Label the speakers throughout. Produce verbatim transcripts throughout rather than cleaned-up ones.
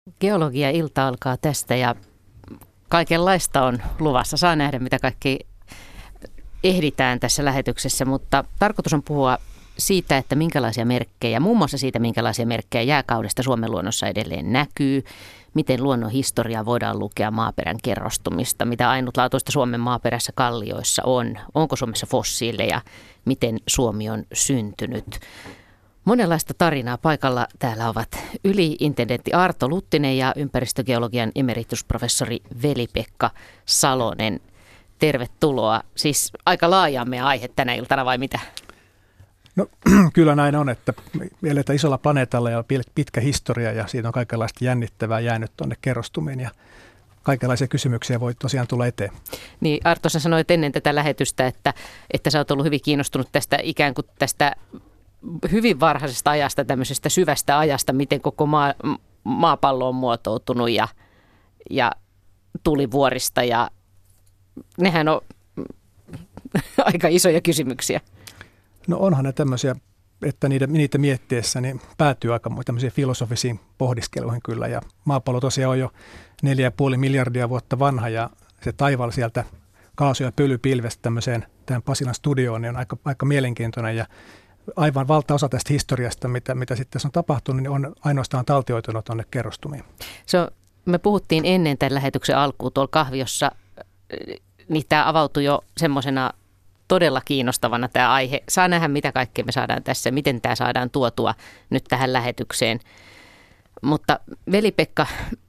Speaker 1: Geologia-ilta alkaa tästä ja kaikenlaista on luvassa. Saa nähdä, mitä kaikki ehditään tässä lähetyksessä, mutta tarkoitus on puhua siitä, että minkälaisia merkkejä, muun muassa siitä, minkälaisia merkkejä jääkaudesta Suomen luonnossa edelleen näkyy, miten luonnon historiaa voidaan lukea maaperän kerrostumista, mitä ainutlaatuista Suomen maaperässä kallioissa on, onko Suomessa fossiileja, miten Suomi on syntynyt. Monenlaista tarinaa paikalla täällä ovat yli-intendentti Arto Luttinen ja ympäristögeologian emeritusprofessori Veli-Pekka Salonen. Tervetuloa. Siis aika laajamme aihe tänä iltana vai mitä?
Speaker 2: No kyllä näin on, että me eletään isolla planeetalla ja pitkä historia ja siitä on kaikenlaista jännittävää jäänyt tuonne kerrostumiin ja kaikenlaisia kysymyksiä voi tosiaan tulla eteen.
Speaker 1: Niin Arto, sä sanoit ennen tätä lähetystä, että, että sä oot ollut hyvin kiinnostunut tästä ikään kuin tästä hyvin varhaisesta ajasta, tämmöisestä syvästä ajasta, miten koko maa, maapallo on muotoutunut ja, ja tulivuorista ja nehän on aika isoja kysymyksiä.
Speaker 2: No onhan ne tämmöisiä, että niitä, niitä miettiessä niin päätyy aika tämmöisiin filosofisiin pohdiskeluihin kyllä. Ja maapallo tosiaan on jo neljä ja puoli miljardia vuotta vanha ja se taival sieltä kaasu- ja pölypilvestä tämmöiseen tähän Pasilan studioon niin on aika, aika mielenkiintoinen. Ja aivan valtaosa tästä historiasta, mitä, mitä sitten on tapahtunut, niin on ainoastaan taltioitunut tuonne kerrostumiin.
Speaker 1: Se on, me puhuttiin ennen tämän lähetyksen alkuun tuolla kahviossa, niin tämä avautui jo semmoisena todella kiinnostavana tämä aihe. Saa nähdä, mitä kaikkea me saadaan tässä, miten tämä saadaan tuotua nyt tähän lähetykseen. Mutta Veli-Pekka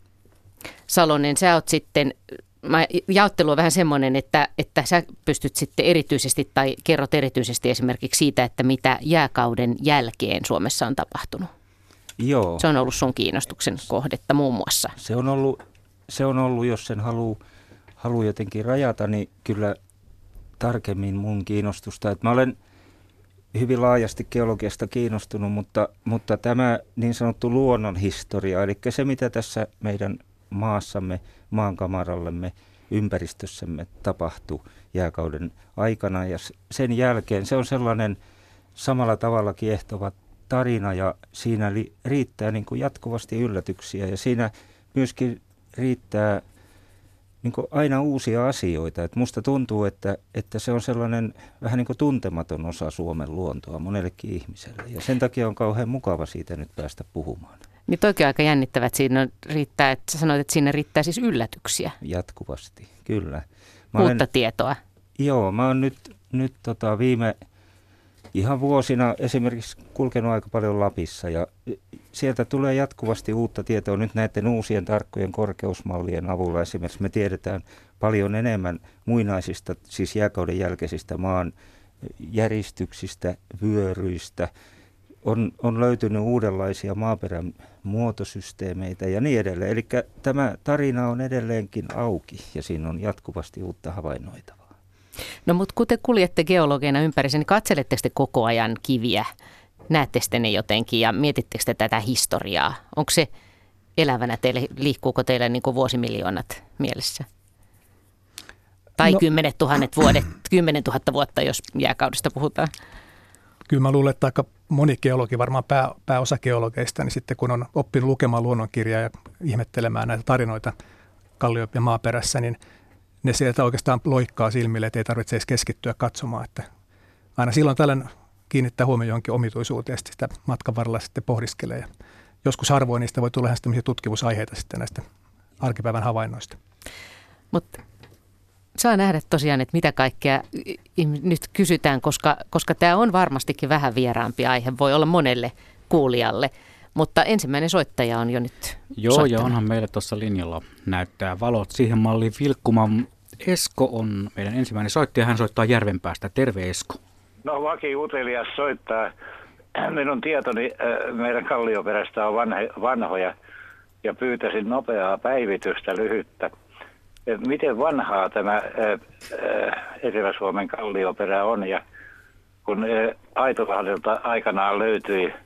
Speaker 1: Salonen, sä oot sitten, mä jaottelu on vähän semmoinen, että, että sä pystyt sitten erityisesti tai kerrot erityisesti esimerkiksi siitä, että mitä jääkauden jälkeen Suomessa on tapahtunut.
Speaker 3: Joo.
Speaker 1: Se on ollut sun kiinnostuksen kohdetta muun muassa.
Speaker 3: Se on ollut, se on ollut jos sen haluaa halu jotenkin rajata, niin kyllä tarkemmin mun kiinnostusta. Että mä olen hyvin laajasti geologiasta kiinnostunut, mutta, mutta tämä niin sanottu luonnonhistoria, eli se mitä tässä meidän maassamme, maankamarallemme, ympäristössämme tapahtui jääkauden aikana ja sen jälkeen, se on sellainen samalla tavalla kiehtova tarina ja siinä li, riittää niin kuin jatkuvasti yllätyksiä ja siinä myöskin riittää niin kuin aina uusia asioita. Et musta tuntuu, että, että se on sellainen vähän niin kuin tuntematon osa Suomen luontoa monellekin ihmiselle. Ja sen takia on kauhean mukava siitä nyt päästä puhumaan.
Speaker 1: Niin toikin aika jännittävä, että siinä riittää, että sä sanoit, että siinä riittää siis yllätyksiä.
Speaker 3: Jatkuvasti, kyllä.
Speaker 1: Mä Uutta olen, tietoa.
Speaker 3: Joo, mä oon nyt, nyt tota viime ihan vuosina esimerkiksi kulkenut aika paljon Lapissa ja sieltä tulee jatkuvasti uutta tietoa. Nyt näiden uusien tarkkojen korkeusmallien avulla esimerkiksi me tiedetään paljon enemmän muinaisista, siis jääkauden jälkeisistä maan järistyksistä, vyöryistä. On, on löytynyt uudenlaisia maaperän muotosysteemeitä ja niin edelleen. Eli tämä tarina on edelleenkin auki ja siinä on jatkuvasti uutta havainnoitavaa.
Speaker 1: No mutta kun te kuljette geologeina ympärissä, niin katseletteko te koko ajan kiviä? Näettekö te ne jotenkin ja mietittekö te tätä historiaa? Onko se elävänä teille, liikkuuko teillä niin kuin vuosimiljoonat mielessä? Tai no, kymmenet tuhannet vuodet, kymmenen tuhatta vuotta, jos jääkaudesta puhutaan?
Speaker 2: Kyllä mä luulen, että aika moni geologi, varmaan pää, pääosa geologeista, niin sitten kun on oppinut lukemaan luonnonkirjaa ja ihmettelemään näitä tarinoita kallio- ja maaperässä, niin ne sieltä oikeastaan loikkaa silmille, että ei tarvitse edes keskittyä katsomaan. Että aina silloin tällöin kiinnittää huomioon johonkin omituisuuteen ja sitä matkan varrella sitten pohdiskelee. Ja joskus harvoin niistä voi tulla tämmöisiä tutkimusaiheita sitten näistä arkipäivän havainnoista.
Speaker 1: Mutta saa nähdä tosiaan, että mitä kaikkea nyt kysytään, koska, koska tämä on varmastikin vähän vieraampi aihe, voi olla monelle kuulijalle. Mutta ensimmäinen soittaja on jo nyt
Speaker 4: Joo,
Speaker 1: soittanut.
Speaker 4: ja onhan meillä tuossa linjalla näyttää valot siihen malliin vilkkumaan. Esko on meidän ensimmäinen soittaja, hän soittaa Järvenpäästä. Terve Esko.
Speaker 5: No vakiutelias soittaa. Minun tietoni äh, meidän kallioperästä on vanhe, vanhoja ja pyytäisin nopeaa päivitystä lyhyttä. Miten vanhaa tämä äh, äh, Etelä-Suomen kallioperä on ja kun äh, Aitolahdelta aikanaan löytyi äh,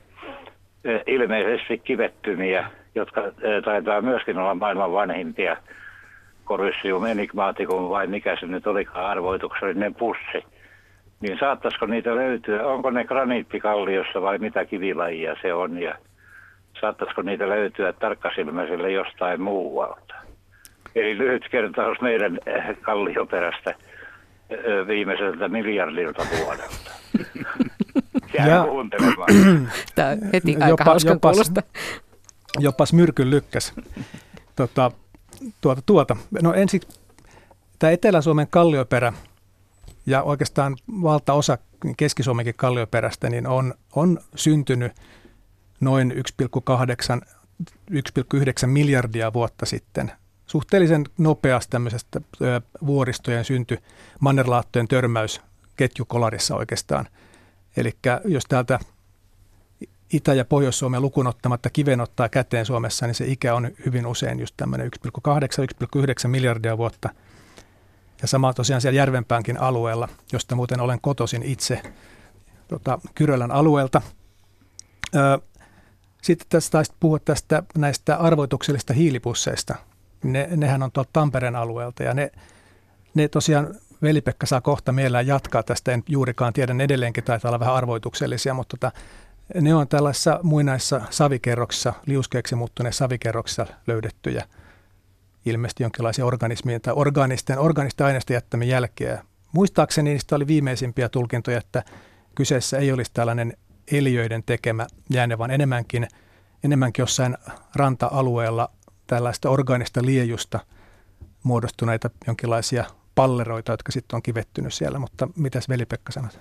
Speaker 5: ilmeisesti kivettymiä, jotka äh, taitaa myöskin olla maailman vanhimpia, Corysseum enigmaticum vai mikä se nyt olikaan arvoituksellinen pussi, niin saattaisiko niitä löytyä, onko ne graniittikalliossa vai mitä kivilajia se on ja Saattaisiko niitä löytyä tarkkasilmäiselle jostain muualta? Eli lyhyt kertaus meidän kallioperästä viimeiseltä miljardilta vuodelta. Jää kuuntelemaan.
Speaker 1: Tämä on heti aika jopa, hauskan kuulosta.
Speaker 2: Jopas myrkyn lykkäs. Tota, tuota, tuota. No ensin tämä Etelä-Suomen kallioperä ja oikeastaan valtaosa Keski-Suomenkin kallioperästä niin on, on syntynyt noin yksi pilkku kahdeksan yksi pilkku yhdeksän miljardia vuotta sitten. Suhteellisen nopeasti tämmöisestä ö, vuoristojen synty, mannerlaattojen törmäys ketjukolarissa oikeastaan. Eli jos täältä Itä- ja Pohjois-Suomen lukuun ottamatta kiven ottaa käteen Suomessa, niin se ikä on hyvin usein just tämmöinen yksi pilkku kahdeksan yksi pilkku yhdeksän miljardia vuotta. Ja sama tosiaan siellä Järvenpäänkin alueella, josta muuten olen kotoisin itse tota, Kyrölän alueelta. Ö, sitten tästä taisi puhua tästä näistä arvoituksellisista hiilipusseista. Ne, nehän on tuolta Tampereen alueelta ja ne, ne tosiaan Veli-Pekka saa kohta mielellään jatkaa tästä. En juurikaan tiedä, ne edelleenkin taitaa olla vähän arvoituksellisia, mutta tota, ne on tällaisissa muinaisissa savikerroksissa, liuskeeksi muuttuneissa savikerroksissa löydettyjä ilmeisesti jonkinlaisia organismien tai orgaanisten, orgaanisten aineisten jättämien jälkeä. Muistaakseni niistä oli viimeisimpiä tulkintoja, että kyseessä ei olisi tällainen eliöiden tekemä jääne, vaan enemmänkin, enemmänkin jossain ranta-alueella tällaista orgaanista liejusta muodostuneita jonkinlaisia palleroita, jotka sitten on kivettynyt siellä. Mutta mitäs Veli-Pekka sanot?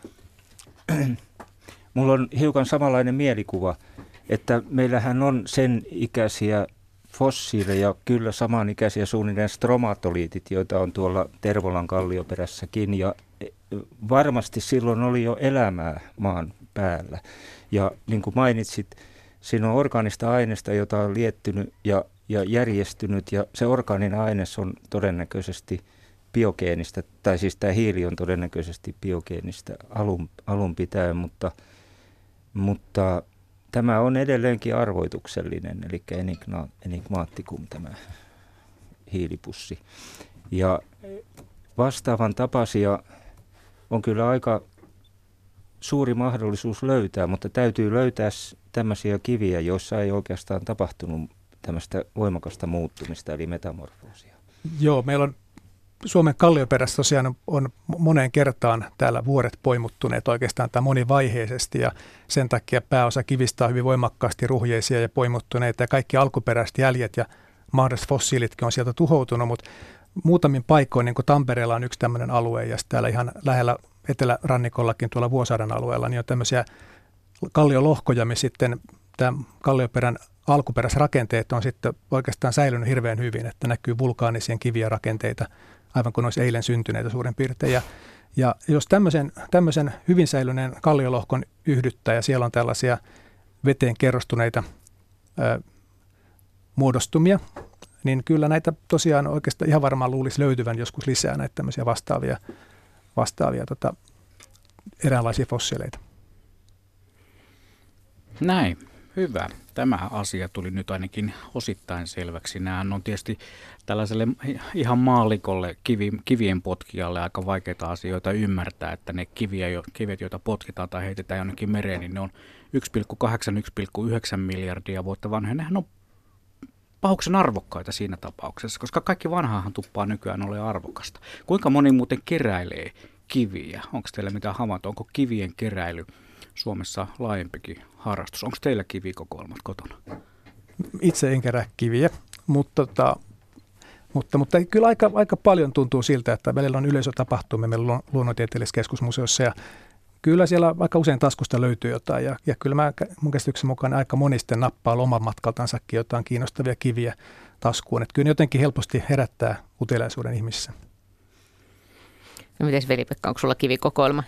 Speaker 3: Mulla on hiukan samanlainen mielikuva, että meillähän on sen ikäisiä fossiileja, kyllä samanikäisiä suunnilleen stromatoliitit, joita on tuolla Tervolan kallioperässäkin, ja varmasti silloin oli jo elämää maan päällä. Ja niin kuin mainitsit, siinä on orgaanista aineista, jota on liettynyt ja, ja järjestynyt, ja se orgaaninen aines on todennäköisesti biogeenistä, tai siis tämä hiili on todennäköisesti biogeenistä alun, alun pitäen, mutta, mutta tämä on edelleenkin arvoituksellinen, eli enigmaattikum tämä hiilipussi. Ja vastaavan tapaisia on kyllä aika suuri mahdollisuus löytää, mutta täytyy löytää tämmöisiä kiviä, joissa ei oikeastaan tapahtunut tämmöistä voimakasta muuttumista, eli metamorfoosia.
Speaker 2: Joo, meillä on Suomen kallioperässä tosiaan on moneen kertaan täällä vuoret poimuttuneet oikeastaan tai monivaiheisesti ja sen takia pääosa kivistä on hyvin voimakkaasti ruhjeisia ja poimuttuneita ja kaikki alkuperäiset jäljet ja mahdolliset fossiilitkin on sieltä tuhoutunut, mutta muutamin paikoin, niin kuin Tampereella on yksi tämmöinen alue ja täällä ihan lähellä etelärannikollakin tuolla Vuosaaren alueella, niin on tämmöisiä kalliolohkoja, missä sitten tämä kallioperän alkuperäisrakenteet on sitten oikeastaan säilynyt hirveän hyvin, että näkyy vulkaanisia kiviä rakenteita, aivan kuin olisi eilen syntyneitä suurin piirtein. Ja, ja jos tämmöisen, tämmöisen hyvin säilyneen kalliolohkon yhdyttää ja siellä on tällaisia veteen kerrostuneita ö, muodostumia, niin kyllä näitä tosiaan oikeastaan ihan varmaan luulisi löytyvän joskus lisää näitä tämmöisiä vastaavia, vastaavia tota, eräänlaisia fossiileita.
Speaker 4: Näin. Hyvä. Tämä asia tuli nyt ainakin osittain selväksi. Nämä on tietysti tällaiselle ihan maallikolle, kivi, kivien potkijalle aika vaikeita asioita ymmärtää, että ne kiviä, kivet, joita potkitaan tai heitetään jonnekin mereen, niin ne on yksi pilkku kahdeksan yksi pilkku yhdeksän miljardia vuotta vanhoja. Nehän on pahuksen arvokkaita siinä tapauksessa, koska kaikki vanhaahan tuppaa nykyään ole arvokasta. Kuinka moni muuten keräilee kiviä? Onko teillä mitään havaintoa? Onko kivien keräily Suomessa laajempikin harrastus? Onko teillä kivikokoelmat kotona?
Speaker 2: Itse en kerää kiviä, mutta, tota, mutta, mutta kyllä aika, aika paljon tuntuu siltä, että välillä on yleisötapahtumia meillä Luonnontieteellisessä keskusmuseossa ja kyllä siellä aika usein taskusta löytyy jotain ja, ja kyllä mä mun käsityksen mukaan aika moni sitten nappaa loman matkaltansakin jotain kiinnostavia kiviä taskuun. Että kyllä ne jotenkin helposti herättää uteliaisuuden ihmisissä.
Speaker 1: No mites Veli-Pekka, onko sulla kivikokoelma?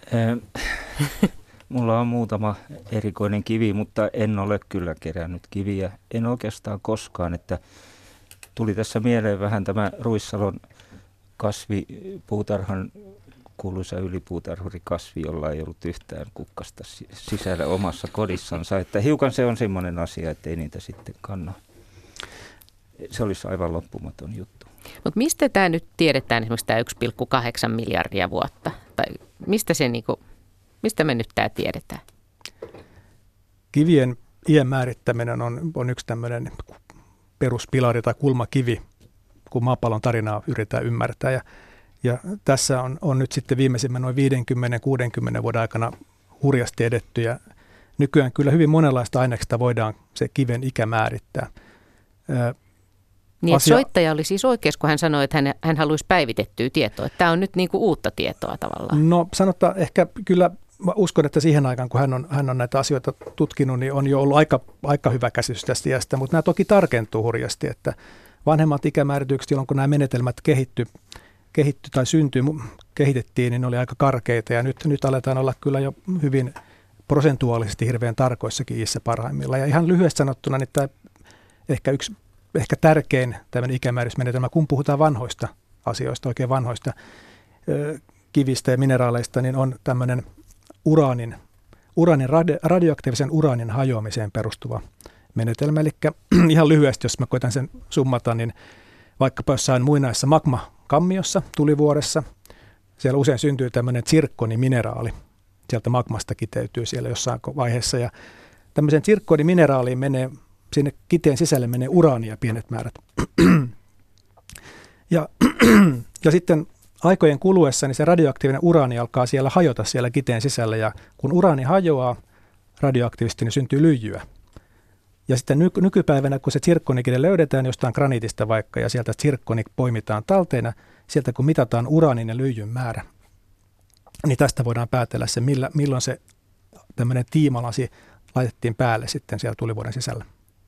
Speaker 3: Mulla on muutama erikoinen kivi, mutta en ole kyllä kerännyt kiviä. En oikeastaan koskaan, että tuli tässä mieleen vähän tämä Ruissalon kasvipuutarhan kuuluisa ylipuutarhurikasvi, jolla ei ollut yhtään kukkasta sisällä omassa kodissansa. Että hiukan se on semmoinen asia, että ei niitä sitten kanna. Se olisi aivan loppumaton juttu.
Speaker 1: Mutta mistä tämä nyt tiedetään, esimerkiksi tämä yksi pilkku kahdeksan miljardia vuotta? Tai mistä, se niinku, mistä me nyt tämä tiedetään?
Speaker 2: Kivien iän määrittäminen on, on yksi tämmöinen peruspilari tai kulmakivi, kun maapallon tarinaa yritetään ymmärtää. Ja, ja tässä on, on nyt sitten viimeisimmän noin viisikymmentä kuusikymmentä vuoden aikana hurjasti edetty. Ja nykyään kyllä hyvin monenlaista aineksista voidaan se kiven ikä määrittää.
Speaker 1: Niin, Asia... soittaja oli siis oikeassa, kun hän sanoi, että hän, hän haluaisi päivitettyä tietoa. Tämä on nyt niin kuin uutta tietoa tavallaan.
Speaker 2: No sanotaan ehkä kyllä, mä uskon, että siihen aikaan, kun hän on, hän on näitä asioita tutkinut, niin on jo ollut aika, aika hyvä käsitys tästä iästä, mutta nämä toki tarkentuu hurjasti, että vanhemmat ikämääritykset, jolloin kun nämä menetelmät kehitty, kehitty tai syntyi, kehitettiin, niin ne oli aika karkeita ja nyt, nyt aletaan olla kyllä jo hyvin prosentuaalisesti hirveän tarkoissakin iissä parhaimmillaan. Ja ihan lyhyesti sanottuna, niin tämä ehkä yksi ehkä tärkein tämmöinen ikämääritysmenetelmä, kun puhutaan vanhoista asioista, oikein vanhoista ö, kivistä ja mineraaleista, niin on tämmöinen uraanin, uraanin radio, radioaktiivisen uraanin hajoamiseen perustuva menetelmä. Eli ihan lyhyesti, jos mä koitan sen summata, niin vaikkapa jossain muinaisessa magmakammiossa, tulivuoressa, siellä usein syntyy tämmöinen zirkkonimineraali. Sieltä magmasta kiteytyy siellä jossain vaiheessa. Ja tämmöiseen zirkkonimineraaliin menee, sinne kiteen sisälle menee uraania pienet määrät. ja, ja sitten aikojen kuluessa niin se radioaktiivinen uraani alkaa siellä hajota siellä kiteen sisällä. Ja kun uraani hajoaa radioaktiivisesti, niin syntyy lyijyä. Ja sitten nyky- nykypäivänä, kun se zirkkonikin löydetään jostain graniitista vaikka, ja sieltä zirkkoni poimitaan talteena, sieltä kun mitataan uraanin ja lyijyn määrä, niin tästä voidaan päätellä se, millä, milloin se tämmöinen tiimalasi laitettiin päälle sitten siellä tulivuoren sisällä.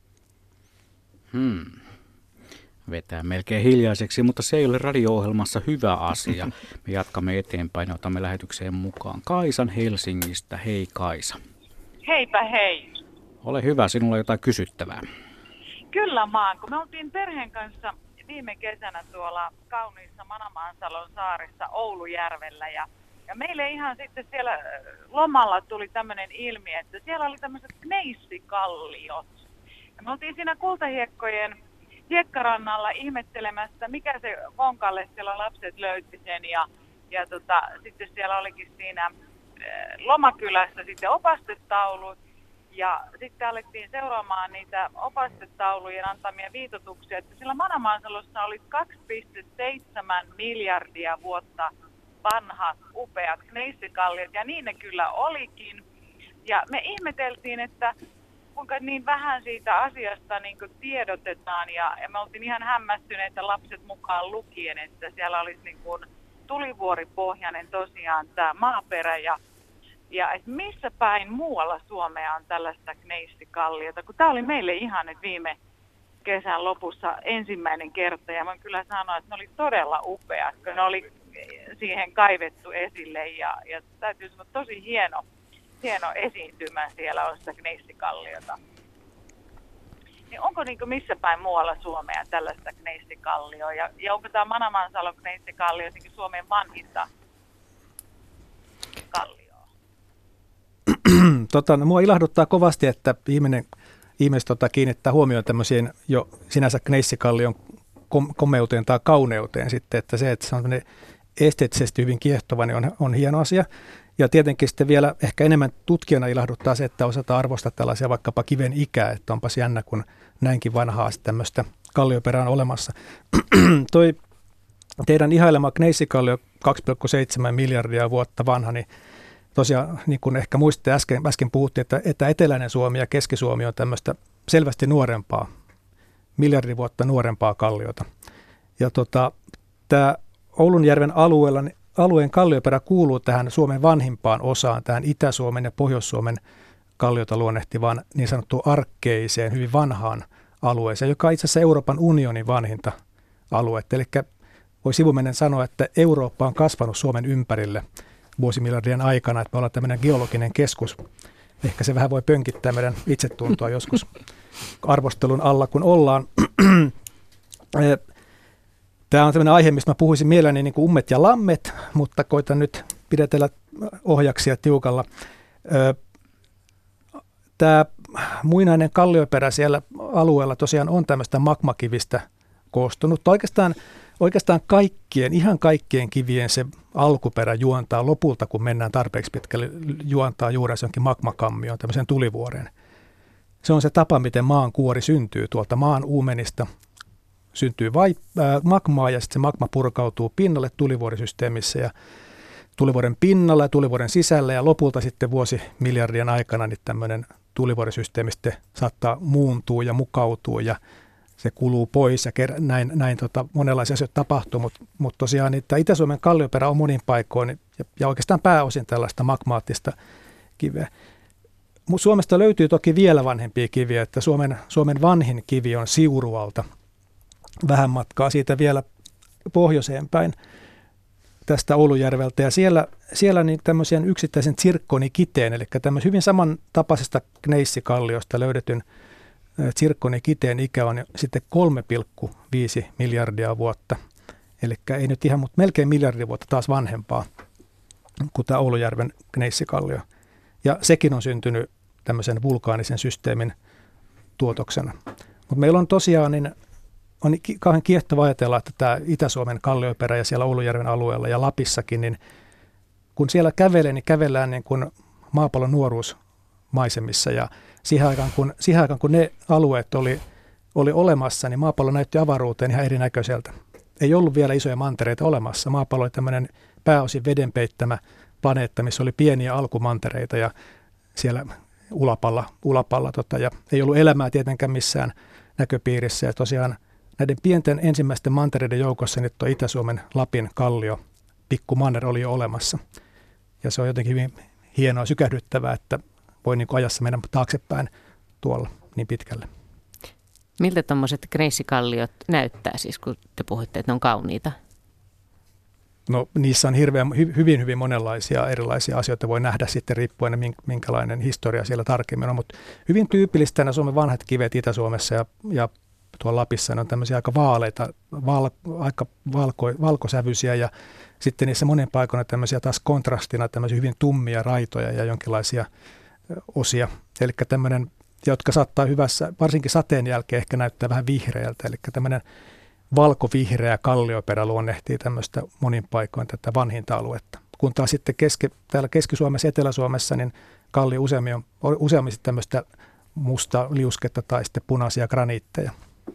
Speaker 4: Hmm. Vetää melkein hiljaiseksi, mutta se ei ole radio-ohjelmassa hyvä asia. Me jatkamme eteenpäin ja otamme lähetykseen mukaan Kaisan Helsingistä. Hei Kaisa.
Speaker 6: Heipä hei.
Speaker 4: Ole hyvä, sinulla on jotain kysyttävää.
Speaker 6: Kyllä maan, kun me oltiin perheen kanssa viime kesänä tuolla kauniissa Manamaansalon saarissa Oulujärvellä ja, ja meille ihan sitten siellä lomalla tuli tämmöinen ilmi, että siellä oli tämmöiset kneissikalliot. Ja me oltiin siinä kultahiekkojen hiekkarannalla ihmettelemässä, mikä se vonkalle siellä lapset löyti sen ja, ja tota, sitten siellä olikin siinä lomakylässä sitten opastetaulut. Ja sitten alettiin seuraamaan niitä opastetaulujen antamia viitotuksia, että sillä Manamaansalossa oli kaksi pilkku seitsemän miljardia vuotta vanhat upeat kneissikalliot, ja niin ne kyllä olikin. Ja me ihmeteltiin, että kuinka niin vähän siitä asiasta niin kuin tiedotetaan, ja, ja me oltiin ihan hämmästyneitä lapset mukaan lukien, että siellä olisi niin kuin tulivuoripohjainen tosiaan tämä maaperä, ja Ja että missä päin muualla Suomea on tällaista kneissikalliota, kun tämä oli meille ihan nyt viime kesän lopussa ensimmäinen kerta. Ja mä kyllä sanoa, että ne oli todella upeat, kun ne oli siihen kaivettu esille. Ja, ja täytyy sanoa, tosi hieno, hieno esiintymä siellä on sitä kneissikalliota. Niin onko niin missä päin muualla Suomea tällaista kneissikallioa? Ja, ja onko tämä Manamaansalo kneissikallio jotenkin Suomen vanhinta kallio?
Speaker 2: Tota, no, mua ilahduttaa kovasti, että ihminen, ihmiset tota, kiinnittää huomioon tämmöisiin jo sinänsä kneissikallioon kom- komeuteen tai kauneuteen sitten, että se, että se on esteettisesti hyvin kiehtova, niin on, on hieno asia. Ja tietenkin sitten vielä ehkä enemmän tutkijana ilahduttaa se, että osataan arvostaa tällaisia vaikkapa kiven ikää, että onpas jännä, kun näinkin vanhaa tämmöistä kallioperää on olemassa. Toi teidän ihailema kneissikallio kaksi pilkku seitsemän miljardia vuotta vanha, niin tosiaan, niin kuin ehkä muistitte äsken, äsken puhuttiin, että, että eteläinen Suomi ja Keski-Suomi on tämmöistä selvästi nuorempaa, miljardi vuotta nuorempaa kalliota. Ja tota, tämä Oulunjärven alueella, alueen kallioperä kuuluu tähän Suomen vanhimpaan osaan, tähän Itä-Suomen ja Pohjois-Suomen kalliota luonnehtivaan niin sanottuun arkkeiseen, hyvin vanhaan alueeseen, joka on itse asiassa Euroopan unionin vanhinta aluetta. Eli voi sivumennen sanoa, että Eurooppa on kasvanut Suomen ympärille vuosimiljardien aikana, että me ollaan tämmöinen geologinen keskus. Ehkä se vähän voi pönkittää meidän itsetuntoa joskus arvostelun alla, kun ollaan. Tämä on tämmöinen aihe, mistä mä puhuisin mielelläni niin kuin ummet ja lammet, mutta koitan nyt pidetellä ohjaksia tiukalla. Tämä muinainen kallioperä siellä alueella tosiaan on tämmöistä magmakivistä koostunut. Oikeastaan Oikeastaan kaikkien, ihan kaikkien kivien se alkuperä juontaa lopulta, kun mennään tarpeeksi pitkälle, juontaa juurensa jonkin magmakammioon, tämmöiseen tulivuoreen. Se on se tapa, miten maan kuori syntyy tuolta maan uumenista. Syntyy vai, äh, magmaa ja sitten se magma purkautuu pinnalle tulivuorisysteemissä ja tulivuoren pinnalla ja tulivuoren sisällä ja lopulta sitten vuosimiljardien aikana niin tämmöinen tulivuorisysteemi sitten saattaa muuntua ja mukautua ja se kuluu pois ja ker- näin, näin tota, monenlaisia asioita tapahtuu, mutta mut tosiaan niin Itä-Suomen kallioperä on monin paikoin ja, ja oikeastaan pääosin tällaista magmaattista kiveä. Suomesta löytyy toki vielä vanhempia kiviä, että Suomen, Suomen vanhin kivi on Siurualta, vähän matkaa siitä vielä pohjoiseen päin tästä Oulujärveltä ja siellä, siellä niin tämmöisen yksittäisen zirkkonikiteen, eli tämmöisen hyvin samantapaisesta gneissikalliosta löydetyn zirkkonikiteen ikä on sitten kolme pilkku viisi miljardia vuotta, eli ei nyt ihan, mutta melkein miljardia vuotta taas vanhempaa kuin tämä Oulujärven gneissikallio. Ja sekin on syntynyt tämmöisen vulkaanisen systeemin tuotoksena. Mutta meillä on tosiaan, niin on kauhean kiehtova ajatella, että tämä Itä-Suomen kallioperä ja siellä Oulujärven alueella ja Lapissakin, niin kun siellä kävelee, niin kävellään niin kuin maapallon nuoruusmaisemissa. Ja siihen aikaan, kun, siihen aikaan, kun ne alueet oli, oli olemassa, niin maapallo näytti avaruuteen ihan erinäköiseltä. Ei ollut vielä isoja mantereita olemassa. Maapallo oli tämmöinen pääosin vedenpeittämä planeetta, missä oli pieniä alkumantereita ja siellä ulapalla, ulapalla tota, ja ei ollut elämää tietenkään missään näköpiirissä. Ja tosiaan näiden pienten ensimmäisten mantereiden joukossa nyt tuo Itä-Suomen Lapin kallio, pikkumanner oli jo olemassa. Ja se on jotenkin hyvin hienoa, sykähdyttävää, että voi niin kuin ajassa mennä taaksepäin tuolla niin pitkälle.
Speaker 1: Miltä tuommoiset gneisikalliot näyttää siis, kun te puhuitte, että ne on kauniita?
Speaker 2: No niissä on hirveän, hyvin, hyvin monenlaisia erilaisia asioita. Voi nähdä sitten riippuen, minkälainen historia siellä tarkemmin on. Mutta hyvin tyypillistä nämä Suomen vanhat kivet Itä-Suomessa ja, ja tuolla Lapissa ne on tämmöisiä aika vaaleita, val, aika valko, valkosävyisiä ja sitten niissä monen paikoina tämmöisiä taas kontrastina tämmöisiä hyvin tummia raitoja ja jonkinlaisia osia. Eli tämmöinen, jotka saattaa hyvässä, varsinkin sateen jälkeen ehkä näyttää vähän vihreältä, eli tämmöinen valko-vihreä kallioperä luonnehtii tämmöistä monin paikoin tätä vanhinta aluetta. Kun taas sitten keski, täällä Keski-Suomessa, Etelä-Suomessa, niin kallio useammin on useammin tämmöistä musta liusketta tai sitten punaisia graniitteja.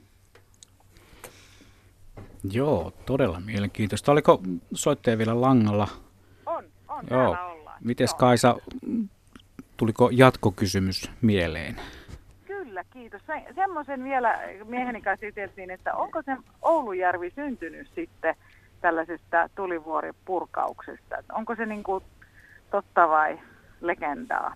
Speaker 4: Joo, todella mielenkiintoista. Oliko soittaja vielä langalla?
Speaker 6: On, on,
Speaker 4: Joo.
Speaker 6: täällä ollaan.
Speaker 4: Mites
Speaker 6: Joo.
Speaker 4: Kaisa, tuliko jatkokysymys mieleen?
Speaker 6: Kyllä, kiitos. Se, semmoisen vielä mieheni kanssa juteltiin, että onko se Oulujärvi syntynyt sitten tällaisesta tulivuoripurkauksesta? Onko se niin kuin totta vai legendaa?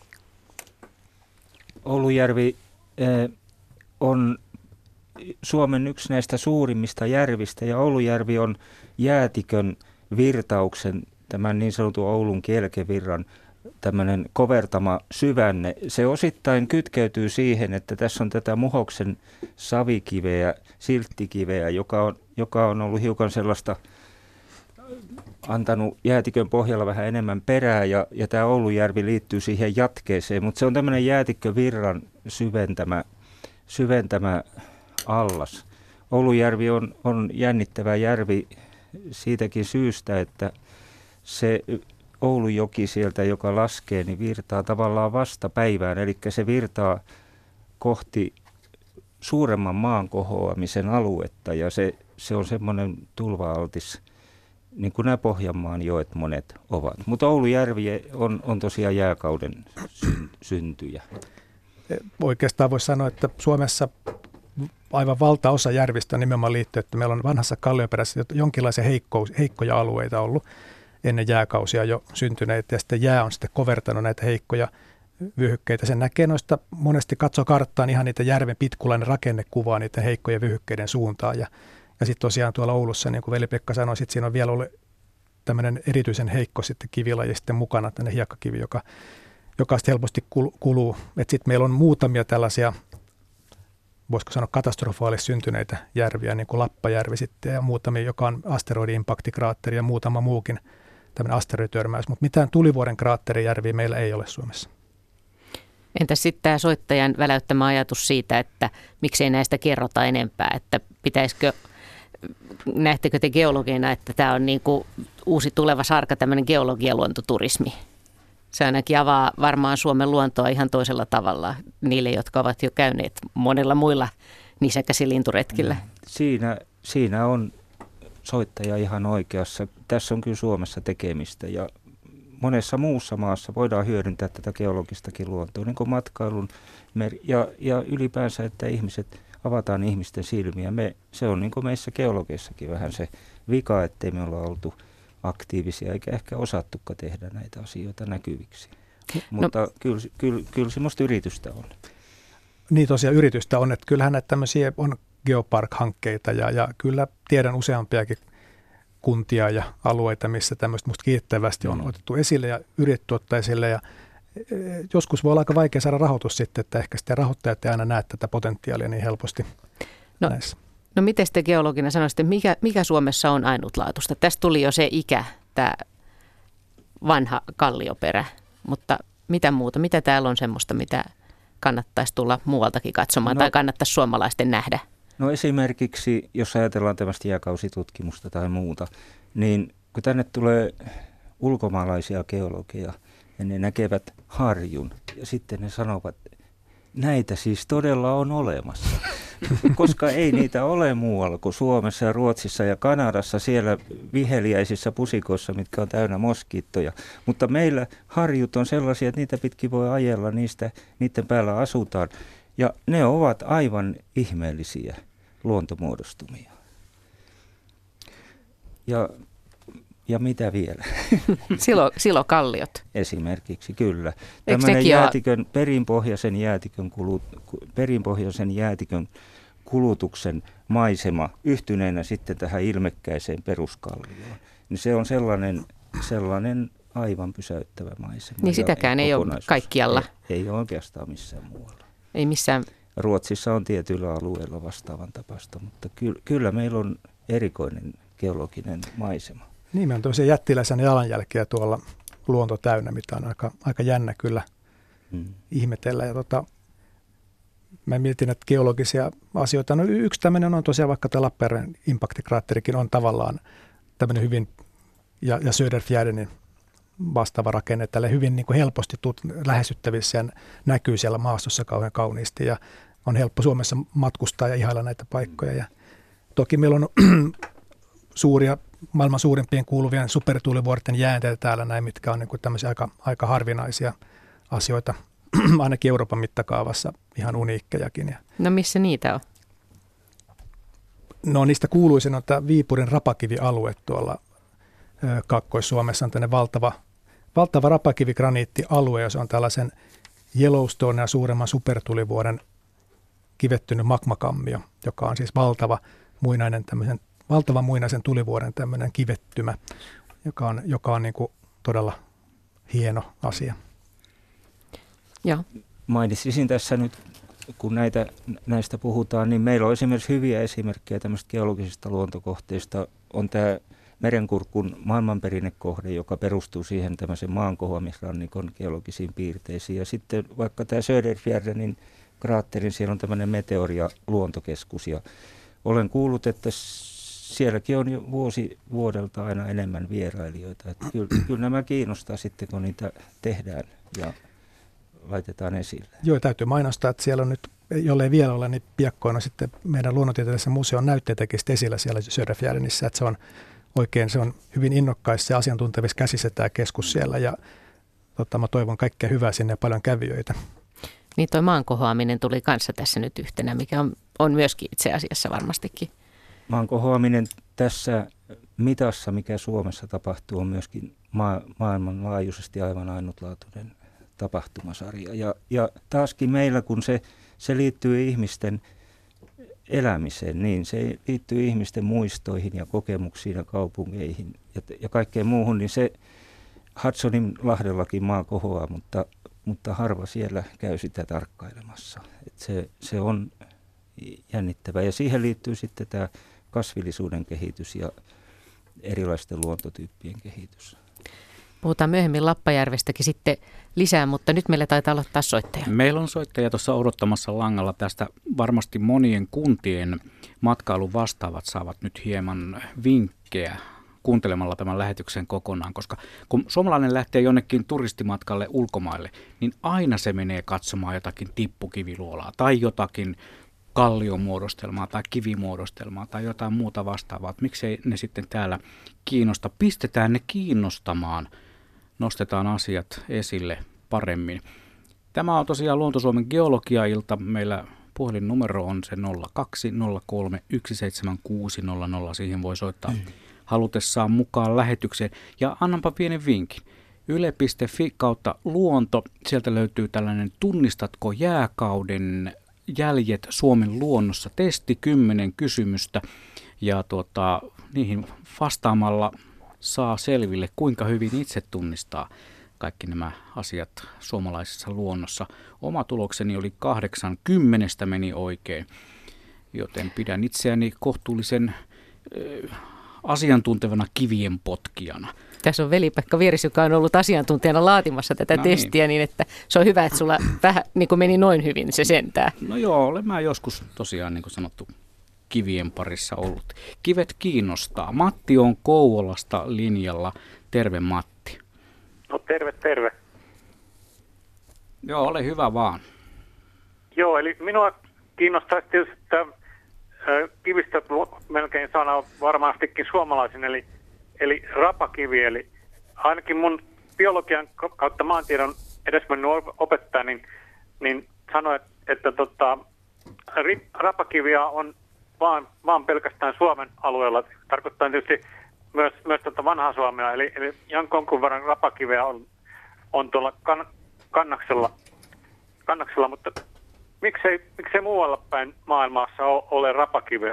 Speaker 3: Oulujärvi eh, on Suomen yksi näistä suurimmista järvistä ja Oulujärvi on jäätikön virtauksen, tämän niin sanotun Oulun kielkevirran, tämmöinen kovertama syvänne. Se osittain kytkeytyy siihen, että tässä on tätä Muhoksen savikiveä, silttikiveä, joka on, joka on ollut hiukan sellaista, antanut jäätikön pohjalla vähän enemmän perää ja, ja tämä Oulujärvi liittyy siihen jatkeeseen, mutta se on tämmöinen jäätikkövirran syventämä, syventämä allas. Oulujärvi on, on jännittävä järvi siitäkin syystä, että se Oulujoki sieltä, joka laskee, niin virtaa tavallaan vastapäivään, eli se virtaa kohti suuremman maan kohoamisen aluetta ja se, se on semmoinen tulva-altis, niin kuin nämä Pohjanmaan joet monet ovat. Mutta Oulujärvi on, on tosiaan jääkauden syn, syntyjä.
Speaker 2: Oikeastaan voisi sanoa, että Suomessa aivan valtaosa järvistä on nimenomaan liittyy, että meillä on vanhassa kallioperässä jonkinlaisia heikko, heikkoja alueita ollut ennen jääkausia jo syntyneitä, ja sitten jää on sitten kovertanut näitä heikkoja vyöhykkeitä. Sen näkee noista, monesti katsoo karttaan ihan niitä järven pitkulainen rakennekuvaa niiden heikkojen vyöhykkeiden suuntaan, ja, ja sitten tosiaan tuolla Oulussa, niin kuin Veli-Pekka sanoi, sitten siinä on vielä ollut tämmöinen erityisen heikko sitten kivilaji sitten mukana, tänne hiekkakivi, joka, joka sitten helposti kuluu. Sitten meillä on muutamia tällaisia, voisiko sanoa katastrofaalisesti syntyneitä järviä, niin kuin Lappajärvi sitten ja muutamia, joka on asteroidi-impaktikraatteri ja muutama muukin tämmöinen asteroiditörmäys, mutta mitään tulivuoren kraatterijärviä meillä ei ole Suomessa.
Speaker 1: Entäs sitten tämä soittajan väläyttämä ajatus siitä, että miksei näistä kerrota enempää, että pitäisikö, näettekö te geologina, että tämä on niin kuin uusi tuleva sarka, tämmöinen geologialuontoturismi? Se ainakin avaa varmaan Suomen luontoa ihan toisella tavalla niille, jotka ovat jo käyneet monilla muilla nisäkäsilinturetkillä.
Speaker 3: Siinä, siinä on soittaja ihan oikeassa. Tässä on kyllä Suomessa tekemistä ja monessa muussa maassa voidaan hyödyntää tätä geologistakin luontoa, niin kuin matkailun ja, ja ylipäänsä, että ihmiset avataan ihmisten silmiä. Me, se on niin kuin meissä geologeissakin vähän se vika, ettei me olla oltu aktiivisia eikä ehkä osattukaan tehdä näitä asioita näkyviksi. No. Mutta kyllä, kyllä, kyllä semmoista yritystä on.
Speaker 2: Niin tosiaan yritystä on, että kyllähän näitä tämmöisiä on geopark-hankkeita ja, ja kyllä tiedän useampiakin kuntia ja alueita, missä tämmöistä musta kiittävästi on otettu esille ja yritetty ottaa esille ja joskus voi olla aika vaikea saada rahoitus sitten, että ehkä sitten rahoittajat ei aina näe tätä potentiaalia niin helposti
Speaker 1: no,
Speaker 2: näissä.
Speaker 1: No miten te geologina sanoisitte, mikä, mikä Suomessa on ainutlaatuista? Tästä tuli jo se ikä, tämä vanha kallioperä, mutta mitä muuta? Mitä täällä on semmoista, mitä kannattaisi tulla muualtakin katsomaan no, tai kannattaisi suomalaisten nähdä?
Speaker 3: No esimerkiksi, jos ajatellaan tämmöistä jääkausitutkimusta tai muuta, niin kun tänne tulee ulkomaalaisia geologeja ja ne näkevät harjun ja sitten ne sanovat, näitä siis todella on olemassa, koska ei niitä ole muualla kuin Suomessa ja Ruotsissa ja Kanadassa siellä viheliäisissä pusikoissa, mitkä on täynnä moskiittoja. Mutta meillä harjut on sellaisia, että niitä pitkin voi ajella, niistä, niiden päällä asutaan ja ne ovat aivan ihmeellisiä luontomuodostumia. Ja, ja mitä vielä?
Speaker 1: Silo, silokalliot.
Speaker 3: Esimerkiksi, kyllä. Tällainen jäätikön, perinpohjaisen, jäätikön kulut, perinpohjaisen jäätikön kulutuksen maisema yhtyneenä sitten tähän ilmekkäiseen peruskallioon. Niin se on sellainen, sellainen aivan pysäyttävä maisema.
Speaker 1: Niin sitäkään ei ole kaikkialla.
Speaker 3: Ei, ei ole oikeastaan missään muualla.
Speaker 1: Ei missään.
Speaker 3: Ruotsissa on tietyillä alueilla vastaavan tapasta, mutta kyllä, kyllä meillä on erikoinen geologinen maisema.
Speaker 2: Niin, me on tosiaan jättiläisen jalanjälkeä tuolla luonto täynnä, mitä on aika, aika jännä kyllä hmm. ihmetellä. Ja tota, mä mietin, että geologisia asioita, no yksi tämmöinen on tosiaan vaikka tämä Lappeenrannan impaktikraatterikin on tavallaan tämmöinen hyvin, ja, ja Söderfjärdenin vastaava rakenne, tälle hyvin niin kuin helposti tut, lähestyttävissä ja näkyy siellä maastossa kauhean kauniisti ja on helppo Suomessa matkustaa ja ihailla näitä paikkoja. Ja toki meillä on suuria, maailman suurimpien kuuluvien supertuulivuorten jäänteitä täällä näin, mitkä on niin kuin tämmöisiä aika, aika harvinaisia asioita, ainakin Euroopan mittakaavassa ihan uniikkejakin.
Speaker 1: No missä niitä on?
Speaker 2: No niistä kuuluisin on tämä Viipurin rapakivialue tuolla Kaakkois-Suomessa on tämmöinen valtava, valtava rapakivigraniittialue, ja se on tällaisen Yellowstone ja suuremman supertulivuoren kivettynyt magmakammio, joka on siis valtava muinainen tämmöisen, valtava muinaisen tulivuoren tämmöinen kivettymä, joka on, joka on niin kuin todella hieno asia.
Speaker 1: Joo.
Speaker 3: Mainitsisin tässä nyt, kun näitä, näistä puhutaan, niin meillä on esimerkiksi hyviä esimerkkejä tämmöistä geologisista luontokohteista. On tämä Merenkurkun maailmanperinnekohde, joka perustuu siihen tämmöisen maankohoamisrannikon geologisiin piirteisiin. Ja sitten vaikka tämä Söderfjärdenin kraatterin, siellä on tämmöinen meteoria luontokeskus. Ja olen kuullut, että sielläkin on jo vuosi vuodelta aina enemmän vierailijoita. Että kyllä, kyllä nämä kiinnostaa sitten, kun niitä tehdään ja laitetaan esille.
Speaker 2: Joo, täytyy mainostaa, että siellä on nyt, jollei vielä ole, niin piakkoina sitten meidän luonnontieteellisessä museon näytteitäkin esillä siellä Söderfjärdenissä, että se on oikein, se on hyvin innokkaissa ja asiantuntevissa käsissä tämä keskus siellä ja tota, mä toivon kaikkea hyvää sinne ja paljon kävijöitä.
Speaker 1: Niin toi maankohoaminen tuli kanssa tässä nyt yhtenä, mikä on, on myöskin itse asiassa varmastikin.
Speaker 3: Maankohoaminen tässä mitassa, mikä Suomessa tapahtuu, on myöskin ma- maailmanlaajuisesti aivan ainutlaatuinen tapahtumasarja. Ja, ja taaskin meillä, kun se, se liittyy ihmisten elämiseen, niin se liittyy ihmisten muistoihin ja kokemuksiin ja kaupungeihin ja, ja kaikkeen muuhun, niin se Hudsonin lahdellakin maa kohoaa, mutta, mutta harva siellä käy sitä tarkkailemassa. Et se, se on jännittävää ja siihen liittyy sitten tämä kasvillisuuden kehitys ja erilaisten luontotyyppien kehitys.
Speaker 1: Puhutaan myöhemmin Lappajärvestäkin sitten lisää, mutta nyt meillä taitaa olla taas soittaja.
Speaker 4: Meillä on soittaja tuossa odottamassa langalla. Tästä varmasti monien kuntien matkailun vastaavat saavat nyt hieman vinkkejä kuuntelemalla tämän lähetyksen kokonaan, koska kun suomalainen lähtee jonnekin turistimatkalle ulkomaille, niin aina se menee katsomaan jotakin tippukiviluolaa tai jotakin kalliomuodostelmaa tai kivimuodostelmaa tai jotain muuta vastaavaa. Miksei ne sitten täällä kiinnosta? Pistetään ne kiinnostamaan, nostetaan asiat esille paremmin. Tämä on tosiaan Luonto-Suomen geologia-ilta. Meillä puhelinnumero on se nolla kaksi nolla kolme yksi seitsemän kuusi nolla nolla. Siihen voi soittaa mm. halutessaan mukaan lähetykseen. Ja annanpa pienen vinkin. yle piste fi kautta luonto. Sieltä löytyy tällainen tunnistatko jääkauden jäljet Suomen luonnossa testi, kymmenen kysymystä. Ja tuota, niihin vastaamalla saa selville, kuinka hyvin itse tunnistaa kaikki nämä asiat suomalaisessa luonnossa. Oma tulokseni oli kahdeksan kymmenestä meni oikein, joten pidän itseäni kohtuullisen äh, asiantuntevana kivien potkijana.
Speaker 1: Tässä on veli-Pekka Vieris, joka on ollut asiantuntijana laatimassa tätä no testiä, niin. niin että se on hyvä, että sulla vähän niin kuin meni noin hyvin se sentää.
Speaker 4: No joo, olen mä joskus tosiaan niin kuin sanottu kivien parissa ollut. Kivet kiinnostaa. Matti on Kouvolasta linjalla. Terve Matti.
Speaker 7: No terve, terve.
Speaker 4: Joo, ole hyvä vaan.
Speaker 7: Joo, eli minua kiinnostaisi tietysti, että kivistä melkein sana varmastikin suomalaisen, eli, eli rapakivi. Eli ainakin mun biologian kautta maantiedon edesmennyt opettaja, niin, niin sanoi, että, että tota, rapakiviä on vaan, vaan pelkästään Suomen alueella. Tarkoittaa tietysti myös, myös tuota vanhaa Suomea, eli, eli jonkun verran rapakiveä on, on tuolla kan, kannaksella, kannaksella, mutta miksei, miksei muualla päin maailmassa ole, ole rapakiveä?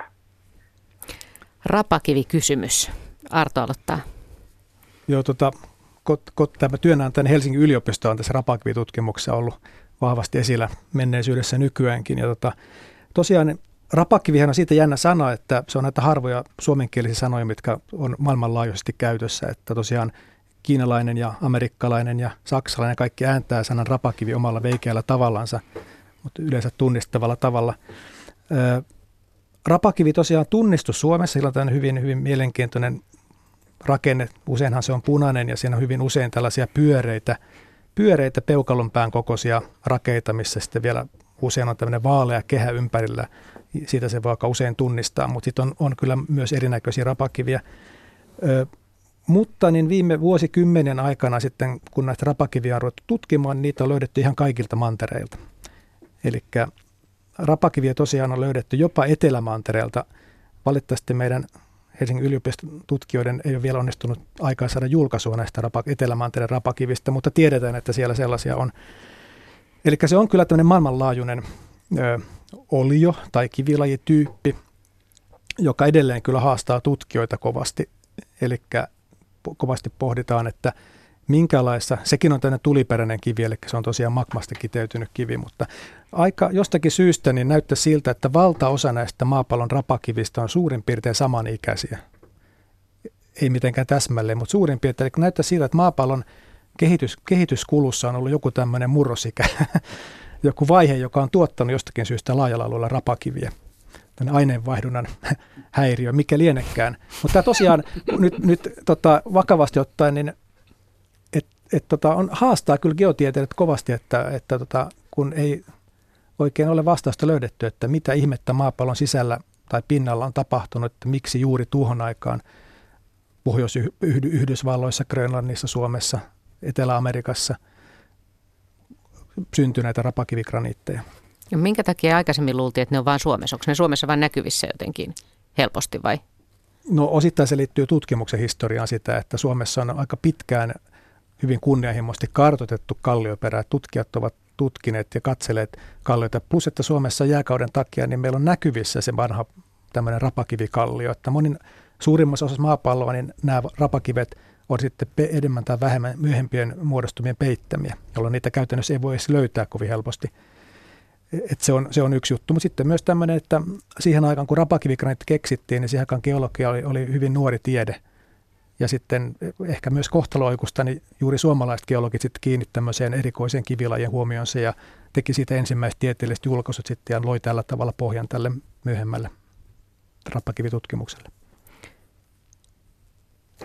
Speaker 1: Rapakivikysymys. Arto aloittaa.
Speaker 2: Joo, tota, kot, kot, tämä työnantajan Helsingin yliopisto on tässä rapakivitutkimuksessa ollut vahvasti esillä menneisyydessä nykyäänkin. Ja tota, tosiaan rapakivihän on siitä jännä sana, että se on näitä harvoja suomenkielisiä sanoja, mitkä on maailmanlaajuisesti käytössä. Että tosiaan kiinalainen ja amerikkalainen ja saksalainen ja kaikki ääntää sanan rapakivi omalla veikeällä tavallansa, mutta yleensä tunnistavalla tavalla. Ää, rapakivi tosiaan tunnistu Suomessa, sillä on tämmöinen hyvin, hyvin mielenkiintoinen rakenne. Useinhan se on punainen ja siinä on hyvin usein tällaisia pyöreitä, pyöreitä peukalonpään kokoisia rakeita, missä sitten vielä usein on tämmöinen vaalea kehä ympärillä. Siitä se voi aika usein tunnistaa, mutta sitten on, on kyllä myös erinäköisiä rapakiviä. Ö, mutta niin viime vuosikymmenen aikana sitten, kun näitä rapakiviä on ruvettu tutkimaan, niin niitä on löydetty ihan kaikilta mantereilta. Eli rapakiviä tosiaan on löydetty jopa Etelämantereelta. Valitettavasti meidän Helsingin yliopiston tutkijoiden ei ole vielä onnistunut aikaan saada julkaisua näistä rapa, Etelämantereen rapakivistä, mutta tiedetään, että siellä sellaisia on. Eli se on kyllä tämmöinen maailmanlaajuinen ö, olio tai kivilajityyppi, joka edelleen kyllä haastaa tutkijoita kovasti. Eli kovasti pohditaan, että minkälaista, sekin on tämmöinen tuliperäinen kivi, eli se on tosiaan magmasta kiteytynyt kivi, mutta aika jostakin syystä niin näyttää siltä, että valtaosa näistä maapallon rapakivistä on suurin piirtein samanikäisiä. Ei mitenkään täsmälleen, mutta suurin piirtein. Eli näyttää siltä, että maapallon kehitys, kehityskulussa on ollut joku tämmöinen murrosikä, joku vaihe, joka on tuottanut jostakin syystä laajalla alueella rapakiviä. Tällainen aineenvaihdunnan häiriö, mikä lienekään. Mutta tosiaan nyt, nyt tota, vakavasti ottaen, niin et, et, tota, on, haastaa kyllä geotieteilijät kovasti, että, että tota, kun ei oikein ole vastausta löydetty, että mitä ihmettä maapallon sisällä tai pinnalla on tapahtunut, että miksi juuri tuohon aikaan Pohjois-Yhdysvalloissa, Grönlannissa, Suomessa, Etelä-Amerikassa syntyi näitä rapakivigraniitteja.
Speaker 1: Ja minkä takia aikaisemmin luultiin, että ne on vain Suomessa? Onko ne Suomessa vain näkyvissä jotenkin helposti vai?
Speaker 2: No osittain se liittyy tutkimuksen historiaan sitä, että Suomessa on aika pitkään hyvin kunnianhimoisesti kartoitettu kallioperää. Tutkijat ovat tutkineet ja katselleet kallioita. Plus, että Suomessa jääkauden takia niin meillä on näkyvissä se vanha tämmöinen rapakivikallio. Että monin suurimmassa osassa maapalloa niin nämä rapakivet on sitten enemmän tai vähemmän myöhempien muodostumien peittämiä, jolloin niitä käytännössä ei voi edes löytää kovin helposti. Et se, on, se on yksi juttu, mutta sitten myös tämmöinen, että siihen aikaan kun rapakivigraniitti keksittiin, niin siihen aikaan geologia oli, oli hyvin nuori tiede. Ja sitten ehkä myös kohtaloikusta, niin juuri suomalaiset geologit sitten kiinnitti tämmöiseen erikoiseen kivilajien huomionsa ja teki siitä ensimmäiset tieteelliset julkaisut sitten ja loi tällä tavalla pohjan tälle myöhemmälle rapakivitutkimukselle.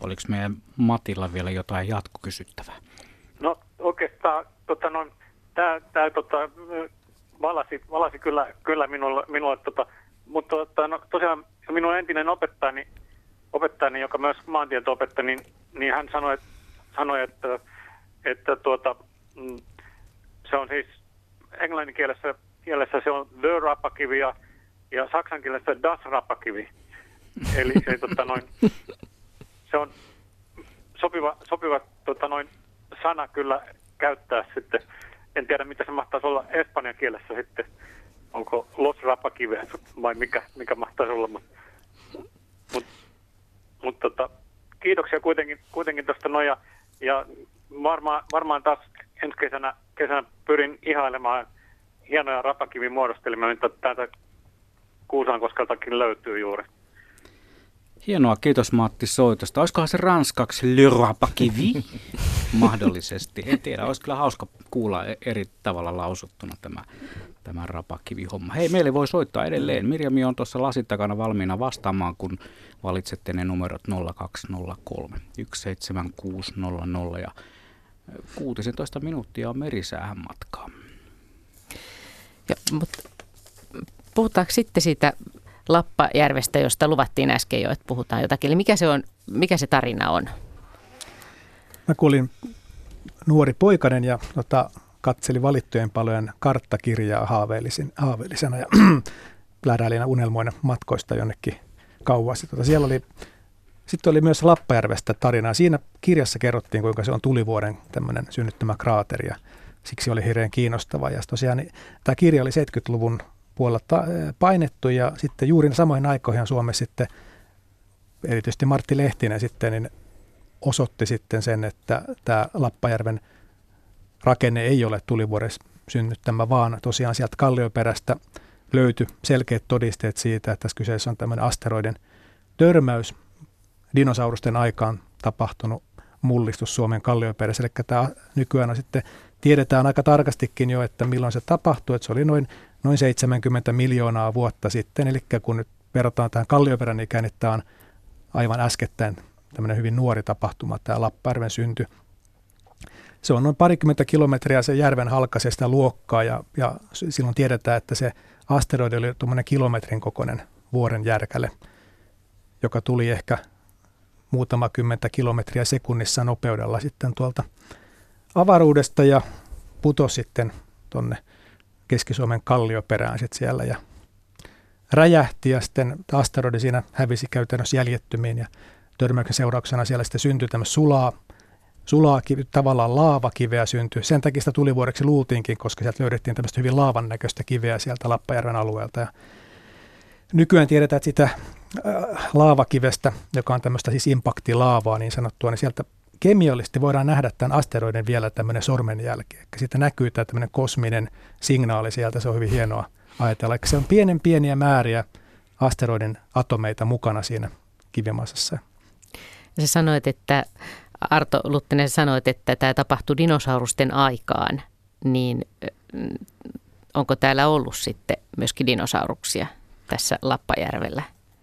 Speaker 4: Oliko meidän Matilla vielä jotain jatkokysyttävää?
Speaker 7: No oikeastaan tota, no, tämä tää, tota, valasi, valasi kyllä, kyllä minulle, minulle tota, mutta tota, no, tosiaan minun entinen opettajani, opettajani joka myös maantieto opettaja, niin, niin hän sanoi, että, sanoi, että, että tuota, mm, se on siis englanninkielessä kielessä se on the rapakivi ja, ja saksan kielessä das rapakivi. Eli se, tota, noin, se on sopiva, sopiva tota, noin, sana kyllä käyttää sitten. En tiedä, mitä se mahtaisi olla espanjan kielessä sitten. Onko los rapakiveä vai mikä, mikä mahtaisi olla. Mutta mut, mut, tota, kiitoksia kuitenkin, kuitenkin tuosta noin. Ja, ja varmaan, varmaan taas ensi kesänä, kesänä pyrin ihailemaan hienoja rapakivimuodostelmia, mitä täältä Kuusankoskeltakin löytyy juuri.
Speaker 4: Hienoa, kiitos Matti soitosta. Olisikohan se ranskaksi le rapakivi? Mahdollisesti. En tiedä, olisi kyllä hauska kuulla eri tavalla lausuttuna tämä, tämä rapakivihomma. Hei, meille voi soittaa edelleen. Mirjami on tuossa lasin takana valmiina vastaamaan, kun valitsette ne numerot nolla kaksi nolla kolme yksi seitsemän kuusi nolla nolla ja kuusitoista minuuttia on merisäähän matkaa.
Speaker 1: Ja, mutta puhutaanko sitten siitä Lappajärvestä, josta luvattiin äsken jo, että puhutaan jotakin. Eli mikä se, on, mikä se tarina on?
Speaker 2: Mä kuulin nuori poikainen ja tota, katselin valittujen palojen karttakirjaa haaveellisin, haaveellisena ja läräilinä unelmoina matkoista jonnekin kauas. Tota, siellä oli, sitten oli myös Lappajärvestä tarinaa. Siinä kirjassa kerrottiin, kuinka se on tulivuoren tämmöinen synnyttämä kraateri ja siksi oli hirveän kiinnostava. Ja tosiaan niin, tämä kirja oli seitsemänkymmentäluvun puolella ta- painettu ja sitten juuri samoihin aikoihin Suomessa sitten erityisesti Martti Lehtinen sitten niin osoitti sitten sen, että tämä Lappajärven rakenne ei ole tulivuoren synnyttämä, vaan tosiaan sieltä kallioperästä löytyi selkeät todisteet siitä, että tässä kyseessä on tämmöinen asteroiden törmäys, dinosaurusten aikaan tapahtunut mullistus Suomen kallioperässä. Eli tämä nykyään on sitten tiedetään aika tarkastikin jo, että milloin se tapahtui, että se oli noin, noin seitsemänkymmentä miljoonaa vuotta sitten, eli kun nyt verrataan tähän kallioperän ikään, että tämä on aivan äskettäin tämmöinen hyvin nuori tapahtuma, tämä Lappajärven synty. Se on noin parikymmentä kilometriä se järven halkaisesta luokkaa ja, ja silloin tiedetään, että se asteroidi oli tuommoinen kilometrin kokoinen vuoren järkäle, joka tuli ehkä muutama kymmentä kilometriä sekunnissa nopeudella sitten tuolta avaruudesta ja putosi sitten tuonne Keski-Suomen kallioperään sitten siellä ja räjähti ja sitten asteroidi siinä hävisi käytännössä jäljettömiin ja törmäyksen seurauksena siellä sitten syntyi tämmöistä sulaa, sulaa kivi, tavallaan laavakiveä syntyi. Sen takia sitä tulivuoreksi luultiinkin, koska sieltä löydettiin tämmöistä hyvin laavan näköistä kiveä sieltä Lappajärven alueelta. Ja nykyään tiedetään, että sitä äh, laavakivestä, joka on tämmöistä siis impaktilaavaa niin sanottua, niin sieltä kemiallisesti voidaan nähdä tämän asteroidin vielä tämmöinen sormenjälki. Eli siitä näkyy tämä tämmöinen kosminen signaali sieltä, se on hyvin hienoa ajatella. Eli se on pienen pieniä määriä asteroidin atomeita mukana siinä kivimassassa.
Speaker 1: Sä sanoit, että Arto Luttinen sanoit, että tämä tapahtui dinosaurusten aikaan, niin onko täällä ollut sitten myöskin dinosauruksia tässä Lappajärvellä?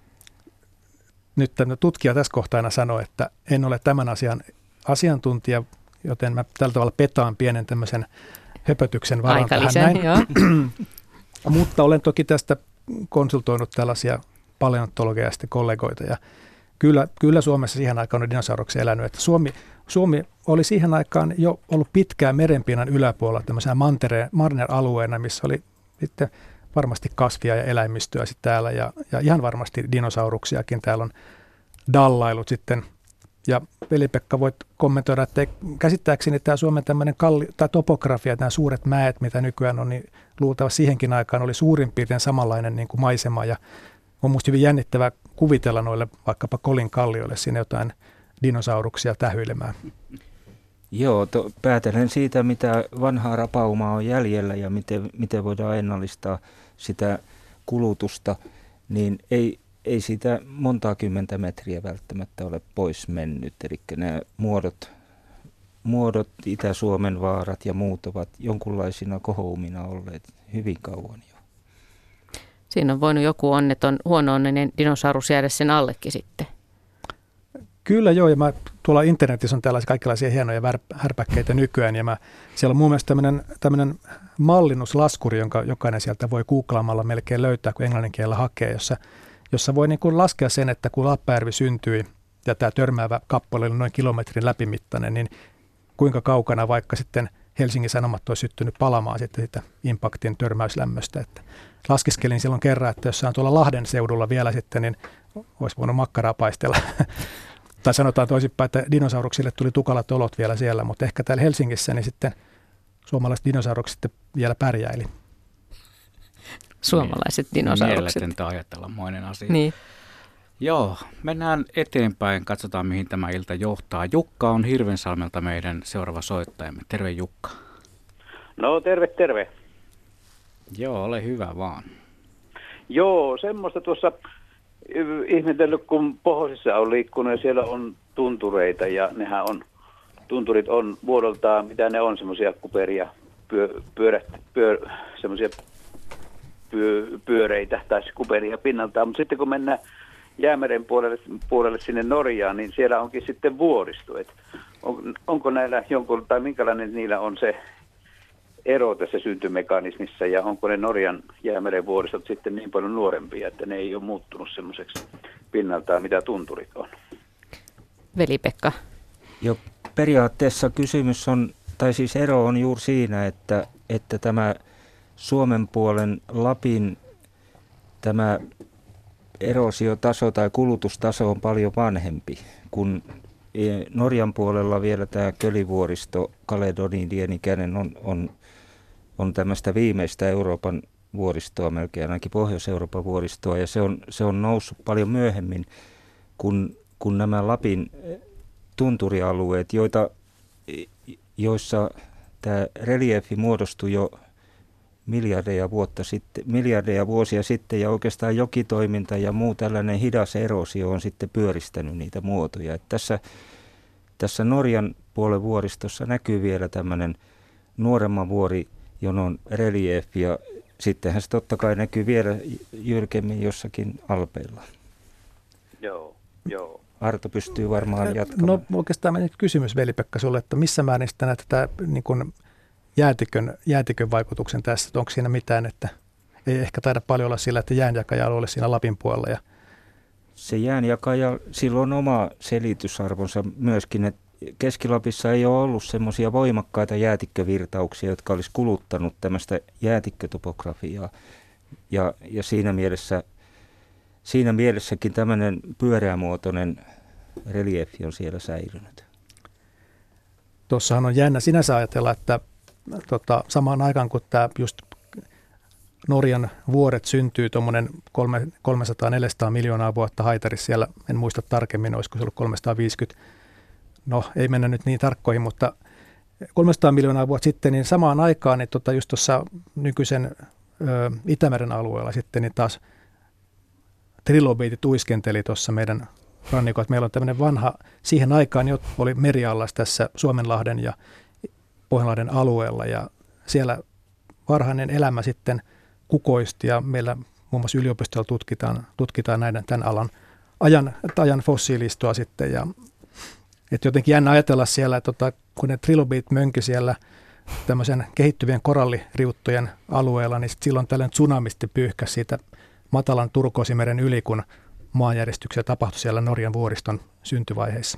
Speaker 2: Nyt tutkija tässä kohtaa aina sanoo, että en ole tämän asian asiantuntija, joten mä tällä tavalla petaan pienen tämmöisen höpötyksen varan tähän näin.
Speaker 1: Joo.
Speaker 2: Mutta olen toki tästä konsultoinut tällaisia paleontologeja ja kollegoita ja Kyllä, kyllä Suomessa siihen aikaan on dinosauruksia elänyt. Että Suomi, Suomi oli siihen aikaan jo ollut pitkään merenpinnan yläpuolella tämmöisenä manner-alueena, missä oli sitten varmasti kasvia ja eläimistöä sitten täällä ja, ja ihan varmasti dinosauruksiakin täällä on dallailut sitten. Ja Veli-Pekka voit kommentoida, että käsittääkseni tämä Suomen tämmöinen kalli, tai topografia, nämä suuret mäet, mitä nykyään on, niin luultavasti siihenkin aikaan oli suurin piirtein samanlainen niin kuin maisema ja on musta hyvin jännittävää kuvitella noille vaikkapa Kolin kallioille sinne jotain dinosauruksia tähyilemään.
Speaker 3: Joo, to, päätellen siitä, mitä vanhaa rapaumaa on jäljellä ja miten, miten voidaan ennallistaa sitä kulutusta, niin ei, ei siitä montaa kymmentä metriä välttämättä ole pois mennyt. Eli nämä muodot, muodot Itä-Suomen vaarat ja muut ovat jonkunlaisina kohoumina olleet hyvin kauan jo.
Speaker 1: Siinä on voinut joku onneton, huono-onninen dinosaurus jäädä sen allekin sitten.
Speaker 2: Kyllä joo, ja mä, tuolla internetissä on tällaisia kaikenlaisia hienoja härpäkkeitä nykyään, ja mä, siellä on mun mielestä tämmöinen, tämmöinen mallinnuslaskuri, jonka jokainen sieltä voi googlaamalla melkein löytää, kun englannin kielellä hakee, jossa, jossa voi niin kuin laskea sen, että kun Lappajärvi syntyi, ja tämä törmäävä kappale oli noin kilometrin läpimittainen, niin kuinka kaukana vaikka sitten Helsingin Sanomat olisi syttynyt palamaan sitten sitä impaktin törmäyslämmöstä. Että laskiskelin silloin kerran, että jos on tuolla Lahden seudulla vielä sitten, niin olisi voinut makkaraa paistella. Tai sanotaan toisinpäin, että dinosauruksille tuli tukalat olot vielä siellä, mutta ehkä täällä Helsingissä niin sitten suomalaiset dinosaurukset sitten vielä pärjäili.
Speaker 1: Suomalaiset dinosaurukset.
Speaker 4: Mieletöntä ajatellamoinen asia.
Speaker 1: Niin.
Speaker 4: Joo, mennään eteenpäin, katsotaan mihin tämä ilta johtaa. Jukka on Hirvensalmelta meidän seuraava soittajamme. Terve Jukka.
Speaker 8: No terve, terve.
Speaker 4: Joo, ole hyvä vaan.
Speaker 8: Joo, semmoista tuossa ihmetellyt, kun pohjoisessa on liikkunut ja siellä on tuntureita ja nehän on, tunturit on muodoltaan, mitä ne on, semmoisia kuperia, pyö, pyörät, pyör, semmoisia pyö, pyöreitä tai kuperia pinnaltaan, mutta sitten kun mennään Jäämeren puolelle, puolelle sinne Norjaan, niin siellä onkin sitten vuoristo. Et on, onko näillä jonkun, tai minkälainen niillä on se ero tässä syntymekanismissa, ja onko ne Norjan Jäämeren vuoristot sitten niin paljon nuorempia, että ne ei ole muuttunut semmoiseksi pinnaltaan, mitä tunturit on?
Speaker 1: Veli-Pekka.
Speaker 3: Jo periaatteessa kysymys on, tai siis ero on juuri siinä, että, että tämä Suomen puolen Lapin tämä erosiotaso tai kulutustaso on paljon vanhempi, kun Norjan puolella vielä tämä Kölivuoristo, Kaledonin Dienikäinen on, on, on tämmöistä viimeistä Euroopan vuoristoa, melkein ainakin Pohjois-Euroopan vuoristoa, ja se on, se on noussut paljon myöhemmin kuin, kuin nämä Lapin tunturialueet, joita, joissa tämä reliefi muodostui jo miljardeja vuotta sitten, miljardeja vuosia sitten, ja oikeastaan jokitoiminta ja muu tällainen hidas erosio on sitten pyöristänyt niitä muotoja. Että tässä, tässä Norjan puolen vuoristossa näkyy vielä tämmöinen nuoremman vuori, jonon reliefi, ja sittenhän se totta kai näkyy vielä jyrkemmin jossakin alpeilla.
Speaker 8: Joo, joo.
Speaker 3: Arto pystyy varmaan jatkamaan.
Speaker 2: No oikeastaan nyt kysymys, Veli-Pekka, sulle, että missä määrin sitä näet tätä niin kuin jäätikön, jäätikön vaikutuksen tässä, että onko siinä mitään, että ei ehkä taida paljon olla sillä, että jäänjakaja ole siinä Lapin puolella. Ja
Speaker 3: se jäänjakaja, sillä on oma selitysarvonsa myöskin, että Keski-Lapissa ei ole ollut semmoisia voimakkaita jäätikkövirtauksia, jotka olisi kuluttanut tämmöistä jäätikkötopografiaa, ja, ja siinä mielessä Siinä mielessäkin tämmöinen pyöreämuotoinen reliefi on siellä säilynyt.
Speaker 2: Tuossahan on jännä sinänsä ajatella, että tota, samaan aikaan kun tämä just Norjan vuoret syntyy tuommoinen kolmesataa neljäsataa miljoonaa vuotta Haitarissa, siellä en muista tarkemmin, olisiko se ollut kolmesataaviisikymmentä, no ei mennä nyt niin tarkkoihin, mutta kolmesataa miljoonaa vuotta sitten, niin samaan aikaan niin tota, just tuossa nykyisen ö, Itämeren alueella sitten niin taas trilobiitit uiskenteli tuossa meidän rannikolla. Meillä on tämmöinen vanha, siihen aikaan jo oli meriallas tässä Suomenlahden ja Pohjanlahden alueella, ja siellä varhainen elämä sitten kukoisti, ja meillä muun muassa yliopistolla tutkitaan, tutkitaan näiden tämän alan ajan, ajan fossiilistoa sitten, ja että jotenkin jännä ajatella siellä, että tota, kun ne trilobiit mönki siellä tämmöisen kehittyvien koralliriuttojen alueella, niin silloin tällainen tsunamisti pyyhkäsi siitä matalan Turkoosimeren yli, kun maanjäristyksiä tapahtui siellä Norjan vuoriston syntyvaiheissa.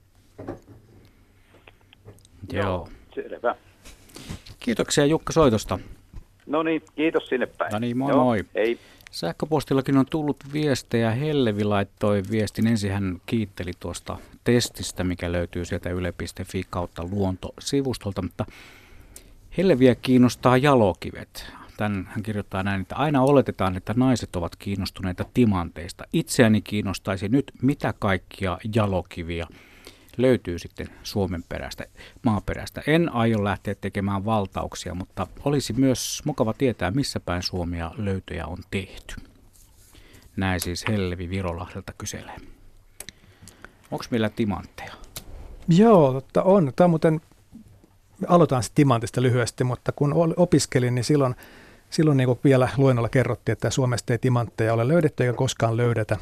Speaker 4: Joo.
Speaker 8: Selvä.
Speaker 4: Kiitoksia Jukka soitosta.
Speaker 8: No niin, kiitos sinne päin.
Speaker 4: No niin, moi
Speaker 8: Joo,
Speaker 4: moi.
Speaker 8: Hei.
Speaker 4: Sähköpostillakin on tullut viestejä. Hellevi laittoi viestin. Ensin hän kiitteli tuosta testistä, mikä löytyy sieltä yle piste fi kautta luonto-sivustolta, mutta Helleviä kiinnostaa jalokivet. Tän hän kirjoittaa näin, että aina oletetaan, että naiset ovat kiinnostuneita timanteista. Itseäni kiinnostaisi nyt, mitä kaikkia jalokiviä löytyy sitten Suomen perästä, maaperästä. En aio lähteä tekemään valtauksia, mutta olisi myös mukava tietää, missä päin Suomea löytöjä on tehty. Näin siis Hellevi Virolahdelta kyselee. Onko meillä timantteja?
Speaker 2: Joo, totta on. Tämä on muuten, aloitan sitten timantista lyhyesti, mutta kun opiskelin, niin silloin, silloin niin kuin vielä luennolla kerrottiin, että Suomesta ei timantteja ole löydetty eikä koskaan löydetä.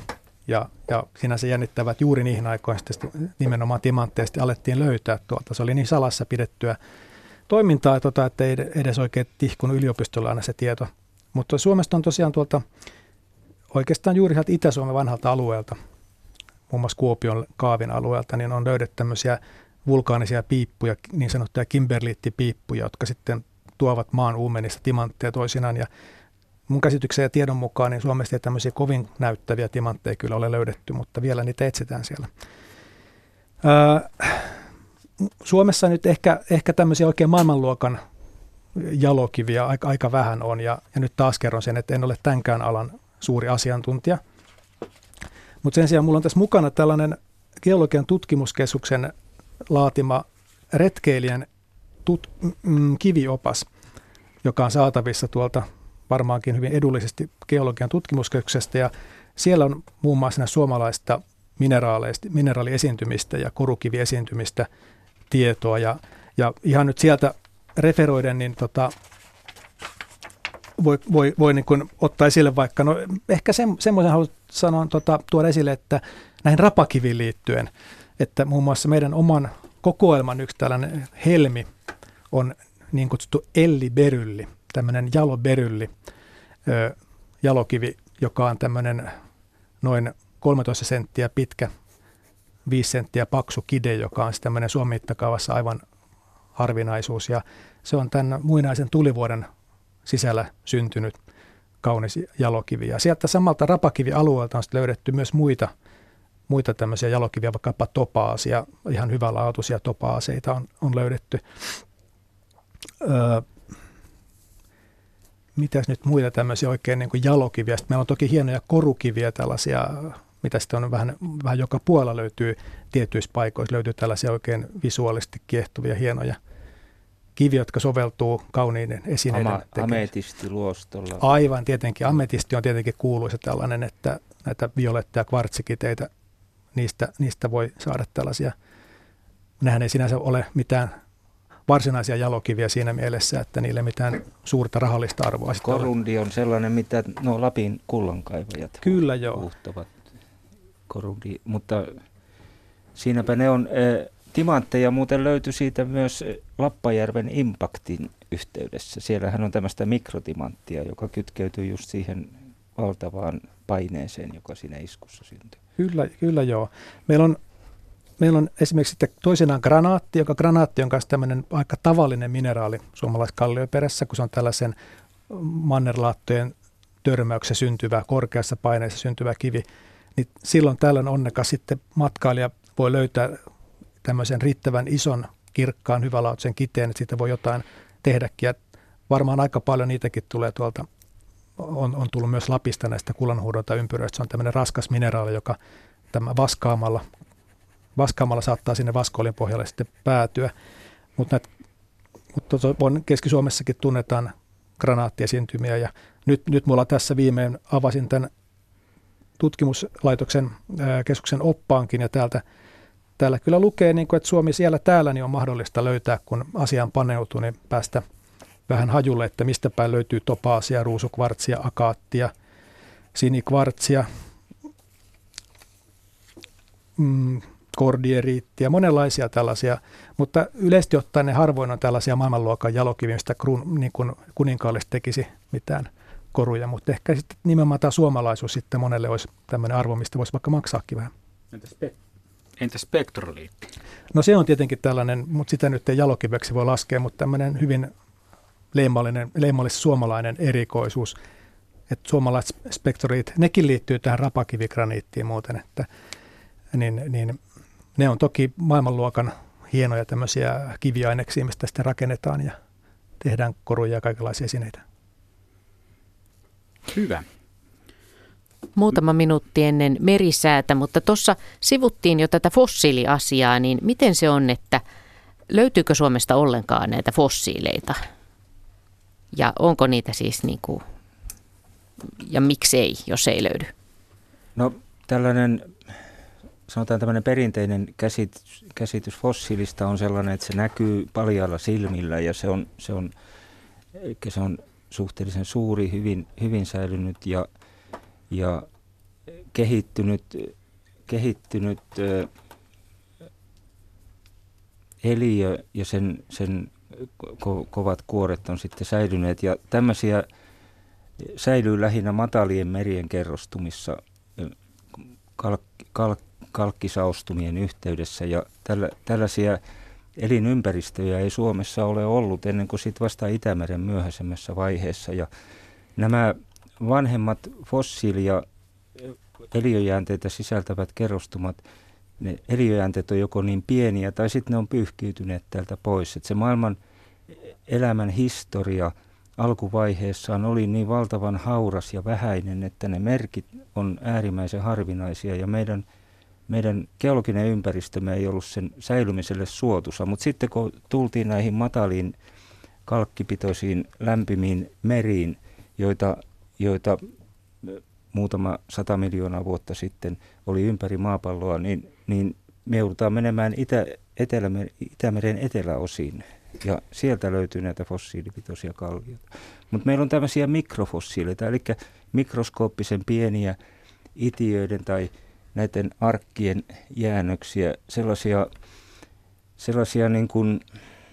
Speaker 2: Ja, ja sinänsä jännittävät, että juuri niihin aikoihin sitten nimenomaan timantteista alettiin löytää tuolta. Se oli niin salassa pidettyä toimintaa, tota, että ei edes oikein tihkunut yliopistolla aina se tieto. Mutta Suomesta on tosiaan tuolta oikeastaan juuri sieltä Itä-Suomen vanhalta alueelta, muun muassa Kuopion kaavin alueelta, niin on löydetty tämmöisiä vulkaanisia piippuja, niin sanottuja kimberliittipiippuja, jotka sitten tuovat maan uumenista timantteja toisinaan. Ja mun käsityksen ja tiedon mukaan niin Suomesta ei tämmöisiä kovin näyttäviä timantteja kyllä ole löydetty, mutta vielä niitä etsitään siellä. Öö, Suomessa nyt ehkä, ehkä tämmöisiä oikein maailmanluokan jalokiviä aika, aika vähän on, ja, ja nyt taas kerron sen, että en ole tämänkään alan suuri asiantuntija. Mutta sen sijaan mulla on tässä mukana tällainen Geologian tutkimuskeskuksen laatima retkeilijän tut, mm, kiviopas, joka on saatavissa tuolta varmaankin hyvin edullisesti Geologian tutkimuskeskuksesta, ja siellä on muun muassa suomalaista mineraaleista, mineraaliesiintymistä ja korukiviesiintymistä tietoa, ja, ja ihan nyt sieltä referoiden, niin tota, voi, voi, voi niin kuin ottaa esille vaikka, no ehkä se, semmoisen haluan sanoa, tota, tuoda esille, että näihin rapakiviin liittyen, että muun muassa meidän oman kokoelman yksi tällainen helmi on niin kutsuttu elliberylli, tämmöinen jaloberylli, ö, jalokivi, joka on tämmöinen noin kolmetoista senttiä pitkä, viisi senttiä paksu kide, joka on tämmöinen Suomen mittakaavassa aivan harvinaisuus, ja se on tämän muinaisen tulivuoden sisällä syntynyt kaunis jalokivi. Ja sieltä samalta rapakivialueelta on löydetty myös muita, muita tämmöisiä jalokiviä, vaikkapa topaasia, ihan hyvälaatuisia topaaseita on, on löydetty. Öö, mitäs nyt muita tämmöisiä oikein niin kuin jalokiviä? Sitten meillä on toki hienoja korukiviä, tällaisia, mitä sitten on vähän, vähän joka puolella löytyy tietyissä paikoissa, löytyy tällaisia oikein visuaalisesti kiehtovia, hienoja kiviä, jotka soveltuu kauniiden esineiden
Speaker 3: Ama,
Speaker 2: tekemiseen.
Speaker 3: Ametistiluostolla.
Speaker 2: Aivan, tietenkin. Ametisti on tietenkin kuuluisa tällainen, että näitä violetteja kvartsikiteitä, niistä, niistä voi saada tällaisia. Nehän ei sinänsä ole mitään varsinaisia jalokiviä siinä mielessä, että niille mitään suurta rahallista arvoa.
Speaker 3: Korundi on sellainen, mitä nuo Lapin kullankaivajat
Speaker 2: Kyllä joo.
Speaker 3: puhuttavat. Korundi, mutta siinäpä ne on. Timantteja muuten löytyi siitä myös Lappajärven Impactin yhteydessä. Siellähän on tämmöistä mikrotimanttia, joka kytkeytyy just siihen valtavaan paineeseen, joka siinä iskussa syntyy.
Speaker 2: Kyllä, kyllä joo. Meillä on, meillä on esimerkiksi sitten toisenaan granaatti, joka granaatti on myös tämmöinen aika tavallinen mineraali suomalaiskallioperässä, kun se on tällaisen mannerlaattojen törmäyksessä syntyvä, korkeassa paineessa syntyvä kivi. Niin silloin tällöin onnekas sitten matkailija voi löytää tämmöisen riittävän ison, kirkkaan, hyvälaatuisen kiteen, että siitä voi jotain tehdäkin. Ja varmaan aika paljon niitäkin tulee tuolta, on, on tullut myös Lapista näistä kullanhuuhdonta ympyröistä. Se on tämmöinen raskas mineraali, joka tämä vaskaamalla, vaskaamalla saattaa sinne vaskoolin pohjalle sitten päätyä. Mutta mut Keski-Suomessakin tunnetaan granaattiesiintymiä, ja nyt, nyt mulla tässä viimein avasin tämän tutkimuslaitoksen ää, keskuksen oppaankin, ja täältä Täällä kyllä lukee, niin kuin, että Suomi siellä täällä niin on mahdollista löytää, kun asiaan paneutuu, niin päästä vähän hajulle, että mistä päin löytyy topaasia, ruusukvartsia, akaattia, sinikvartsia, mm, kordieriittiä, monenlaisia tällaisia, mutta yleisesti ottaen ne harvoin on tällaisia maailmanluokan jalokiviä, mistä krun, niin kuin kuninkaallista tekisi mitään koruja, mutta ehkä sitten nimenomaan tämä suomalaisuus sitten monelle olisi tämmöinen arvo, mistä voisi vaikka maksaakin vähän.
Speaker 4: Entäs Entä spektroliitti?
Speaker 2: No se on tietenkin tällainen, mutta sitä nyt ei jalokiveksi voi laskea, mutta tämmöinen hyvin leimallinen, leimallinen suomalainen erikoisuus, että suomalaiset spektroliit, nekin liittyy tähän rapakivigraniittiin muuten, että niin, niin ne on toki maailmanluokan hienoja tämmöisiä kiviaineksia, mistä sitten rakennetaan ja tehdään koruja ja kaikenlaisia esineitä.
Speaker 4: Hyvä.
Speaker 1: Muutama minuutti ennen merisäätä, mutta tuossa sivuttiin jo tätä fossiiliasiaa, niin miten se on, että löytyykö Suomesta ollenkaan näitä fossiileita? Ja onko niitä siis niin kuin, ja miksei, jos ei löydy?
Speaker 3: No tällainen, sanotaan tämmöinen perinteinen käsitys, käsitys fossiilista on sellainen, että se näkyy paljaalla silmillä ja se on, se on, se on suhteellisen suuri, hyvin, hyvin säilynyt ja Ja kehittynyt, kehittynyt ö, eliö ja sen, sen ko, kovat kuoret on sitten säilyneet. Ja tämmöisiä säilyy lähinnä matalien merien kerrostumissa kalk, kalk, kalkkisaostumien yhteydessä. Ja tällä, tällaisia elinympäristöjä ei Suomessa ole ollut ennen kuin sitten vasta Itämeren myöhäisemmässä vaiheessa. Ja nämä vanhemmat fossiili- ja eliöjäänteitä sisältävät kerrostumat, ne eliöjäänteet on joko niin pieniä tai sitten ne on pyyhkiytyneet täältä pois. Et se maailman elämän historia alkuvaiheessaan oli niin valtavan hauras ja vähäinen, että ne merkit on äärimmäisen harvinaisia ja meidän, meidän geologinen ympäristömme ei ollut sen säilymiselle suotuisa. Mutta sitten kun tultiin näihin mataliin kalkkipitoisiin lämpimiin meriin, joita, joita muutama sata miljoonaa vuotta sitten oli ympäri maapalloa, niin, niin me joudutaan menemään Itä, Etelämer, Itämeren eteläosiin. Ja sieltä löytyy näitä fossiilipitoisia kallioita. Mutta meillä on tämmöisiä mikrofossiileita, eli mikroskooppisen pieniä itiöiden tai näiden arkkien jäännöksiä, sellaisia, sellaisia niin kuin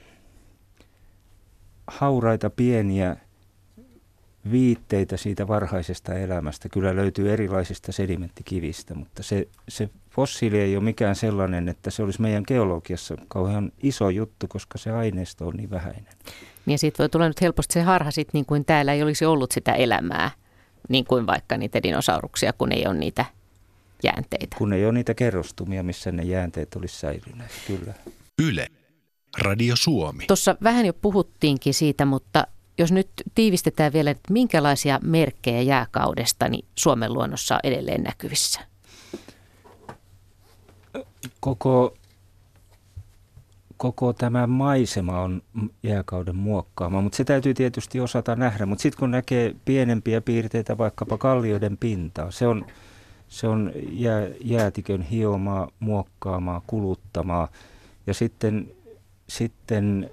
Speaker 3: hauraita pieniä viitteitä siitä varhaisesta elämästä. Kyllä löytyy erilaisista sedimenttikivistä, mutta se, se fossiili ei ole mikään sellainen, että se olisi meidän geologiassa kauhean iso juttu, koska se aineisto on niin vähäinen.
Speaker 1: Ja siitä voi tulla nyt helposti se harha, sit, niin kuin täällä ei olisi ollut sitä elämää, niin kuin vaikka niitä dinosauruksia, kun ei ole niitä jäänteitä.
Speaker 3: Kun ei ole niitä kerrostumia, missä ne jäänteet olisi säilyneet, kyllä.
Speaker 9: Yle, Radio Suomi.
Speaker 1: Tuossa vähän jo puhuttiinkin siitä, mutta jos nyt tiivistetään vielä, että minkälaisia merkkejä jääkaudesta niin Suomen luonnossa on edelleen näkyvissä?
Speaker 3: Koko, koko tämä maisema on jääkauden muokkaama, mutta se täytyy tietysti osata nähdä. Mutta sitten kun näkee pienempiä piirteitä, vaikkapa kallioiden pintaa, se on, se on jää, jäätikön hiomaa, muokkaamaa, kuluttamaa. Ja sitten, sitten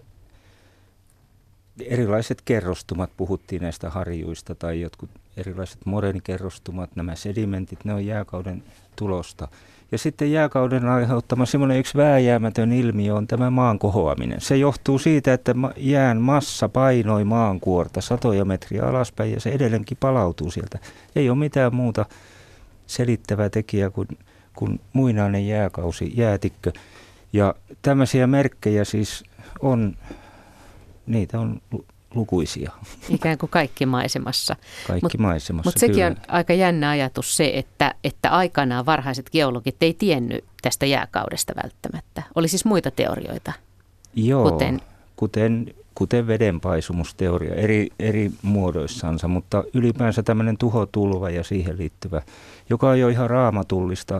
Speaker 3: erilaiset kerrostumat, puhuttiin näistä harjuista tai jotkut erilaiset moreenikerrostumat, nämä sedimentit, ne on jääkauden tulosta. Ja sitten jääkauden aiheuttama semmoinen yksi vääjäämätön ilmiö on tämä maan kohoaminen. Se johtuu siitä, että jään massa painoi maankuorta satoja metriä alaspäin ja se edelleenkin palautuu sieltä. Ei ole mitään muuta selittävää tekijää kuin, kuin muinainen jääkausi, jäätikkö. Ja tämmöisiä merkkejä siis on, niitä on lukuisia.
Speaker 1: Ikään kuin kaikki maisemassa.
Speaker 3: Kaikki Mut, maisemassa,
Speaker 1: Mutta sekin
Speaker 3: kyllä.
Speaker 1: on aika jännä ajatus se, että, että aikanaan varhaiset geologit ei tiennyt tästä jääkaudesta välttämättä. Oli siis muita teorioita.
Speaker 3: Joo, kuten, kuten, kuten vedenpaisumusteoria eri, eri muodoissansa, mutta ylipäänsä tämmöinen tuhotulva ja siihen liittyvä, joka on jo ihan raamatullista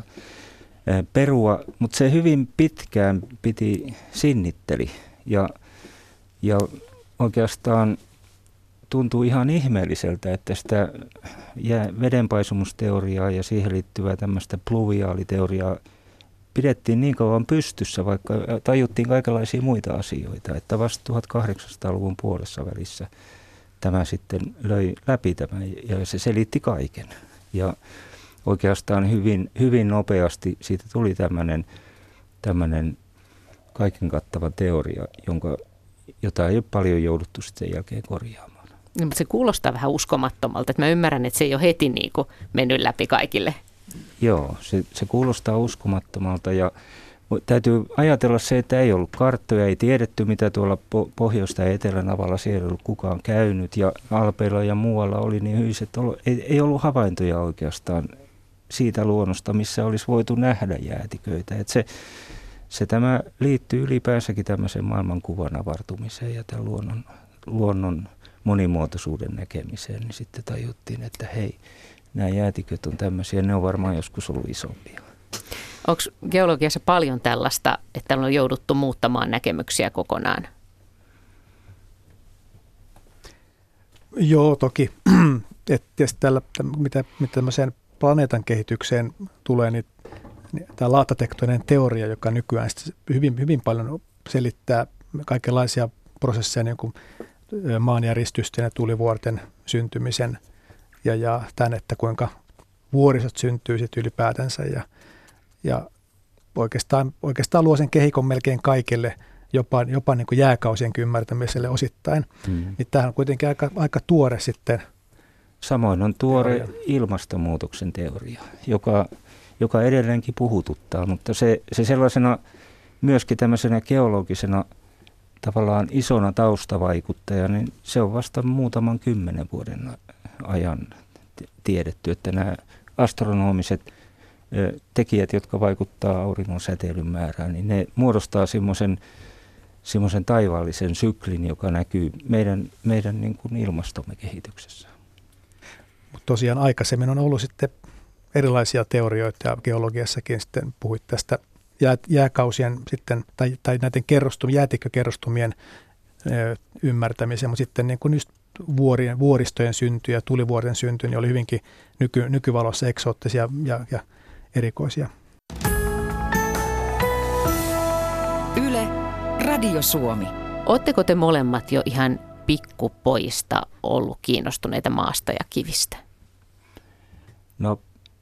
Speaker 3: perua, mutta se hyvin pitkään piti sinnitteli ja, ja oikeastaan tuntuu ihan ihmeelliseltä, että sitä vedenpaisumusteoriaa ja siihen liittyvää tämmöistä pluviaaliteoriaa pidettiin niin kauan pystyssä, vaikka tajuttiin kaikenlaisia muita asioita, että vasta tuhatkahdeksansataaluvun puolessa välissä tämä sitten löi läpi tämä ja se selitti kaiken. Ja oikeastaan hyvin, hyvin nopeasti siitä tuli tämmöinen, tämmöinen kaiken kattava teoria, jonka, jota ei ole paljon jouduttu sitten jälkeen korjaamaan.
Speaker 1: No, mutta se kuulostaa vähän uskomattomalta, että mä ymmärrän, että se ei ole heti niin kuin mennyt läpi kaikille.
Speaker 3: Joo, se, se kuulostaa uskomattomalta ja täytyy ajatella se, että ei ollut karttoja, ei tiedetty mitä tuolla pohjoista ja etelänavalla siellä ei ollut kukaan käynyt ja Alpeilla ja muualla oli niin hyiset, ei, ei ollut havaintoja oikeastaan siitä luonnosta, missä olisi voitu nähdä jäätiköitä. Et se, se tämä liittyy ylipäänsäkin tämmöiseen maailmankuvan avartumiseen ja tämän luonnon, luonnon monimuotoisuuden näkemiseen, niin sitten tajuttiin, että hei, nämä jäätiköt on tämmöisiä, ne on varmaan joskus ollut isompia.
Speaker 1: Onko geologiassa paljon tällaista, että on jouduttu muuttamaan näkemyksiä kokonaan?
Speaker 2: Joo, toki. Et tällä, mitä, mitä tämmöiseen planeetan kehitykseen tulee, niin, niin tämä laatatektoninen teoria, joka nykyään hyvin, hyvin paljon selittää kaikenlaisia prosesseja, niin kuin maanjäristysten ja tulivuorten syntymisen ja, ja tämän, että kuinka vuorisot syntyy sitten ylipäätänsä ja, ja oikeastaan, oikeastaan luo sen kehikon melkein kaikille, jopa, jopa niin kuin jääkausienkin ymmärtämiselle osittain. Mm. Niin tämähän on kuitenkin aika, aika tuore sitten.
Speaker 3: Samoin on tuore teoria. Ilmastonmuutoksen teoria, joka, joka edelleenkin puhututtaa, mutta se, se sellaisena myöskin tämmöisenä geologisena tavallaan isona taustavaikuttaja, niin se on vasta muutaman kymmenen vuoden ajan tiedetty, että nämä astronomiset tekijät, jotka vaikuttaa auringon säteilyn määrään, niin ne muodostaa semmoisen semmoisen taivaallisen syklin, joka näkyy meidän, meidän niin kuin ilmastomme kehityksessä.
Speaker 2: Mutta tosiaan aikaisemmin on ollut sitten erilaisia teorioita ja geologiassakin sitten puhuit tästä jää, jääkausien sitten, tai, tai näiden kerrostum, jäätikkökerrostumien ö, ymmärtämiseen, mutta sitten niin kuin just vuorien, vuoristojen synty ja tulivuorten synty niin oli hyvinkin nyky, nykyvalossa eksoottisia ja, ja erikoisia.
Speaker 10: Yle, Radio Suomi.
Speaker 1: Oletteko te molemmat jo ihan pikkupojista ollut kiinnostuneita maasta ja kivistä?
Speaker 3: No,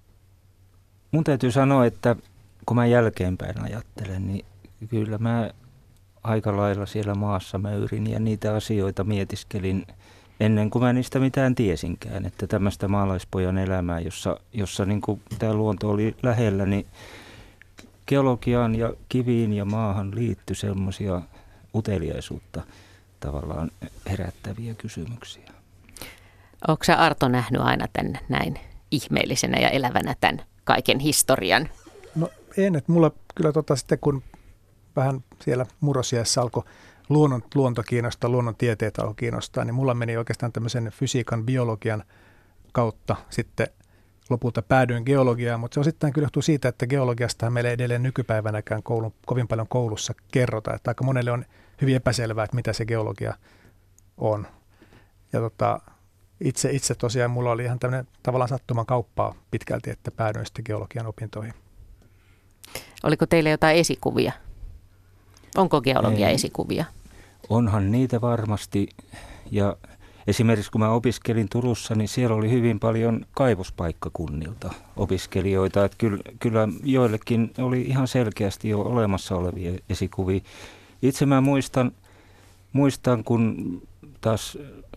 Speaker 3: mun täytyy sanoa, että kun mä jälkeenpäin ajattelen, niin kyllä mä aika lailla siellä maassa möyrin ja niitä asioita mietiskelin ennen kuin mä niistä mitään tiesinkään, että tämmöistä maalaispojan elämää, jossa, jossa niin kuin tämä luonto oli lähellä, niin geologiaan ja kiviin ja maahan liittyi semmoisia uteliaisuutta tavallaan herättäviä kysymyksiä.
Speaker 1: Onko sä Arto nähnyt aina tämän näin ihmeellisenä ja elävänä tämän kaiken historian?
Speaker 2: No en, että mulla kyllä tota sitten kun vähän siellä murrosiässä alkoi luonnon, luonto kiinnostaa, luonnontieteet alkoi kiinnostaa, niin mulla meni oikeastaan tämmöisen fysiikan, biologian kautta sitten lopulta päädyin geologiaan, mutta se osittain kyllä johtuu siitä, että geologiasta meillä ei edelleen nykypäivänäkään koulun, kovin paljon koulussa kerrota, että aika monelle on hyvin epäselvää, että mitä se geologia on. Ja tota, itse, itse tosiaan mulla oli ihan tämmöinen tavallaan sattuman kauppaa pitkälti, että päädyin sitten geologian opintoihin.
Speaker 1: Oliko teillä jotain esikuvia? Onko geologia ei, esikuvia?
Speaker 3: Onhan niitä varmasti. Ja esimerkiksi kun mä opiskelin Turussa, niin siellä oli hyvin paljon kaivospaikkakunnilta opiskelijoita. Että kyllä, kyllä joillekin oli ihan selkeästi jo olemassa olevia esikuvia. Itse mä muistan, muistan kun taas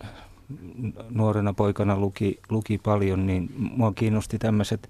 Speaker 3: nuorena poikana luki, luki paljon, niin mua kiinnosti tämmöiset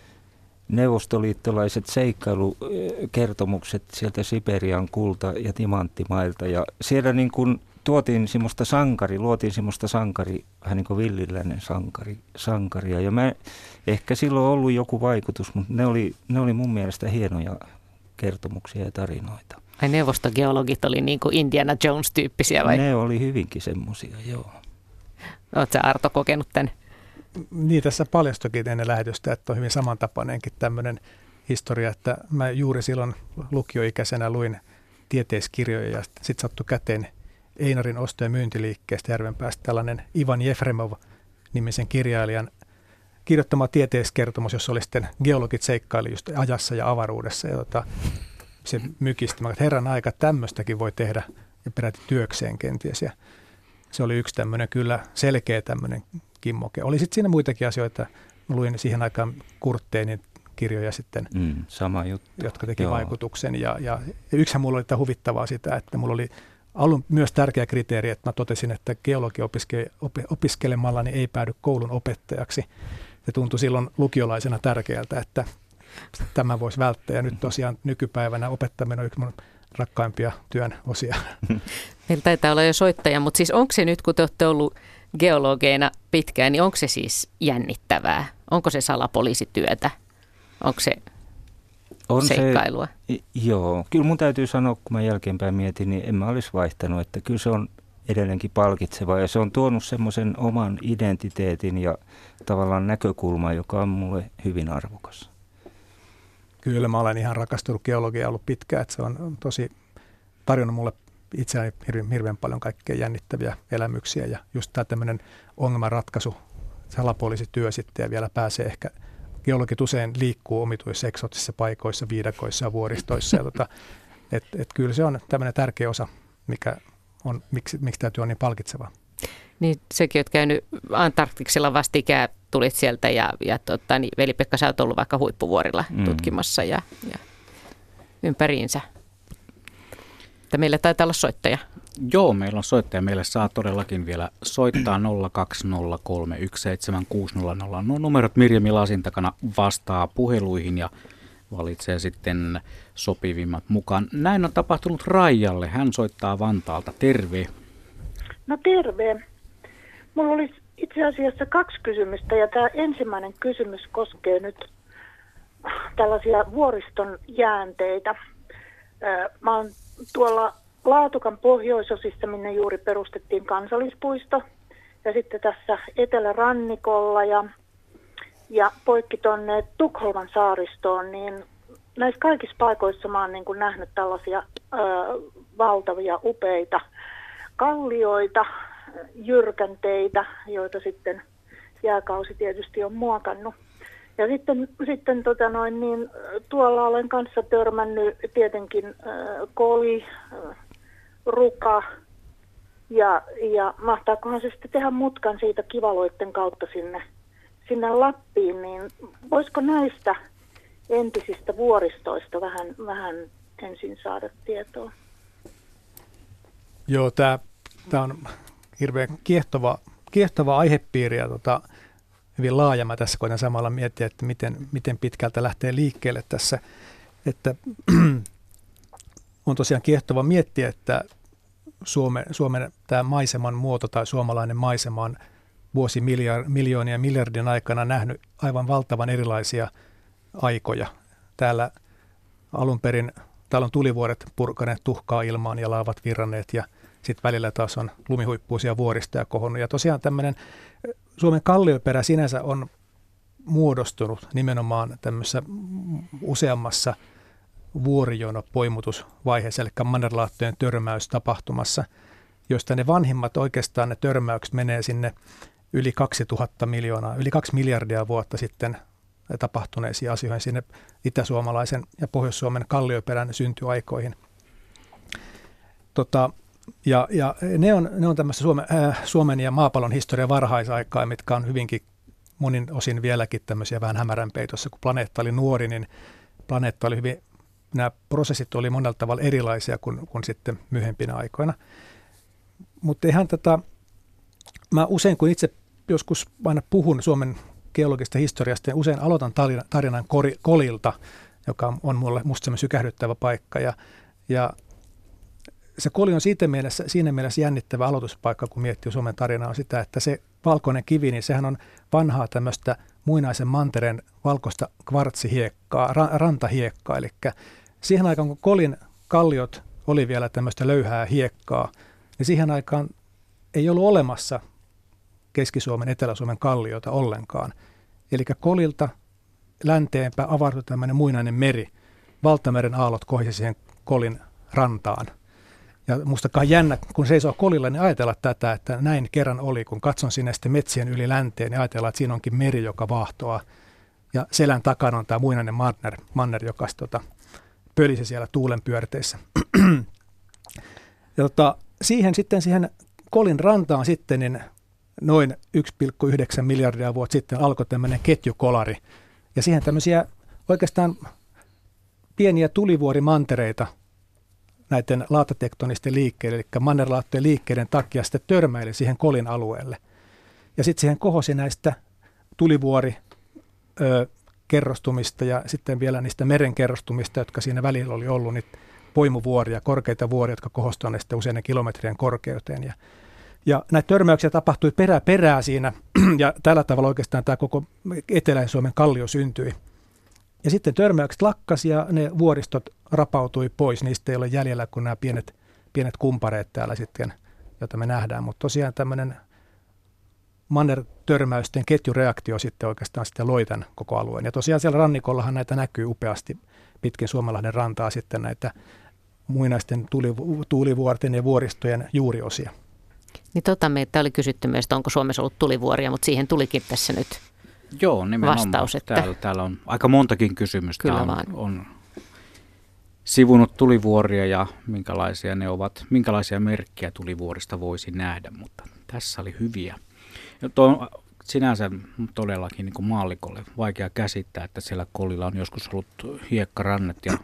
Speaker 3: neuvostoliittolaiset seikkailukertomukset sieltä Siperian kulta- ja timanttimailta. Ja siellä niin kuin tuotiin semmoista sankari, luotiin semmoista sankari, vähän niin kuin villilläinen sankari, sankaria. Ja mä ehkä silloin ollut joku vaikutus, mutta ne oli, ne oli mun mielestä hienoja kertomuksia ja tarinoita.
Speaker 1: Ai neuvostogeologit oli niin kuin Indiana Jones-tyyppisiä vai?
Speaker 3: Ne oli hyvinkin semmoisia, joo.
Speaker 1: Oletko sä Arto kokenut tämän?
Speaker 2: Niin, tässä paljastuikin ennen lähetystä, että on hyvin samantapainenkin tämmöinen historia, että mä juuri silloin lukioikäisenä luin tieteiskirjoja ja sitten sattui käteen Einarin osto- ja myyntiliikkeestä Järvenpäästä tällainen Ivan Jefremov-nimisen kirjailijan kirjoittama tieteiskertomus, jossa oli sitten geologit seikkaili just ajassa ja avaruudessa. Ja tota, se mykistä, että herran aika tämmöistäkin voi tehdä ja peräti työkseen kenties. Ja se oli yksi tämmöinen kyllä selkeä tämmöinen kimmoke. Oli sitten siinä muitakin asioita. Mä luin siihen aikaan Kurtteinin kirjoja sitten,
Speaker 3: mm, sama juttu.
Speaker 2: Jotka teki Joo. vaikutuksen. Ja, ja, ja yksihän mulla oli huvittavaa sitä, että mulla oli alun myös tärkeä kriteeri, että mä totesin, että geologia opiske, op, opiskelemalla niin ei päädy koulun opettajaksi. Se tuntui silloin lukiolaisena tärkeältä, että tämä voisi välttää. Ja nyt tosiaan nykypäivänä opettaminen on yksi mun rakkaimpia työn osia.
Speaker 1: Meillä taitaa olla jo soittaja, mutta siis onko se nyt, kun te olette ollut geologeina pitkään, niin onko se siis jännittävää? Onko se salapoliisityötä? Onko se on seikkailua?
Speaker 3: Se, joo, kyllä mun täytyy sanoa, kun mä jälkeenpäin mietin, niin en mä olisi vaihtanut, että kyllä se on edelleenkin palkitsevaa ja se on tuonut semmoisen oman identiteetin ja tavallaan näkökulman, joka on mulle hyvin arvokas.
Speaker 2: Kyllä mä olen ihan rakastunut geologiaa ollut pitkään, että se on tosi tarjonnut mulle itseäni hirveän, hirveän paljon kaikkea jännittäviä elämyksiä ja just tämä tämmöinen ongelmanratkaisu, salapoliisityö sitten ja vielä pääsee ehkä, geologit usein liikkuu omituissa eksoottisissa paikoissa, viidakoissa ja vuoristoissa ja tota, et, et kyllä se on tämmöinen tärkeä osa, mikä on, miksi, miksi täytyy olla niin palkitsevaa.
Speaker 1: Niin sekin olet käynyt Antarktiksella vastikään tulit sieltä ja, ja tota, niin Veli-Pekka, sä oot ollut vaikka Huippuvuorilla mm. tutkimassa ja, ja ympäriinsä. Että meillä taitaa olla soittaja.
Speaker 4: Joo, meillä on soittaja. Meille saa todellakin vielä soittaa nolla kaksi nolla kolme yksi seitsemän kuusi nolla nolla. No, numerot Mirjami lasin takana vastaa puheluihin ja valitsee sitten sopivimmat mukaan. Näin on tapahtunut Raijalle. Hän soittaa Vantaalta. Terve.
Speaker 11: No terve. Mulla olisi itse asiassa kaksi kysymystä ja tämä ensimmäinen kysymys koskee nyt tällaisia vuoriston jäänteitä. Mä oon tuolla Laatokan pohjoisosissa, minne juuri perustettiin kansallispuisto ja sitten tässä etelärannikolla ja, ja poikki tuonne Tukholman saaristoon, niin näissä kaikissa paikoissa mä oon niin kuin nähnyt tällaisia ö, valtavia upeita kallioita, jyrkänteitä, joita sitten jääkausi tietysti on muokannut. Ja sitten, sitten tota noin, niin, tuolla olen kanssa törmännyt tietenkin äh, koli, äh, ruka ja, ja mahtaakohan se sitten tehdä mutkan siitä kivaloitten kautta sinne, sinne Lappiin, niin voisiko näistä entisistä vuoristoista vähän, vähän ensin saada tietoa?
Speaker 2: Joo, tämä on hirveän kiehtova, kiehtova aihepiiri ja tota, hyvin laaja. Mä tässä koitan samalla miettiä, että miten, miten pitkältä lähtee liikkeelle tässä. Että on tosiaan kiehtova miettiä, että Suome, Suomen tämä maiseman muoto tai suomalainen maisema on vuosimiljoonia ja miljardin aikana nähnyt aivan valtavan erilaisia aikoja. Täällä alun perin täällä on tulivuoret purkaneet tuhkaa ilmaan ja laavat virranneet ja sitten välillä taas on lumihuippuisia vuoristoja kohonnut. Ja tosiaan tämmöinen Suomen kallioperä sinänsä on muodostunut nimenomaan tämmöisessä useammassa vuorijono-poimutusvaiheessa, eli mannerlaattojen törmäystapahtumassa, joista ne vanhimmat oikeastaan ne törmäykset menee sinne yli kaksituhatta miljoonaa, yli kaksi miljardia vuotta sitten tapahtuneisiin asioihin sinne itä-suomalaisen ja Pohjois-Suomen kallioperän syntyaikoihin. Tota, ja ja ne on, ne on tämmöistä Suomen, äh, Suomen ja maapallon historian varhaisaikaa, mitkä on hyvinkin monin osin vieläkin tämmöisiä vähän hämärän peitossa. Kun planeetta oli nuori, niin planeetta oli hyvin, nämä prosessit oli monella tavalla erilaisia kuin, kuin sitten myöhempinä aikoina. Mutta ihan tätä, mä usein kun itse joskus aina puhun Suomen geologista historiasta, ja usein aloitan tarinan kolilta, joka on mulle musta semmoinen sykähdyttävä paikka. Ja, ja se koli on siitä mielessä, siinä mielessä jännittävä aloituspaikka, kun miettii Suomen tarinaa, on sitä, että se valkoinen kivi, niin sehän on vanhaa tämmöistä muinaisen mantereen valkoista kvartsihiekkaa, ra, rantahiekkaa. Eli siihen aikaan, kun kolin kalliot oli vielä tämmöistä löyhää hiekkaa, niin siihen aikaan ei ollut olemassa Keski-Suomen, Etelä-Suomen kalliota ollenkaan. Eli kolilta länteenpä avautui tämmöinen muinainen meri. Valtameren aallot kohisi siihen kolin rantaan. Ja mustakaan jännä, kun seisoo kolilla, niin ajatella tätä, että näin kerran oli. Kun katson sinne sitten metsien yli länteen, niin ajatellaan, että siinä onkin meri, joka vaahtoaa. Ja selän takana on tämä muinainen manner, manner joka tota, pölisi siellä tuulen pyörteissä. ja tota, siihen sitten siihen kolin rantaan sitten, niin noin yksi pilkku yhdeksän miljardia vuotta sitten alkoi tämmöinen ketjukolari. Ja siihen tämmöisiä oikeastaan pieniä tulivuorimantereita näiden laatatektonisten liikkeiden, eli mannerlaattojen liikkeiden takia sitten törmäili siihen kolin alueelle. Ja sitten siihen kohosi näistä tulivuorikerrostumista ja sitten vielä niistä merenkerrostumista, jotka siinä välillä oli ollut, niitä poimuvuoria, korkeita vuoria, jotka kohostuivat sitten useiden kilometrien korkeuteen. Ja Ja näitä törmäyksiä tapahtui perä perää siinä, ja tällä tavalla oikeastaan tämä koko Etelä-Suomen kallio syntyi. Ja sitten törmäykset lakkasi ja ne vuoristot rapautui pois, niistä ei ole jäljellä kuin nämä pienet, pienet kumpareet täällä sitten, joita me nähdään. Mutta tosiaan tämmöinen manner-törmäysten ketjureaktio sitten oikeastaan sitten loi tämän koko alueen. Ja tosiaan siellä rannikollahan näitä näkyy upeasti pitkin Suomenlahden rantaa sitten näitä muinaisten tuulivuorten ja vuoristojen juuriosia.
Speaker 1: Niin tota meitä oli kysytty myös, että onko Suomessa ollut tulivuoria, mutta siihen tulikin tässä nyt
Speaker 4: Joo, nimenomaan.
Speaker 1: vastaus. Että
Speaker 4: täällä, täällä on aika montakin kysymystä.
Speaker 1: Kyllä
Speaker 4: on,
Speaker 1: vaan.
Speaker 4: on sivunut tulivuoria ja minkälaisia ne ovat, minkälaisia merkkejä tulivuorista voisi nähdä, mutta tässä oli hyviä. Ja tuo, sinänsä todellakin niin kuin maallikolle vaikea käsittää, että siellä Kolilla on joskus ollut hiekkarannet ja,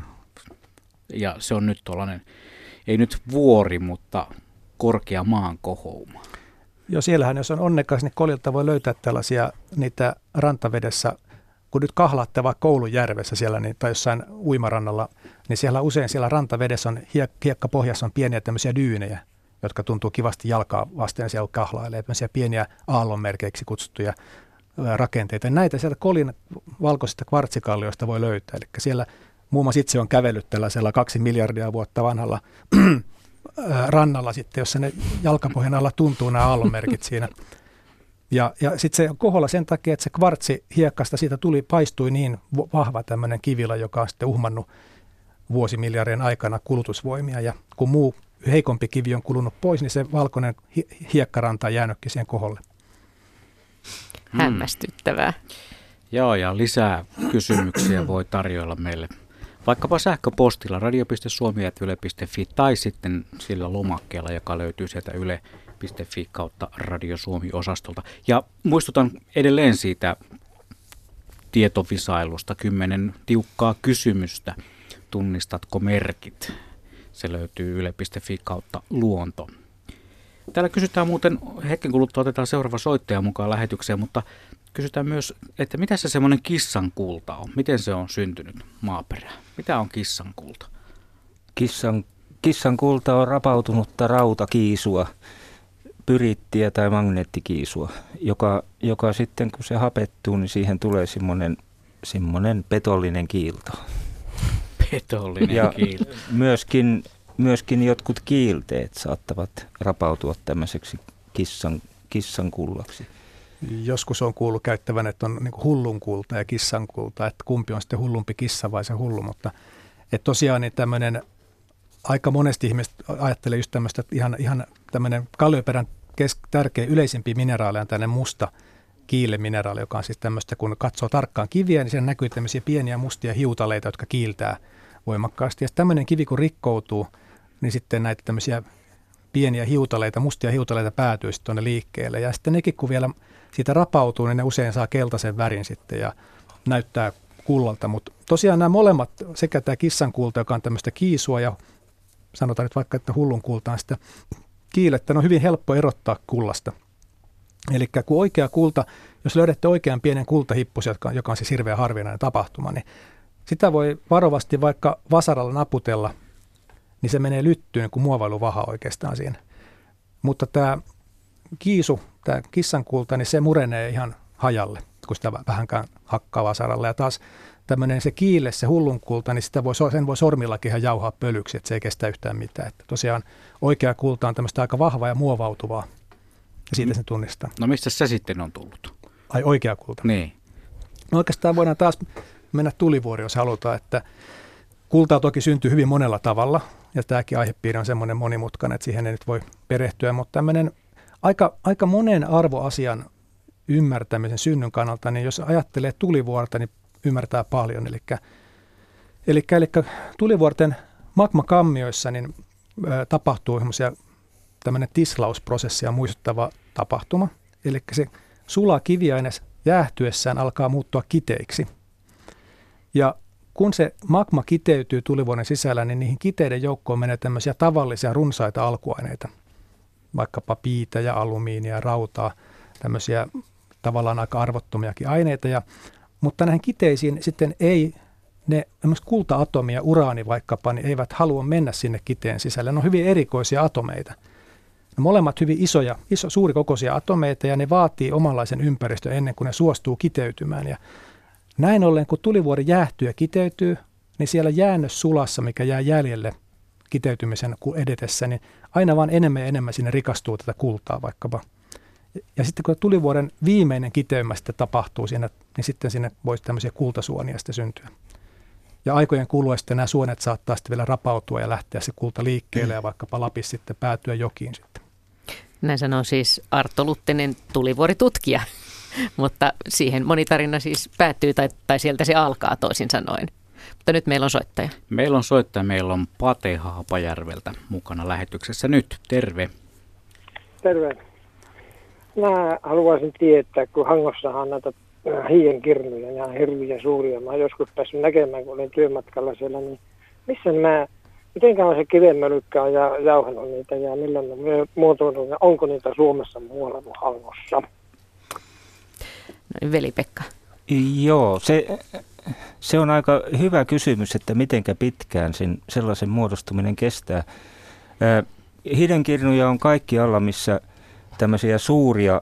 Speaker 4: ja se on nyt tuollainen, ei nyt vuori, mutta korkea maankohouma.
Speaker 2: Joo, siellähän jos on onnekas, niin Kolilta voi löytää tällaisia niitä rantavedessä, kun nyt kahlaatte vaikka Koulujärvessä siellä niin, tai jossain uimarannalla, niin siellä usein siellä rantavedessä on hiek- hiekkapohjassa on pieniä tämmöisiä dyynejä, jotka tuntuu kivasti jalkaa vasten siellä kahlailee, tämmöisiä pieniä aallonmerkeiksi kutsuttuja rakenteita. Ja näitä sieltä Kolin valkoisista kvartsikallioista voi löytää. Eli siellä muun muassa itse on kävellyt tällaisella kaksi miljardia vuotta vanhalla rannalla sitten, jossa ne jalkapohjan alla tuntuu nämä aallonmerkit siinä. Ja, ja sitten se koholla sen takia, että se kvartsi hiekkasta siitä tuli, paistui niin vahva tämmöinen kivila, joka on sitten uhmannut vuosimiljardien aikana kulutusvoimia. Ja kun muu heikompi kivi on kulunut pois, niin se valkoinen hiekkaranta on jäänytkin siihen koholle.
Speaker 1: Hämmästyttävää.
Speaker 4: Hmm. Joo, ja lisää kysymyksiä voi tarjoilla meille vaikkapa sähköpostilla radio piste suomi ät yle piste fi tai sitten sillä lomakkeella, joka löytyy sieltä yle piste fi kautta Radio Suomi-osastolta. Ja muistutan edelleen siitä tietovisailusta, kymmenen tiukkaa kysymystä. Tunnistatko merkit? Se löytyy yle piste fi kautta luonto. Täällä kysytään muuten, hetken kuluttua otetaan seuraava soittaja mukaan lähetykseen, mutta kysytään myös, että mitä se semmoinen kissankulta on? Miten se on syntynyt maaperään? Mitä on kissankulta?
Speaker 3: Kissan, kissankulta on rapautunutta rautakiisua, pyrittiä tai magneettikiisua, joka, joka sitten kun se hapettuu, niin siihen tulee semmoinen, semmoinen petollinen kiilto.
Speaker 4: Petollinen
Speaker 3: ja
Speaker 4: kiilto.
Speaker 3: Myöskin, myöskin jotkut kiilteet saattavat rapautua tämmöiseksi kissan, kissankullaksi.
Speaker 2: Joskus on kuullut käyttävän, että on niin kuin hullunkulta ja kissankulta, että kumpi on sitten hullumpi kissa vai se hullu, mutta että tosiaan niin tämmöinen, aika monesti ihmiset ajattelee just tämmöistä, että ihan, ihan tämmöinen kallioperän kes- tärkeä yleisimpiä mineraaleja on tämmöinen musta kiilemineraali, joka on siis tämmöistä, kun katsoo tarkkaan kiviä, niin siellä näkyy tämmöisiä pieniä mustia hiutaleita, jotka kiiltää voimakkaasti. Ja tämmöinen kivi, kun rikkoutuu, niin sitten näitä tämmöisiä pieniä hiutaleita, mustia hiutaleita päätyy sitten tuonne liikkeelle. Ja sitten nekin, kun vielä siitä rapautuu, niin ne usein saa keltaisen värin sitten ja näyttää kullalta. Mutta tosiaan nämä molemmat, sekä tämä kissankulta, joka on tämmöistä kiisua ja sanotaan nyt vaikka, että hullun kulta on sitä kiilettä, ne on hyvin helppo erottaa kullasta. Eli kun oikea kulta, jos löydätte oikean pienen kultahippusen, joka, joka on siis hirveän harvinainen tapahtuma, niin sitä voi varovasti vaikka vasaralla naputella, niin se menee lyttyyn kuin muovailuvaha oikeastaan siinä. Mutta tämä kiisu, tämä kissankulta, niin se murenee ihan hajalle, kun sitä vähänkään hakkaa vasaralla. Ja taas tämmöinen se kiille, se hullunkulta, niin sitä voi, sen voi sormillakin ihan jauhaa pölyksi, että se ei kestä yhtään mitään. Että tosiaan oikea kulta on tämmöistä aika vahvaa ja muovautuvaa. Ja siitä sen tunnistaa.
Speaker 4: No mistä se sitten on tullut?
Speaker 2: Ai oikea kulta?
Speaker 4: Niin.
Speaker 2: No oikeastaan voidaan taas mennä tulivuori, jos halutaan, että kultaa toki syntyy hyvin monella tavalla. Ja tämäkin aihepiiri on semmoinen monimutkainen, että siihen ei nyt voi perehtyä. Mutta tämmöinen aika, aika monen arvoasian ymmärtämisen synnyn kannalta, niin jos ajattelee tulivuorta, niin ymmärtää paljon. Eli, eli, eli tulivuorten magmakammioissa niin, ä, tapahtuu semmoisia tämmöinen tislausprosessia muistuttava tapahtuma. Eli se sula kiviaines jäähtyessään alkaa muuttua kiteiksi. Ja kun se magma kiteytyy tulivuoren sisällä, niin niihin kiteiden joukkoon menee tämmöisiä tavallisia runsaita alkuaineita. Vaikkapa piitä ja alumiinia, rautaa, tämmöisiä tavallaan aika arvottomiakin aineita. Ja, mutta näihin kiteisiin sitten ei ne kulta-atomia, uraani vaikkapa, niin eivät halua mennä sinne kiteen sisälle. Ne on hyvin erikoisia atomeita. Ne molemmat hyvin isoja, iso, suurikokoisia atomeita ja ne vaatii omanlaisen ympäristön ennen kuin ne suostuu kiteytymään. Ja näin ollen, kun tulivuori jäähtyy ja kiteytyy, niin siellä jäännössulassa, mikä jää jäljelle kiteytymisen edetessä, niin aina vaan enemmän ja enemmän sinne rikastuu tätä kultaa vaikkapa. Ja sitten kun tulivuoren viimeinen kiteymä sitten tapahtuu siinä, niin sitten sinne voisi tämmöisiä kultasuonia sitten syntyä. Ja aikojen kuluessa nämä suonet saattaa sitten vielä rapautua ja lähteä se kulta liikkeelle ja vaikkapa Lapissa sitten päätyä jokiin sitten.
Speaker 1: Näin sanoo siis Arto Luttinen, tulivuoritutkija, mutta siihen moni tarina siis päättyy tai, tai sieltä se alkaa toisin sanoen. Mutta nyt meillä on soittaja.
Speaker 4: Meillä on soittaja, meillä on Pate Haapajärveltä mukana lähetyksessä nyt. Terve.
Speaker 12: Terve. Mä haluaisin tietää, kun Hangossahan on näitä hiienkirnuja, nämä hirviä suuria. Mä oon joskus päässyt näkemään, kun olin työmatkalla siellä, niin missä nämä, miten kauan se kivenmölykkä on ja jauhanut niitä ja millä ne on muotoillut, onko niitä Suomessa muualla kuin Hangossa?
Speaker 1: No, Veli-Pekka.
Speaker 3: Joo, se, se on aika hyvä kysymys, että mitenkä pitkään sen, sellaisen muodostuminen kestää. Hiidenkirnuja on kaikkialla, missä tämmöisiä suuria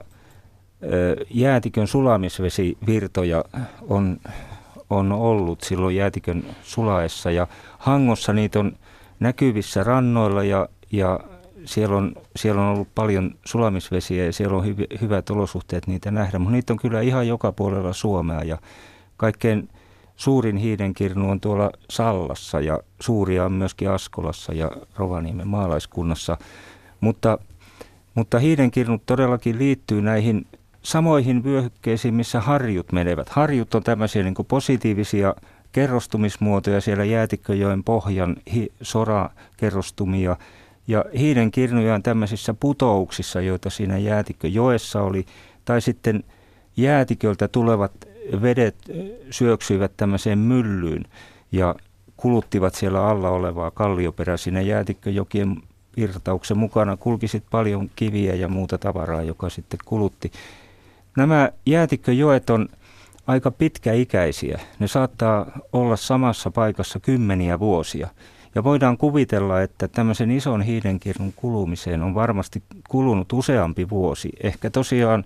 Speaker 3: jäätikön sulamisvesivirtoja on, on ollut silloin jäätikön sulaessa. Ja Hangossa niitä on näkyvissä rannoilla ja, ja siellä, on, siellä on ollut paljon sulamisvesiä ja siellä on hyv, hyvät olosuhteet niitä nähdä. Mutta niitä on kyllä ihan joka puolella Suomea ja kaikkein suurin hiidenkirnu on tuolla Sallassa ja suuria on myöskin Askolassa ja Rovaniemen maalaiskunnassa. Mutta, mutta hiidenkirnut todellakin liittyy näihin samoihin vyöhykkeisiin, missä harjut menevät. Harjut on tämmöisiä niin kuin positiivisia kerrostumismuotoja siellä Jäätikköjoen pohjan hi- sorakerrostumia. Ja hiidenkirnuja on tämmöisissä putouksissa, joita siinä Jäätikköjoessa oli. Tai sitten jäätiköltä tulevat vedet syöksyivät tämmöiseen myllyyn ja kuluttivat siellä alla olevaa kallioperää. Siinä Jäätikköjokien virtauksen mukana kulki sitten paljon kiviä ja muuta tavaraa, joka sitten kulutti. Nämä Jäätikköjoet on aika pitkäikäisiä. Ne saattaa olla samassa paikassa kymmeniä vuosia. Ja voidaan kuvitella, että tämmöisen ison hiidenkirnun kulumiseen on varmasti kulunut useampi vuosi. Ehkä tosiaan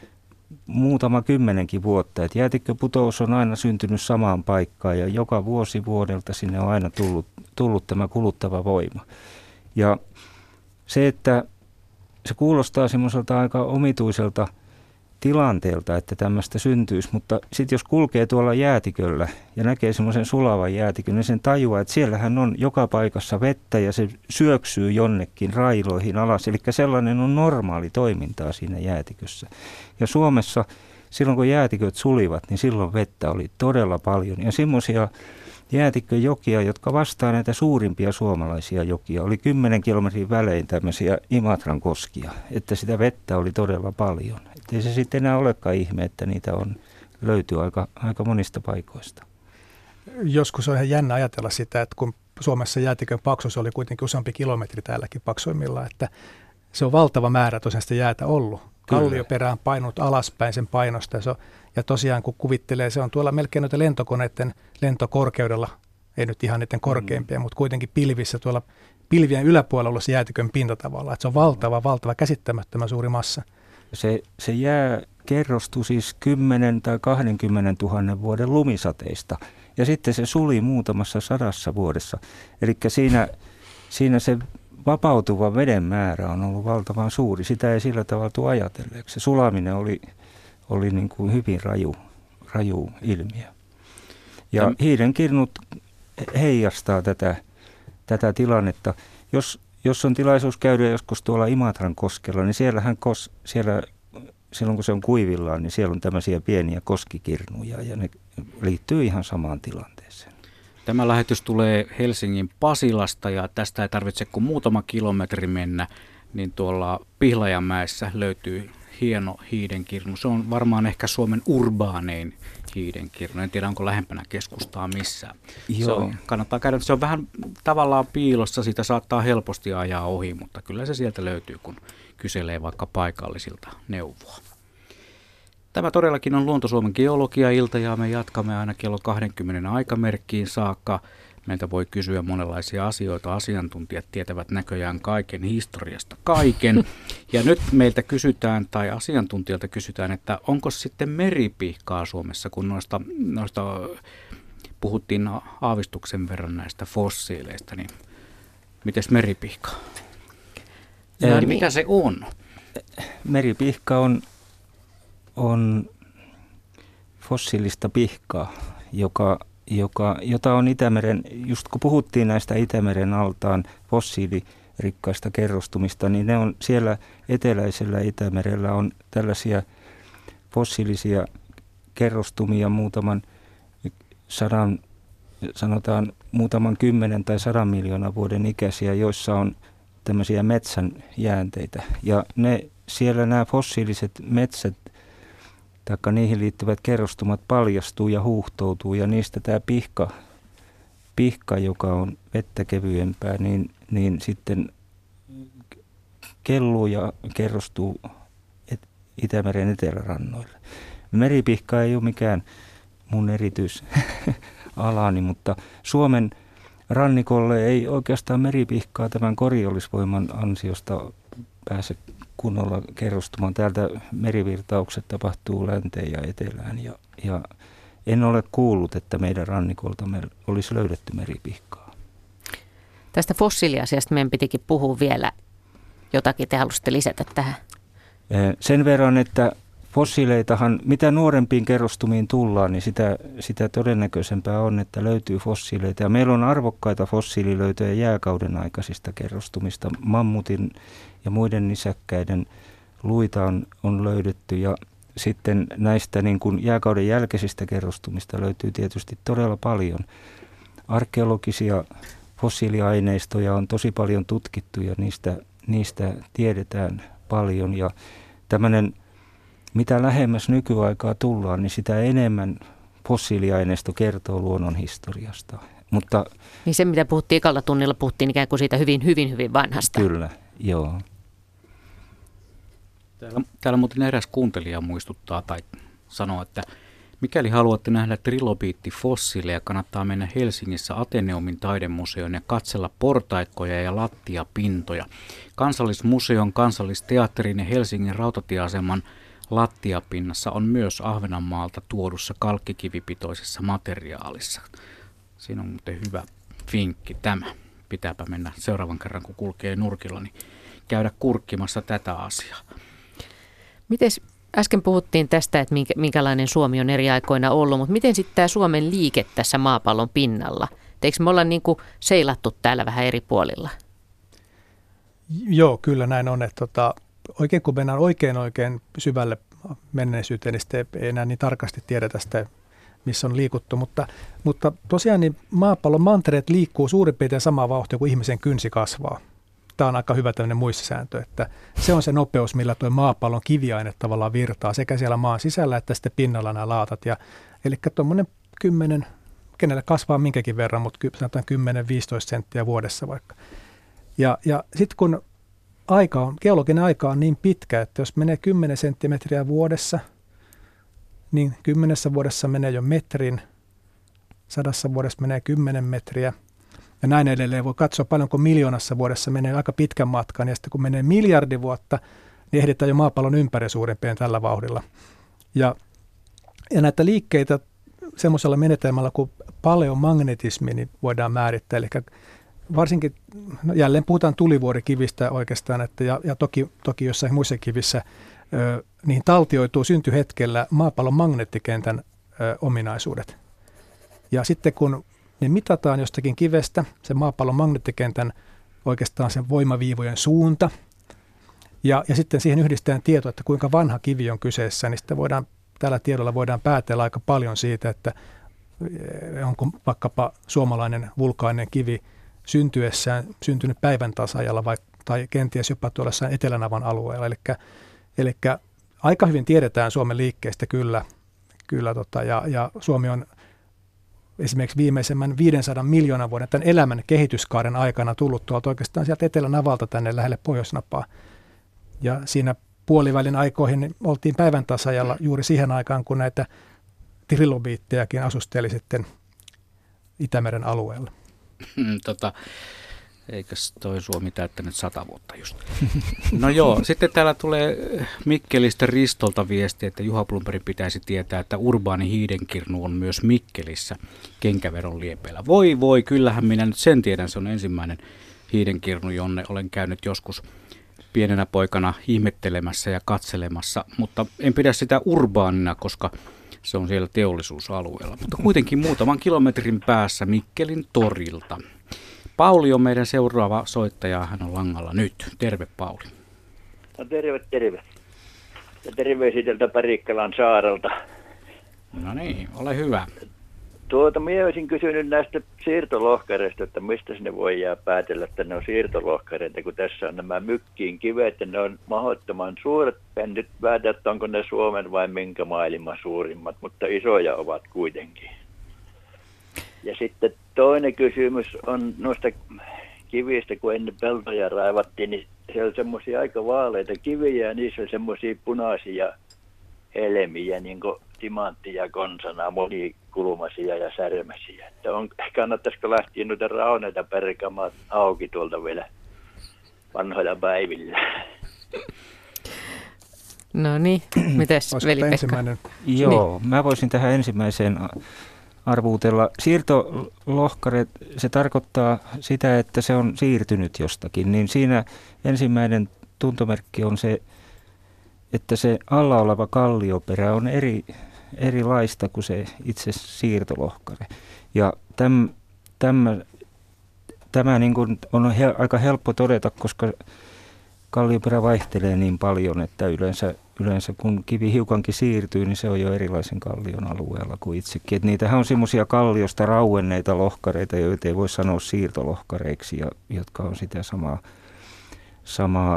Speaker 3: muutama kymmenenkin vuotta. Et jäätikköputous on aina syntynyt samaan paikkaan ja joka vuosi vuodelta sinne on aina tullut, tullut tämä kuluttava voima. Ja se, että se kuulostaa semmoiselta aika omituiselta tilanteelta, että tämmöistä syntyisi, mutta sitten jos kulkee tuolla jäätiköllä ja näkee semmoisen sulavan jäätikön, niin sen tajuaa, että siellähän on joka paikassa vettä ja se syöksyy jonnekin railoihin alas. Eli sellainen on normaali toimintaa siinä jäätikössä. Ja Suomessa silloin kun jäätiköt sulivat, niin silloin vettä oli todella paljon. Ja semmoisia jäätikköjokia, jotka vastaa näitä suurimpia suomalaisia jokia, oli kymmenen kilometrin välein tämmöisiä Imatran koskia, että sitä vettä oli todella paljon. Että ei se sitten enää olekaan ihme, että niitä on, löytyy aika, aika monista paikoista.
Speaker 2: Joskus on ihan jännä ajatella sitä, että kun Suomessa jäätikön paksuus oli kuitenkin useampi kilometri täälläkin paksoimmillaan, että se on valtava määrä tosiaan sitä jäätä ollut. Kallioperä on painunut alaspäin sen painosta ja, se on, ja tosiaan kun kuvittelee, se on tuolla melkein noiden lentokoneiden lentokorkeudella, ei nyt ihan niiden korkeimpia, mm. mutta kuitenkin pilvissä tuolla pilvien yläpuolella ollut se jäätikön pinta tavallaan, että se on valtava, valtava, käsittämättömän suuri massa.
Speaker 3: Se, se jää kerrostui siis kymmenen tai kahdenkymmenen tuhannen vuoden lumisateista ja sitten se suli muutamassa sadassa vuodessa. Eli siinä, siinä se vapautuva veden määrä on ollut valtavan suuri. Sitä ei sillä tavalla tule ajatelleeksi. Se sulaminen oli, oli niin kuin hyvin raju, raju ilmiö. Ja hiidenkirnut heijastaa tätä, tätä tilannetta. Jos, jos on tilaisuus käydä joskus tuolla Imatran koskella, niin siellähän kos, siellä, silloin kun se on kuivillaan, niin siellä on tämmöisiä pieniä koskikirnuja ja ne liittyy ihan samaan tilanteeseen.
Speaker 4: Tämä lähetys tulee Helsingin Pasilasta ja tästä ei tarvitse kuin muutama kilometri mennä, niin tuolla Pihlajanmäessä löytyy hieno hiidenkirnu. Se on varmaan ehkä Suomen urbaanein hiidenkirnu. En tiedä, onko lähempänä keskustaa missään. Se on, kannattaa käydä. Se on vähän tavallaan piilossa, sitä saattaa helposti ajaa ohi, mutta kyllä se sieltä löytyy, kun kyselee vaikka paikallisilta neuvoa. Tämä todellakin on Luonto-Suomen geologia-ilta ja me jatkamme aina kello kaksikymmentä aikamerkkiin saakka. Meiltä voi kysyä monenlaisia asioita. Asiantuntijat tietävät näköjään kaiken historiasta kaiken. Ja nyt meiltä kysytään, tai asiantuntijalta kysytään, että onko sitten meripihkaa Suomessa, kun noista, noista puhuttiin aavistuksen verran näistä fossiileista, niin mites meripihka? Ja niin. Mitä se on?
Speaker 3: Meripihka on, on fossiilista pihkaa, joka... Joka, jota on Itämeren, just kun puhuttiin näistä Itämeren altaan fossiilirikkaista kerrostumista, niin ne on siellä eteläisellä Itämerellä on tällaisia fossiilisia kerrostumia muutaman sadan, sanotaan muutaman kymmenen tai sadan miljoonan vuoden ikäisiä, joissa on tämmöisiä metsän jäänteitä. Ja ne siellä nämä fossiiliset metsät taikka niihin liittyvät kerrostumat paljastuu ja huuhtoutuu ja niistä tämä pihka, pihka joka on vettä kevyempää, niin, niin sitten kelluu ja kerrostuu et, Itämeren etelärannoille. Meripihka ei ole mikään mun erityisalani, mutta Suomen rannikolle ei oikeastaan meripihkaa tämän Coriolisvoiman ansiosta pääse kunnolla kerrostumaan. Täältä merivirtaukset tapahtuu länteen ja etelään ja, ja en ole kuullut, että meidän rannikolta me olisi löydetty meripihkaa.
Speaker 1: Tästä fossiiliasiasta meidän pitikin puhua vielä jotakin. Te halusitte lisätä tähän?
Speaker 3: Sen verran, että fossiileitahan, mitä nuorempiin kerrostumiin tullaan, niin sitä, sitä todennäköisempää on, että löytyy fossiileita. Ja meillä on arvokkaita fossiililöytöjä jääkauden aikaisista kerrostumista. Mammutin ja muiden nisäkkäiden luita on, on löydetty ja sitten näistä niin kuin jääkauden jälkeisistä kerrostumista löytyy tietysti todella paljon. Arkeologisia fossiiliaineistoja on tosi paljon tutkittu ja niistä, niistä tiedetään paljon ja tämmöinen mitä lähemmäs nykyaikaa tullaan, niin sitä enemmän fossiiliaineisto kertoo luonnon historiasta. Mutta,
Speaker 1: niin se, mitä puhuttiin ekalla tunnilla, puhuttiin ikään kuin siitä hyvin, hyvin, hyvin vanhasta.
Speaker 3: Kyllä, joo.
Speaker 4: Täällä, täällä muuten eräs kuuntelija muistuttaa tai sanoo, että mikäli haluatte nähdä trilobiittifossiileja, kannattaa mennä Helsingissä Ateneumin taidemuseoon ja katsella portaikkoja ja lattiapintoja. Kansallismuseon, Kansallisteatterin ja Helsingin rautatieaseman lattiapinnassa on myös Ahvenanmaalta tuodussa kalkkikivipitoisessa materiaalissa. Siinä on muuten hyvä vinkki tämä. Pitääpä mennä seuraavan kerran, kun kulkee nurkilla, niin käydä kurkkimassa tätä asiaa.
Speaker 1: Mites, äsken puhuttiin tästä, että minkälainen Suomi on eri aikoina ollut, mutta miten sitten tämä Suomen liike tässä maapallon pinnalla? Eikö me olla niin kuin seilattu täällä vähän eri puolilla?
Speaker 2: Joo, kyllä näin on. Että tota, oikein kun mennään oikein oikein syvälle menneisyyteen, niin sitten ei enää niin tarkasti tiedetä sitä, missä on liikuttu. Mutta, mutta tosiaan niin maapallon mantereet liikkuu suurin piirtein samaa vauhtia kuin ihmisen kynsi kasvaa. Tämä on aika hyvä tämmöinen muistisääntö, että se on se nopeus, millä tuo maapallon kiviaine tavallaan virtaa sekä siellä maan sisällä että sitten pinnalla nämä laatat. Ja, eli tuommoinen kymmenen, kenelle kasvaa minkäkin verran, mutta sanotaan kymmenen viisitoista senttiä vuodessa vaikka. Ja, ja sitten kun aika on, geologinen aika on niin pitkä, että jos menee kymmenen senttimetriä vuodessa, niin kymmenessä vuodessa menee jo metrin, sadassa vuodessa menee kymmenen metriä. Ja näin edelleen voi katsoa paljonko miljoonassa vuodessa menee aika pitkän matkan. Ja sitten kun menee miljardi vuotta, niin ehditään jo maapallon ympäri suurin piirtein tällä vauhdilla. Ja, ja näitä liikkeitä semmoisella menetelmällä kuin paleomagnetismi niin voidaan määrittää. Eli varsinkin, no jälleen puhutaan tulivuorikivistä oikeastaan, että ja, ja toki, toki jossain muissa kivissä ö, niihin taltioituu syntyhetkellä maapallon magneettikentän ö, ominaisuudet. Ja sitten kun ne mitataan jostakin kivestä, se maapallon magneettikentän oikeastaan sen voimaviivojen suunta, ja, ja sitten siihen yhdistetään tieto, että kuinka vanha kivi on kyseessä, niin sitten voidaan, tällä tiedolla voidaan päätellä aika paljon siitä, että onko vaikkapa suomalainen vulkaaninen kivi syntyessään syntynyt päivän tasajalla vai, tai kenties jopa tuolla jossain Etelänavan alueella. Eli, eli aika hyvin tiedetään Suomen liikkeestä kyllä, kyllä tota, ja, ja Suomi on esimerkiksi viimeisemmän viisisataa miljoonan vuoden tämän elämän kehityskaaren aikana tullut tuolta oikeastaan sieltä Etelänavalta tänne lähelle Pohjoisnapaa. Ja siinä puolivälin aikoihin niin oltiin päivän tasajalla juuri siihen aikaan, kun näitä trilobiittejakin asusteli sitten Itämeren alueella.
Speaker 4: Tota, eikös toi Suomi täyttänyt sata vuotta just? No joo, sitten täällä tulee Mikkelistä Ristolta viesti, että Juha Blomberg pitäisi tietää, että urbaani hiidenkirnu on myös Mikkelissä Kenkäveron liepeillä. Voi voi, kyllähän minä nyt sen tiedän, se on ensimmäinen hiidenkirnu, jonne olen käynyt joskus pienenä poikana ihmettelemässä ja katselemassa, mutta en pidä sitä urbaanina, koska se on siellä teollisuusalueella, mutta kuitenkin muutaman kilometrin päässä Mikkelin torilta. Pauli on meidän seuraava soittaja, hän on langalla nyt. Terve Pauli.
Speaker 13: No terve, terve. Ja terveisiä tältä Pärikkalan saarelta.
Speaker 4: No niin, ole hyvä.
Speaker 13: tuota, minä olisin kysynyt näistä siirtolohkareista, että mistä sinne voi jää päätellä, että ne on siirtolohkareita, kun tässä on nämä mykkiin kivet, ja ne on mahdottoman suuret. En nyt päätä, että onko ne Suomen vai minkä maailman suurimmat, mutta isoja ovat kuitenkin. Ja sitten toinen kysymys on noista kivistä, kun ennen peltoja raivattiin, niin siellä oli semmoisia aika vaaleita kiviä, ja niissä oli semmoisia punaisia helmiä, niin kuin timanttia, konsana, monikulmaisia ja särmäisiä. Että on, kannattaisiko lähteä noita rauneita perkaamaan auki tuolta vielä vanhoilla päivillä?
Speaker 1: No niin, mites veli-Pekka?
Speaker 3: Joo, niin. Mä voisin tähän ensimmäiseen arvuutella. Siirtolohkare, se tarkoittaa sitä, että se on siirtynyt jostakin, niin siinä ensimmäinen tuntomerkki on se, että se alla oleva kallioperä on eri, erilaista kuin se itse siirtolohkare. Ja täm, täm, tämä niin kuin on he, aika helppo todeta, koska kallioperä vaihtelee niin paljon, että yleensä, yleensä kun kivi hiukankin siirtyy, niin se on jo erilaisen kallion alueella kuin itsekin. Et niitähän on semmoisia kalliosta rauenneita lohkareita, joita ei voi sanoa siirtolohkareiksi, ja, jotka on sitä samaa, samaa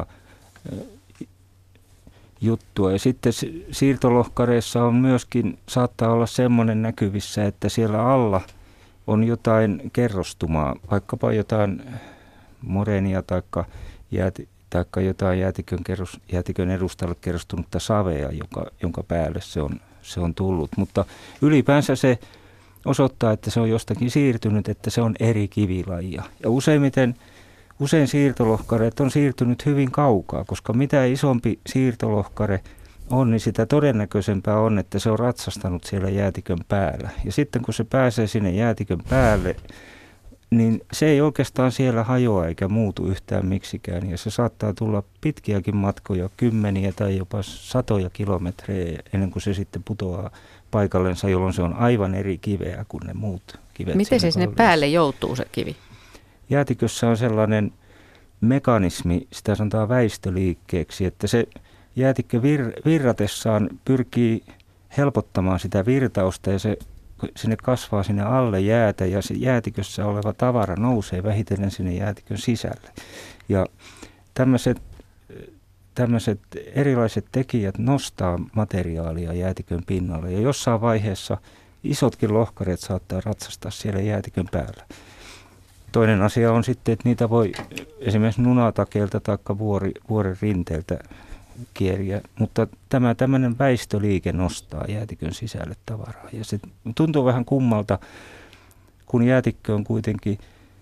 Speaker 3: juttua. Ja sitten siirtolohkareissa on myöskin, saattaa olla semmoinen näkyvissä, että siellä alla on jotain kerrostumaa, vaikkapa jotain moreenia tai jäät, taikka jotain jäätikön, kerros, jäätikön edustalle kerrostunutta savea, jonka, jonka päälle se on, se on tullut. Mutta ylipäänsä se osoittaa, että se on jostakin siirtynyt, että se on eri kivilajia. Ja useimmiten Usein siirtolohkareet on siirtynyt hyvin kaukaa, koska mitä isompi siirtolohkare on, niin sitä todennäköisempää on, että se on ratsastanut siellä jäätikön päällä. Ja sitten kun se pääsee sinne jäätikön päälle, niin se ei oikeastaan siellä hajoa eikä muutu yhtään miksikään. Ja se saattaa tulla pitkiäkin matkoja, kymmeniä tai jopa satoja kilometrejä ennen kuin se sitten putoaa paikallensa, jolloin se on aivan eri kiveä kuin ne muut kivet.
Speaker 1: Miten se sinne päälle joutuu se kivi?
Speaker 3: Jäätikössä on sellainen mekanismi, sitä sanotaan väistöliikkeeksi, että se jäätikkö vir, virratessaan pyrkii helpottamaan sitä virtausta ja se sinne kasvaa sinne alle jäätä ja se jäätikössä oleva tavara nousee vähitellen sinne jäätikön sisälle. Ja tämmöiset, tämmöiset erilaiset tekijät nostaa materiaalia jäätikön pinnalle ja jossain vaiheessa isotkin lohkareet saattaa ratsastaa siellä jäätikön päällä. Toinen asia on sitten, että niitä voi esimerkiksi nunatakeelta tai vuori, vuoren rinteeltä kieriä, mutta tämä tämmöinen väistöliike nostaa jäätikön sisälle tavaraa. Ja se tuntuu vähän kummalta, kun jäätikkö on kuitenkin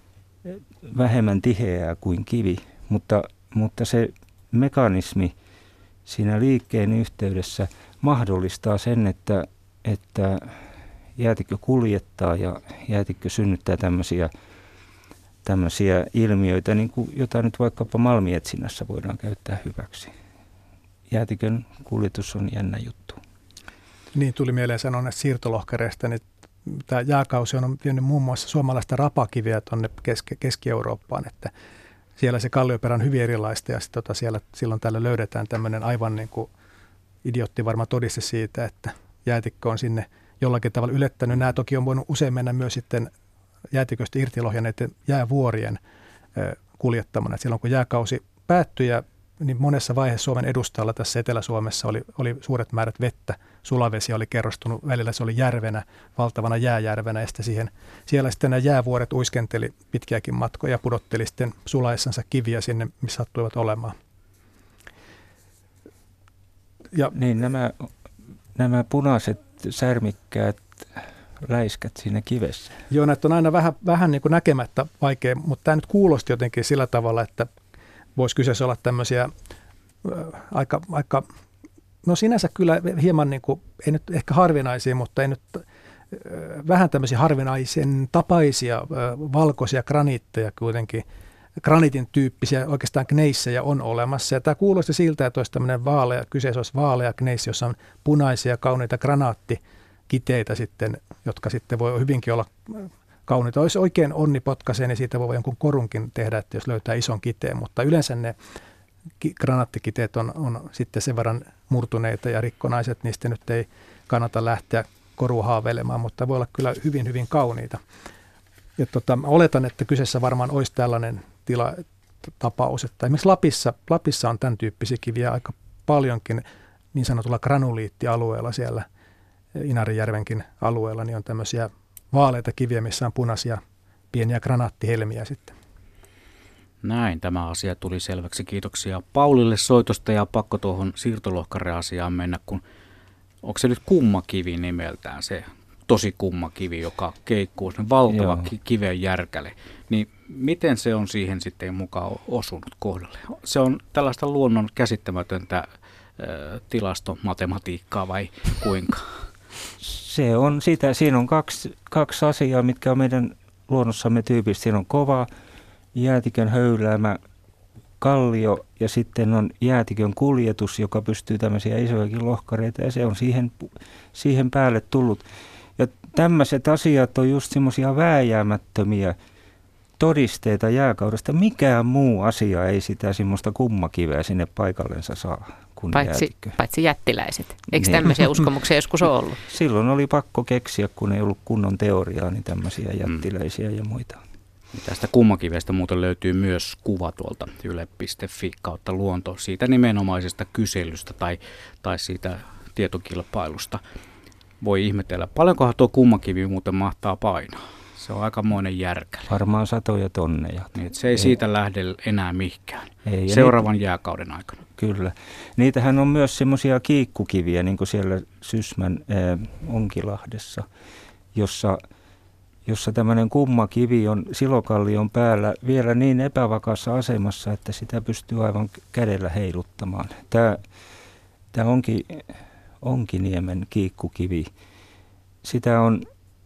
Speaker 3: vähemmän tiheää kuin kivi, mutta, mutta se mekanismi siinä liikkeen yhteydessä mahdollistaa sen, että, että jäätikkö kuljettaa ja jäätikkö synnyttää tämmöisiä tämmöisiä ilmiöitä, niin kuin, jota nyt vaikkapa malmietsinnässä voidaan käyttää hyväksi. Jäätikön kuljetus on jännä juttu.
Speaker 2: Niin, tuli mieleen sanoa näistä siirtolohkareista, niin tämä jääkausi on vienyt muun muassa suomalaista rapakiviä tuonne Keski- Keski-Eurooppaan, että siellä se kallioperä on hyvin erilaista ja tota siellä, silloin täällä löydetään tämmöinen aivan niin kuin idiotti varma todiste siitä, että jäätikkö on sinne jollakin tavalla ylettänyt. Nämä toki on voinut usein mennä myös sitten jäätiköstä irtilohjaneiden jäävuorien kuljettamana. Silloin kun jääkausi päättyi, ja, niin monessa vaiheessa Suomen edustalla tässä Etelä-Suomessa oli, oli suuret määrät vettä. Sulavesi oli kerrostunut, välillä se oli järvenä, valtavana jääjärvenä, ja sitten siihen, siellä sitten nämä jäävuoret uiskenteli pitkiäkin matkoja ja pudotteli sitten sulaessansa kiviä sinne, missä sattuivat olemaan.
Speaker 3: Ja niin, nämä, nämä punaiset särmikkäät läiskät siinä kivessä.
Speaker 2: Joo, näitä on aina vähän, vähän niin kuin näkemättä vaikea, mutta tämä nyt kuulosti jotenkin sillä tavalla, että voisi kyseessä olla tämmöisiä äh, aika, aika, no sinänsä kyllä hieman niin kuin, ei nyt ehkä harvinaisia, mutta ei nyt äh, vähän tämmöisiä harvinaisen tapaisia äh, valkoisia graniitteja kuitenkin, graniitin tyyppisiä oikeastaan gneissejä on olemassa. Ja tämä kuulosti siltä, että olisi tämmöinen vaalea, kyseessä olisi vaalea gneissi, jossa on punaisia kauniita granaatti kiteitä sitten, jotka sitten voi hyvinkin olla kauniita. Jos oikein onni potkaisee, niin siitä voi jonkun korunkin tehdä, että jos löytää ison kiteen, mutta yleensä ne granaattikiteet on, on sitten sen verran murtuneita ja rikkonaiset, niistä nyt ei kannata lähteä korua haaveilemaan, mutta voi olla kyllä hyvin, hyvin kauniita. Ja tota, oletan, että kyseessä varmaan olisi tällainen tila, tapaus, että esimerkiksi Lapissa, Lapissa on tämän tyyppisiä kiviä aika paljonkin niin sanotulla granuliittialueella siellä Inarijärvenkin alueella, niin on tämmöisiä vaaleita kiviä, missä on punaisia pieniä granaattihelmiä sitten.
Speaker 4: Näin, tämä asia tuli selväksi. Kiitoksia Paulille soitosta ja pakko tuohon siirtolohkare-asiaan mennä, kun onko se nyt kummakivi nimeltään se tosi kummakivi, joka keikkuu, se valtava ki- kiven järkäle, niin miten se on siihen sitten mukaan osunut kohdalle? Se on tällaista luonnon käsittämätöntä äh, tilastomatematiikkaa vai kuinka?
Speaker 3: Se on sitä, siinä on kaksi, kaksi asiaa, mitkä on meidän luonnossamme tyypistä. Siinä on kova jäätikön höyläämä kallio ja sitten on jäätikön kuljetus, joka pystyy tämmöisiä isojakin lohkareita ja se on siihen, siihen päälle tullut. Ja tämmöiset asiat on just semmoisia vääjäämättömiä todisteita jääkaudesta. Mikään muu asia ei sitä semmoista kummakiveä sinne paikallensa saa kuin
Speaker 1: paitsi,
Speaker 3: jäätikkö.
Speaker 1: Paitsi jättiläiset. Eikö
Speaker 3: Niin.
Speaker 1: tämmöisiä uskomuksia joskus ole ollut?
Speaker 3: Silloin oli pakko keksiä, kun ei ollut kunnon teoriaa, niin tämmöisiä jättiläisiä ja muita.
Speaker 4: Tästä kummakivestä muuten löytyy myös kuva tuolta yle piste fi kautta luonto siitä nimenomaisesta kyselystä tai, tai siitä tietokilpailusta. Voi ihmetellä, paljonkohan tuo kummakivi muuten mahtaa painaa. Se on aikamoinen järkäle.
Speaker 3: Varmaan satoja tonneja.
Speaker 4: Niin, se ei, ei siitä lähde enää mihinkään
Speaker 3: ei,
Speaker 4: seuraavan
Speaker 3: niitä,
Speaker 4: jääkauden aikana.
Speaker 3: Kyllä. Niitähän on myös semmoisia kiikkukiviä, niin kuin siellä Sysmän äh, Onkilahdessa, jossa, jossa tämmöinen kummakivi on silokallion päällä vielä niin epävakaassa asemassa, että sitä pystyy aivan kädellä heiluttamaan. Tämä, tämä onki, Onkiniemen kiikkukivi, sitä on...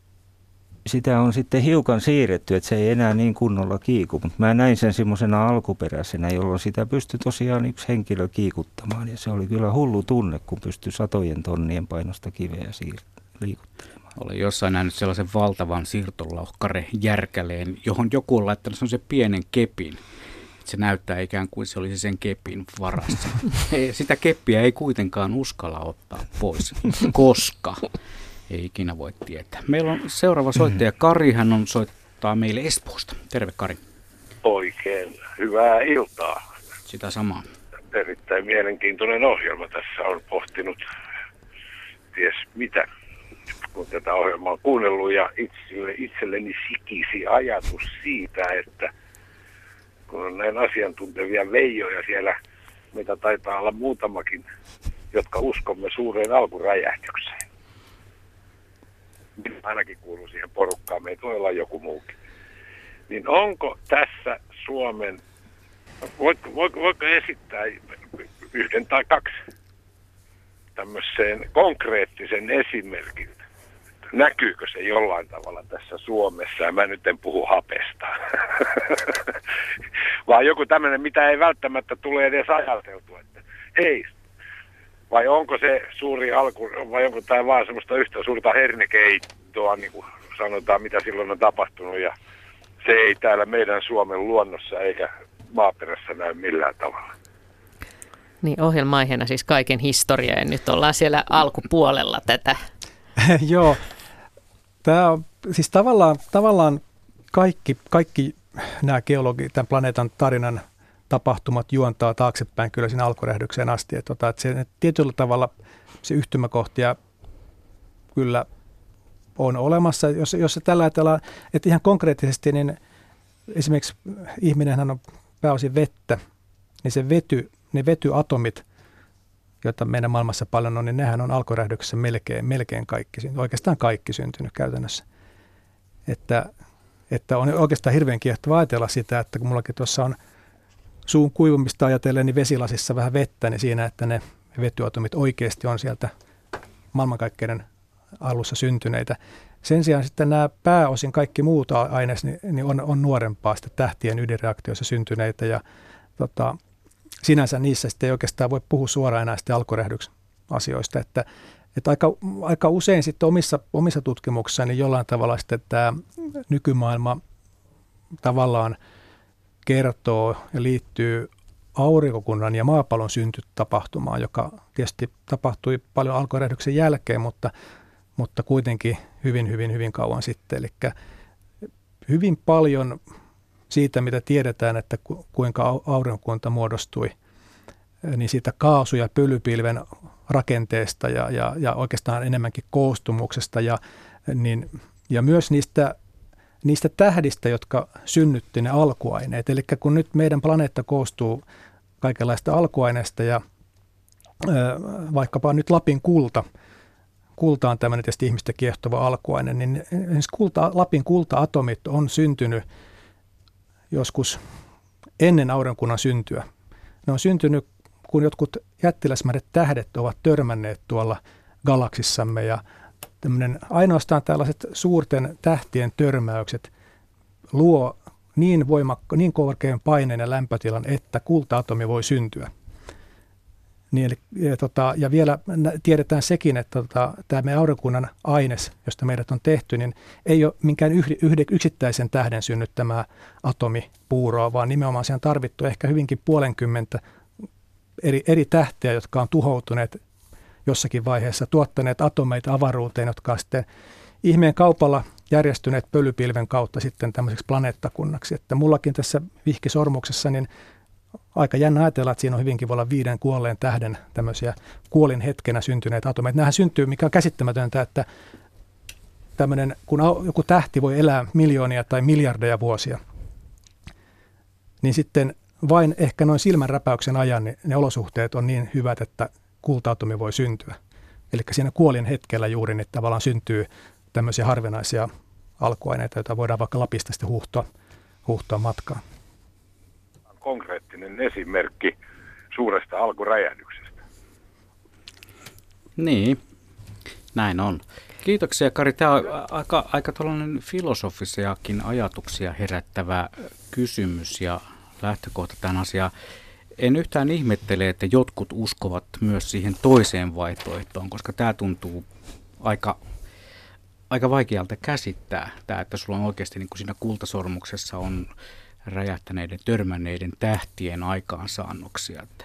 Speaker 3: Sitä on sitten hiukan siirretty, että se ei enää niin kunnolla kiiku, mutta mä näin sen semmoisena alkuperäisenä, jolloin sitä pystyi tosiaan yksi henkilö kiikuttamaan. Ja se oli kyllä hullu tunne, kun pystyi satojen tonnien painosta kiveä siir- liikuttelemaan.
Speaker 4: Olen jossain nähnyt sellaisen valtavan siirtolauhkare-järkäleen, johon joku on laittanut sellaisen pienen kepin. Se näyttää ikään kuin se olisi sen kepin varassa. Sitä keppiä ei kuitenkaan uskalla ottaa pois, koska... Ei ikinä voi tietää. Meillä on seuraava soittaja Kari, hän on soittaa meille Espoosta. Terve Kari.
Speaker 14: Oikein hyvää iltaa.
Speaker 4: Sitä samaa.
Speaker 14: Erittäin mielenkiintoinen ohjelma. Tässä on pohtinut ties mitä, kun tätä ohjelmaa on kuunnellut ja itselle, itselleni sikisi ajatus siitä, että kun on näin asiantuntevia veijoja siellä, mitä taitaa olla muutamakin, jotka uskomme suureen alkuräjähdykseen. Minä ainakin kuulun siihen porukkaan, meitä voi olla joku muukin. Niin onko tässä Suomen, voitko, voitko, voitko esittää yhden tai kaksi tämmöisen konkreettisen esimerkin? Näkyykö se jollain tavalla tässä Suomessa? Ja mä nyt en puhu hapesta. Vaan joku tämmöinen, mitä ei välttämättä tule edes ajateltua, että hei, vai onko se suuri alku, vai onko tämä vaan semmoista yhtä suurta hernekeittoa, niin kuin sanotaan, mitä silloin on tapahtunut, ja se ei täällä meidän Suomen luonnossa eikä maaperässä näy millään tavalla.
Speaker 1: Niin, ohjelma-aiheena siis kaiken historia, ja nyt ollaan siellä alkupuolella tätä.
Speaker 2: Joo, tämä on siis tavallaan, tavallaan kaikki, kaikki nämä geologi, tämän planeetan tarinan tapahtumat juontaa taaksepäin kyllä siinä alkuräjähdykseen asti. Että, tota, että se, tietyllä tavalla se yhtymäkohtia kyllä on olemassa. Jos, jos se tällä ajatellaan, että ihan konkreettisesti, niin esimerkiksi ihminenhän on pääosin vettä, niin se vety, ne vetyatomit, joita meidän maailmassa paljon on, niin nehän on alkuräjähdyksessä melkein, melkein kaikki, oikeastaan kaikki syntynyt käytännössä. Että, että on oikeastaan hirveän kiehtovaa ajatella sitä, että kun mullakin tuossa on suun kuivumista ajatellen, niin vesilasissa vähän vettä, niin siinä, että ne vetyatomit oikeasti on sieltä maailmankaikkeuden alussa syntyneitä. Sen sijaan sitten nämä pääosin kaikki muut aineet niin, niin on, on nuorempaa sitten tähtien ydinreaktioissa syntyneitä ja tota, sinänsä niissä sitten ei oikeastaan voi puhua suoraan enää sitten alkuräjähdyksen asioista, että, että aika, aika usein sitten omissa, omissa tutkimuksissa niin jollain tavalla sitten tämä nykymaailma tavallaan kertoo ja liittyy aurinkokunnan ja maapallon syntytapahtumaan, joka tietysti tapahtui paljon alkuräjähdyksen jälkeen, mutta, mutta kuitenkin hyvin, hyvin, hyvin kauan sitten. Eli hyvin paljon siitä, mitä tiedetään, että kuinka aurinkokunta muodostui, niin siitä kaasu- ja pölypilven rakenteesta ja, ja, ja oikeastaan enemmänkin koostumuksesta ja, niin, ja myös niistä, niistä tähdistä, jotka synnytti ne alkuaineet. Eli kun nyt meidän planeetta koostuu kaikenlaista alkuaineista ja ö, vaikkapa nyt Lapin kulta, kulta on tämmöinen tietysti ihmistä kiehtova alkuaine, niin kulta, Lapin kulta-atomit on syntynyt joskus ennen aurinkokunnan syntyä. Ne on syntynyt, kun jotkut jättiläismäiset tähdet ovat törmänneet tuolla galaksissamme ja ainoastaan tällaiset suurten tähtien törmäykset luo niin, voimakka, niin korkean paineen ja lämpötilan, että kulta-atomi voi syntyä. Niin, ja, tota, ja vielä tiedetään sekin, että tota, tämä meidän aurinkokunnan aines, josta meidät on tehty, niin ei ole minkään yhdi, yhdi, yksittäisen tähden synnyttämää atomipuuroa, vaan nimenomaan siihen on tarvittu ehkä hyvinkin puolenkymmentä eri, eri tähteä, jotka on tuhoutuneet jossakin vaiheessa, tuottaneet atomeita avaruuteen, jotka on sitten ihmeen kaupalla järjestyneet pölypilven kautta sitten tämmöiseksi planeettakunnaksi. Että mullakin tässä vihkisormuksessa niin aika jännä ajatella, että siinä on hyvinkin voi olla viiden kuolleen tähden tämmöisiä kuolin hetkenä syntyneitä atomeita. Nämähän syntyy, mikä on käsittämätöntä, että tämmöinen, kun joku tähti voi elää miljoonia tai miljardeja vuosia, niin sitten vain ehkä noin silmänräpäyksen ajan niin ne olosuhteet on niin hyvät, että kulta-atomi voi syntyä. Eli siinä kuolin hetkellä juuri niin tavallaan syntyy tämmöisiä harvinaisia alkuaineita, joita voidaan vaikka Lapista sitten huuhtoa, huuhtoa matkaan.
Speaker 14: Konkreettinen esimerkki suuresta alkuräjähdyksestä.
Speaker 4: Niin, näin on. Kiitoksia, Kari. Tämä on aika, aika tällainen filosofisiakin ajatuksia herättävä kysymys ja lähtökohta tämän asiaan. En yhtään ihmettele, että jotkut uskovat myös siihen toiseen vaihtoehtoon, koska tämä tuntuu aika, aika vaikealta käsittää. Tämä, että sulla on oikeasti niin kuin siinä kultasormuksessa on räjähtäneiden, törmänneiden tähtien aikaansaannoksia. Että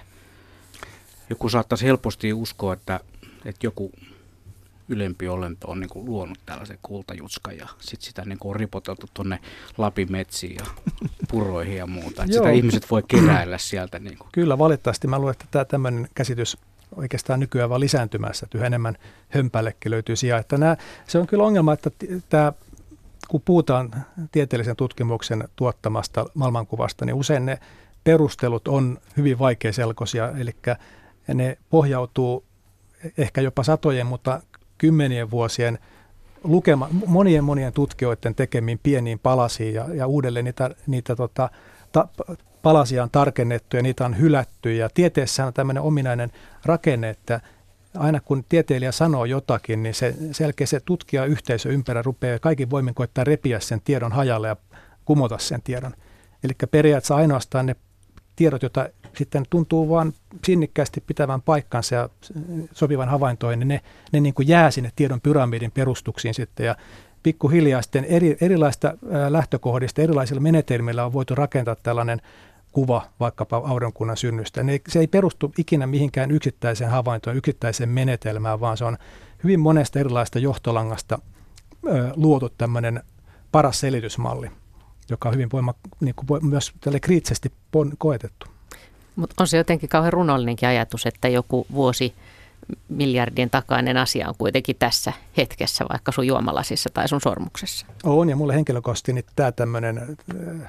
Speaker 4: joku saattaisi helposti uskoa, että, että joku ylempi olento on niin kuin luonut tällaisen kultajutskan ja sitten sitä niin kuin on ripoteltu tuonne Lapin metsiin ja puroihin ja muuta. Että sitä ihmiset voi keräillä sieltä. Niin kuin.
Speaker 2: Kyllä, valitettavasti mä luulen, että tämä tämmöinen käsitys oikeastaan nykyään vaan lisääntymässä, että yhä enemmän hömpällekin löytyy sijaa. Että nämä, se on kyllä ongelma, että tämä, kun puhutaan tieteellisen tutkimuksen tuottamasta maailmankuvasta, niin usein ne perustelut on hyvin vaikeaselkoisia, eli ne pohjautuu ehkä jopa satojen, mutta kymmenien vuosien lukema, monien monien tutkijoiden tekemiin pieniin palasiin ja, ja uudelleen niitä, niitä tota, ta, palasia on tarkennettu ja niitä on hylätty. Ja tieteessä on tämmöinen ominainen rakenne, että aina kun tieteilijä sanoo jotakin, niin se selkeä se tutkijayhteisö ympärillä rupeaa kaikin voimin koittaa repiä sen tiedon hajalle ja kumota sen tiedon. Eli periaatteessa ainoastaan ne tiedot, joita sitten tuntuu vaan sinnikkäästi pitävän paikkansa ja sopivan havaintoihin, niin ne, ne niin kuin jää sinne tiedon pyramidin perustuksiin sitten. Ja pikkuhiljaa sitten eri, erilaista lähtökohdista, erilaisilla menetelmillä on voitu rakentaa tällainen kuva vaikkapa aurinkokunnan synnystä. Ne, se ei perustu ikinä mihinkään yksittäiseen havaintoon, yksittäiseen menetelmään, vaan se on hyvin monesta erilaista johtolangasta ö, luotu tämmöinen paras selitysmalli, joka on hyvin voima, niin kuin myös tälle kriittisesti koetettu.
Speaker 1: Mutta on se jotenkin kauhean runollinenkin ajatus, että joku vuosi miljardien takainen asia on kuitenkin tässä hetkessä, vaikka sun juomalasissa tai sun sormuksessa.
Speaker 2: On, ja mulle henkilökohtaisesti niin tämä tämmöinen äh,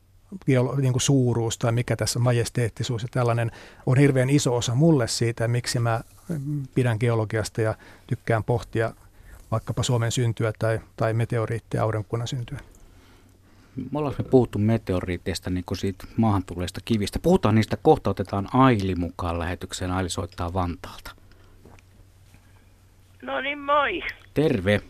Speaker 2: niin kuin suuruus tai mikä tässä majesteettisuus ja tällainen on hirveän iso osa mulle siitä, miksi mä pidän geologiasta ja tykkään pohtia vaikkapa Suomen syntyä tai, tai meteoriittia aurinkokunnan syntyä.
Speaker 4: Me ollaan me puhuttu meteoriiteista, niin kuin siitä maahan tulleista kivistä. Puhutaan niistä kohta, otetaan Aili mukaan lähetykseen. Aili soittaa Vantaalta.
Speaker 15: No niin, moi.
Speaker 4: Terve.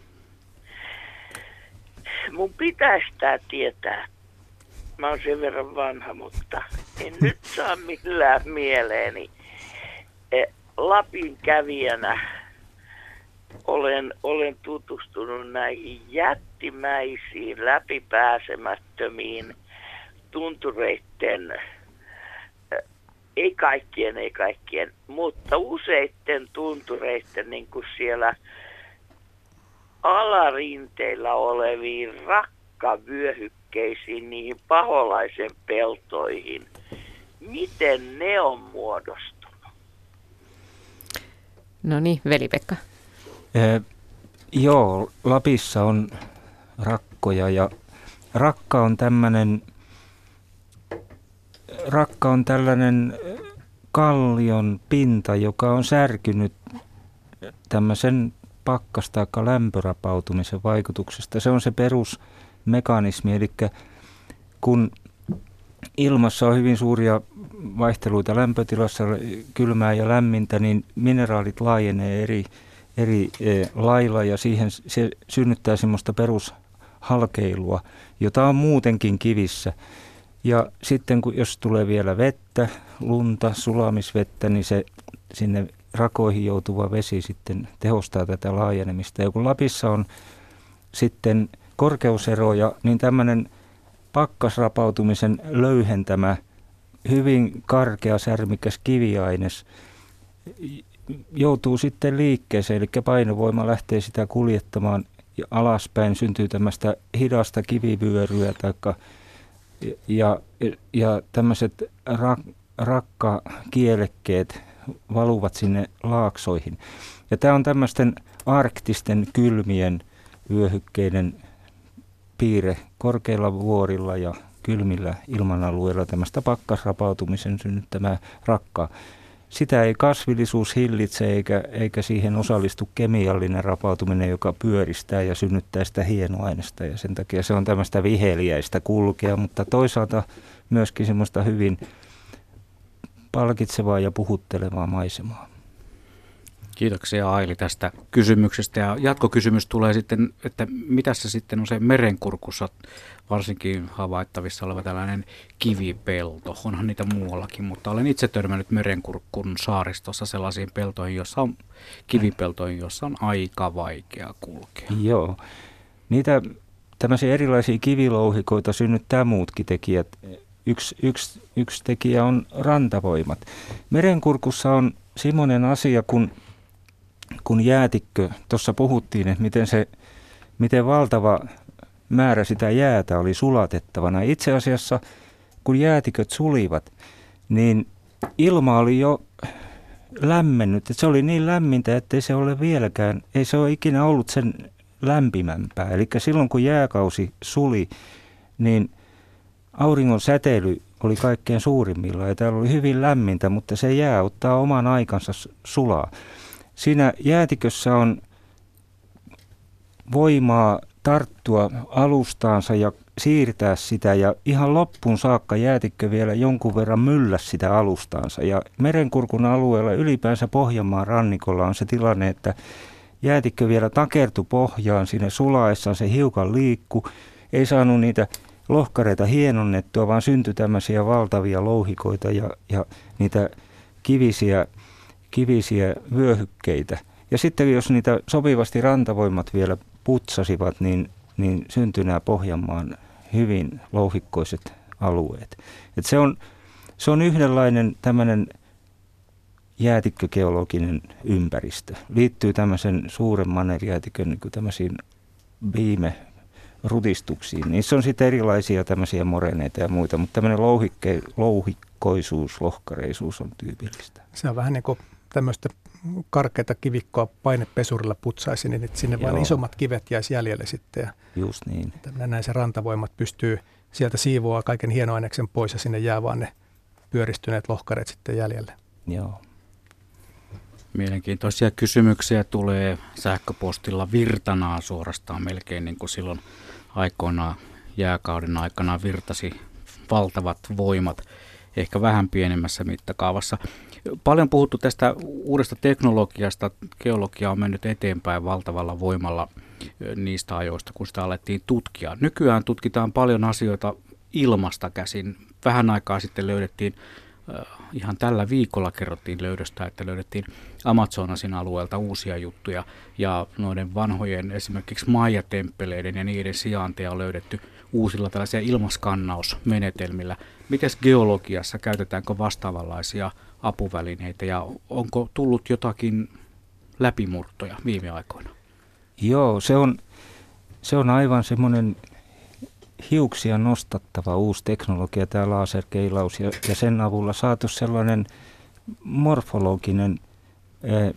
Speaker 15: Mun pitäisi tää tietää. Mä oon sen verran vanha, mutta en nyt saa millään mieleeni. Lapin kävijänä olen, olen tutustunut näihin jättimäisiin, läpipääsemättömiin tuntureitten, ei kaikkien, ei kaikkien, mutta useitten tuntureitten, niin kuin siellä alarinteillä oleviin rakkavyöhykkeisiin, niihin paholaisen peltoihin. Miten ne on muodostunut?
Speaker 1: No niin, Veli-Pekka.
Speaker 3: Eh, joo, Lapissa on rakkoja ja rakka on tämmöinen, rakka on tällainen kallion pinta, joka on särkynyt tämmöisen pakkas- tai lämpörapautumisen vaikutuksesta. Se on se perusmekanismi, eli kun ilmassa on hyvin suuria vaihteluita lämpötilassa, kylmää ja lämmintä, niin mineraalit laajenee eri, eri e, lailla ja siihen se synnyttää semmoista perushalkeilua, jota on muutenkin kivissä. Ja sitten kun, jos tulee vielä vettä, lunta, sulamisvettä, niin se sinne rakoihin joutuva vesi sitten tehostaa tätä laajenemista. Ja kun Lapissa on sitten korkeuseroja, niin tämmöinen pakkasrapautumisen löyhentämä, hyvin karkea särmikäs kiviaines joutuu sitten liikkeeseen, eli painovoima lähtee sitä kuljettamaan ja alaspäin, syntyy tämmöistä hidasta kivivyöryä taikka, ja, ja tämmöiset rak, rakkakielekkeet valuvat sinne laaksoihin. Ja tämä on tämmöisten arktisten kylmien vyöhykkeiden piirre korkeilla vuorilla ja kylmillä ilmanalueilla, tämmöistä pakkasrapautumisen synnyttämää rakkaa. Sitä ei kasvillisuus hillitse eikä, eikä siihen osallistu kemiallinen rapautuminen, joka pyöristää ja synnyttää sitä hienoainesta. Ja sen takia se on tämmöistä viheliäistä kulkea, mutta toisaalta myöskin semmoista hyvin palkitsevaa ja puhuttelevaa maisemaa.
Speaker 4: Kiitoksia Aili tästä kysymyksestä. Ja jatkokysymys tulee sitten, että mitä se sitten on se merenkurkussa varsinkin havaittavissa oleva tällainen kivipelto. Onhan niitä muuallakin, mutta olen itse törmännyt merenkurkun saaristossa sellaisiin peltoihin, joissa on kivipeltoihin, joissa on aika vaikea kulkea.
Speaker 3: Joo. Niitä tämmöisiä erilaisia kivilouhikoita synnyttää muutkin tekijät. Yksi, yksi, yksi tekijä on rantavoimat. Merenkurkussa on semmoinen asia, kun kun jäätikkö, tuossa puhuttiin, että miten, se, miten valtava määrä sitä jäätä oli sulatettavana. Itse asiassa, kun jäätiköt sulivat, niin ilma oli jo lämmennyt. Että se oli niin lämmintä, ettei se ole vieläkään, ei se ole ikinä ollut sen lämpimämpää. Eli silloin, kun jääkausi suli, niin auringon säteily oli kaikkein suurimmillaan. Ja täällä oli hyvin lämmintä, mutta se jää ottaa oman aikansa sulaa. Siinä jäätikössä on voimaa tarttua alustaansa ja siirtää sitä ja ihan loppuun saakka jäätikkö vielä jonkun verran mylläs sitä alustaansa. Ja merenkurkun alueella ylipäänsä Pohjanmaan rannikolla on se tilanne, että jäätikkö vielä takertui pohjaan siinä sulaessaan, se hiukan liikku, ei saanut niitä lohkareita hienonnettua, vaan syntyi tämmöisiä valtavia louhikoita ja, ja niitä kivisiä kivisiä vyöhykkeitä. Ja sitten jos niitä sopivasti rantavoimat vielä putsasivat, niin, niin syntyi nämä Pohjanmaan hyvin louhikkoiset alueet. Et se, on, se on yhdenlainen tämmöinen jäätikkögeologinen ympäristö. Liittyy tämmöisen suuren mannerjäätikön niin kuin tämmöisiin viime rutistuksiin. Niissä on sitten erilaisia tämmöisiä moreneita ja muita, mutta tämmöinen louhikke, louhikkoisuus, lohkareisuus on tyypillistä.
Speaker 2: Se on vähän niin kuin tämmöistä karkeata kivikkoa painepesurilla putsaisi, niin että sinne Joo. vain isommat kivet jäisi jäljelle sitten. Ja
Speaker 3: just niin.
Speaker 2: Näin se rantavoimat pystyy sieltä siivoaa kaiken hienoaineksen pois ja sinne jää vaan ne pyöristyneet lohkareet sitten jäljelle.
Speaker 3: Joo.
Speaker 4: Mielenkiintoisia kysymyksiä tulee sähköpostilla virtanaa suorastaan melkein niin kuin silloin aikoinaan jääkauden aikana virtasi valtavat voimat, ehkä vähän pienemmässä mittakaavassa. Paljon puhuttu tästä uudesta teknologiasta. Geologia on mennyt eteenpäin valtavalla voimalla niistä ajoista, kun sitä alettiin tutkia. Nykyään tutkitaan paljon asioita ilmasta käsin. Vähän aikaa sitten löydettiin, ihan tällä viikolla kerrottiin löydöstä, että löydettiin Amazonasin alueelta uusia juttuja. Ja noiden vanhojen esimerkiksi Maija-temppeleiden ja niiden sijainteja on löydetty uusilla tällaisia ilmaskannausmenetelmillä. Mites geologiassa, käytetäänkö vastaavanlaisia apuvälineitä ja onko tullut jotakin läpimurtoja viime aikoina?
Speaker 3: Joo, se on, se on aivan semmoinen hiuksia nostattava uusi teknologia, tämä laserkeilaus, ja, ja sen avulla saatu sellainen morfologinen, ää,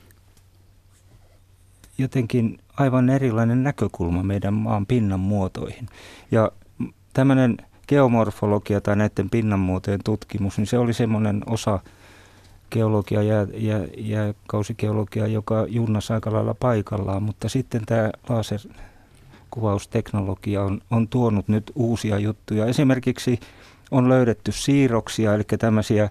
Speaker 3: jotenkin aivan erilainen näkökulma meidän maan pinnan muotoihin. Ja tämmöinen geomorfologia tai näiden pinnanmuotojen tutkimus, niin se oli semmoinen osa geologia ja, ja, ja kausikeologia, joka junnasi aika lailla paikallaan, mutta sitten tämä laserkuvausteknologia on, on tuonut nyt uusia juttuja. Esimerkiksi on löydetty siirroksia, eli tämmöisiä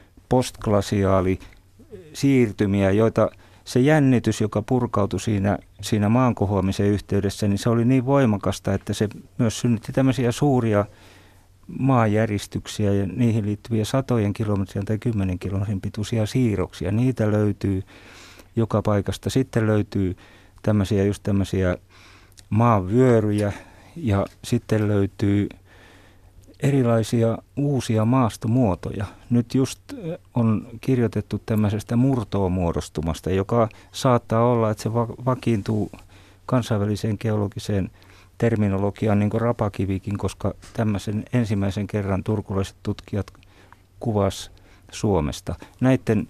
Speaker 3: postglasiaalisiirtymiä, joita se jännitys, joka purkautui siinä, siinä maankohoamisen yhteydessä, niin se oli niin voimakasta, että se myös synnytti tämmöisiä suuria maanjäristyksiä ja niihin liittyviä satojen kilometrien tai kymmenen kilometrin pituisia siirroksia. Niitä löytyy joka paikasta. Sitten löytyy tämmöisiä just tämmöisiä maanvyöryjä ja sitten löytyy erilaisia uusia maastomuotoja. Nyt just on kirjoitettu tämmöisestä murtoon muodostumasta, joka saattaa olla, että se vakiintuu kansainväliseen geologiseen terminologiaan niin kuin rapakivikin, koska tämmöisen ensimmäisen kerran turkulaiset tutkijat kuvas Suomesta. Näiden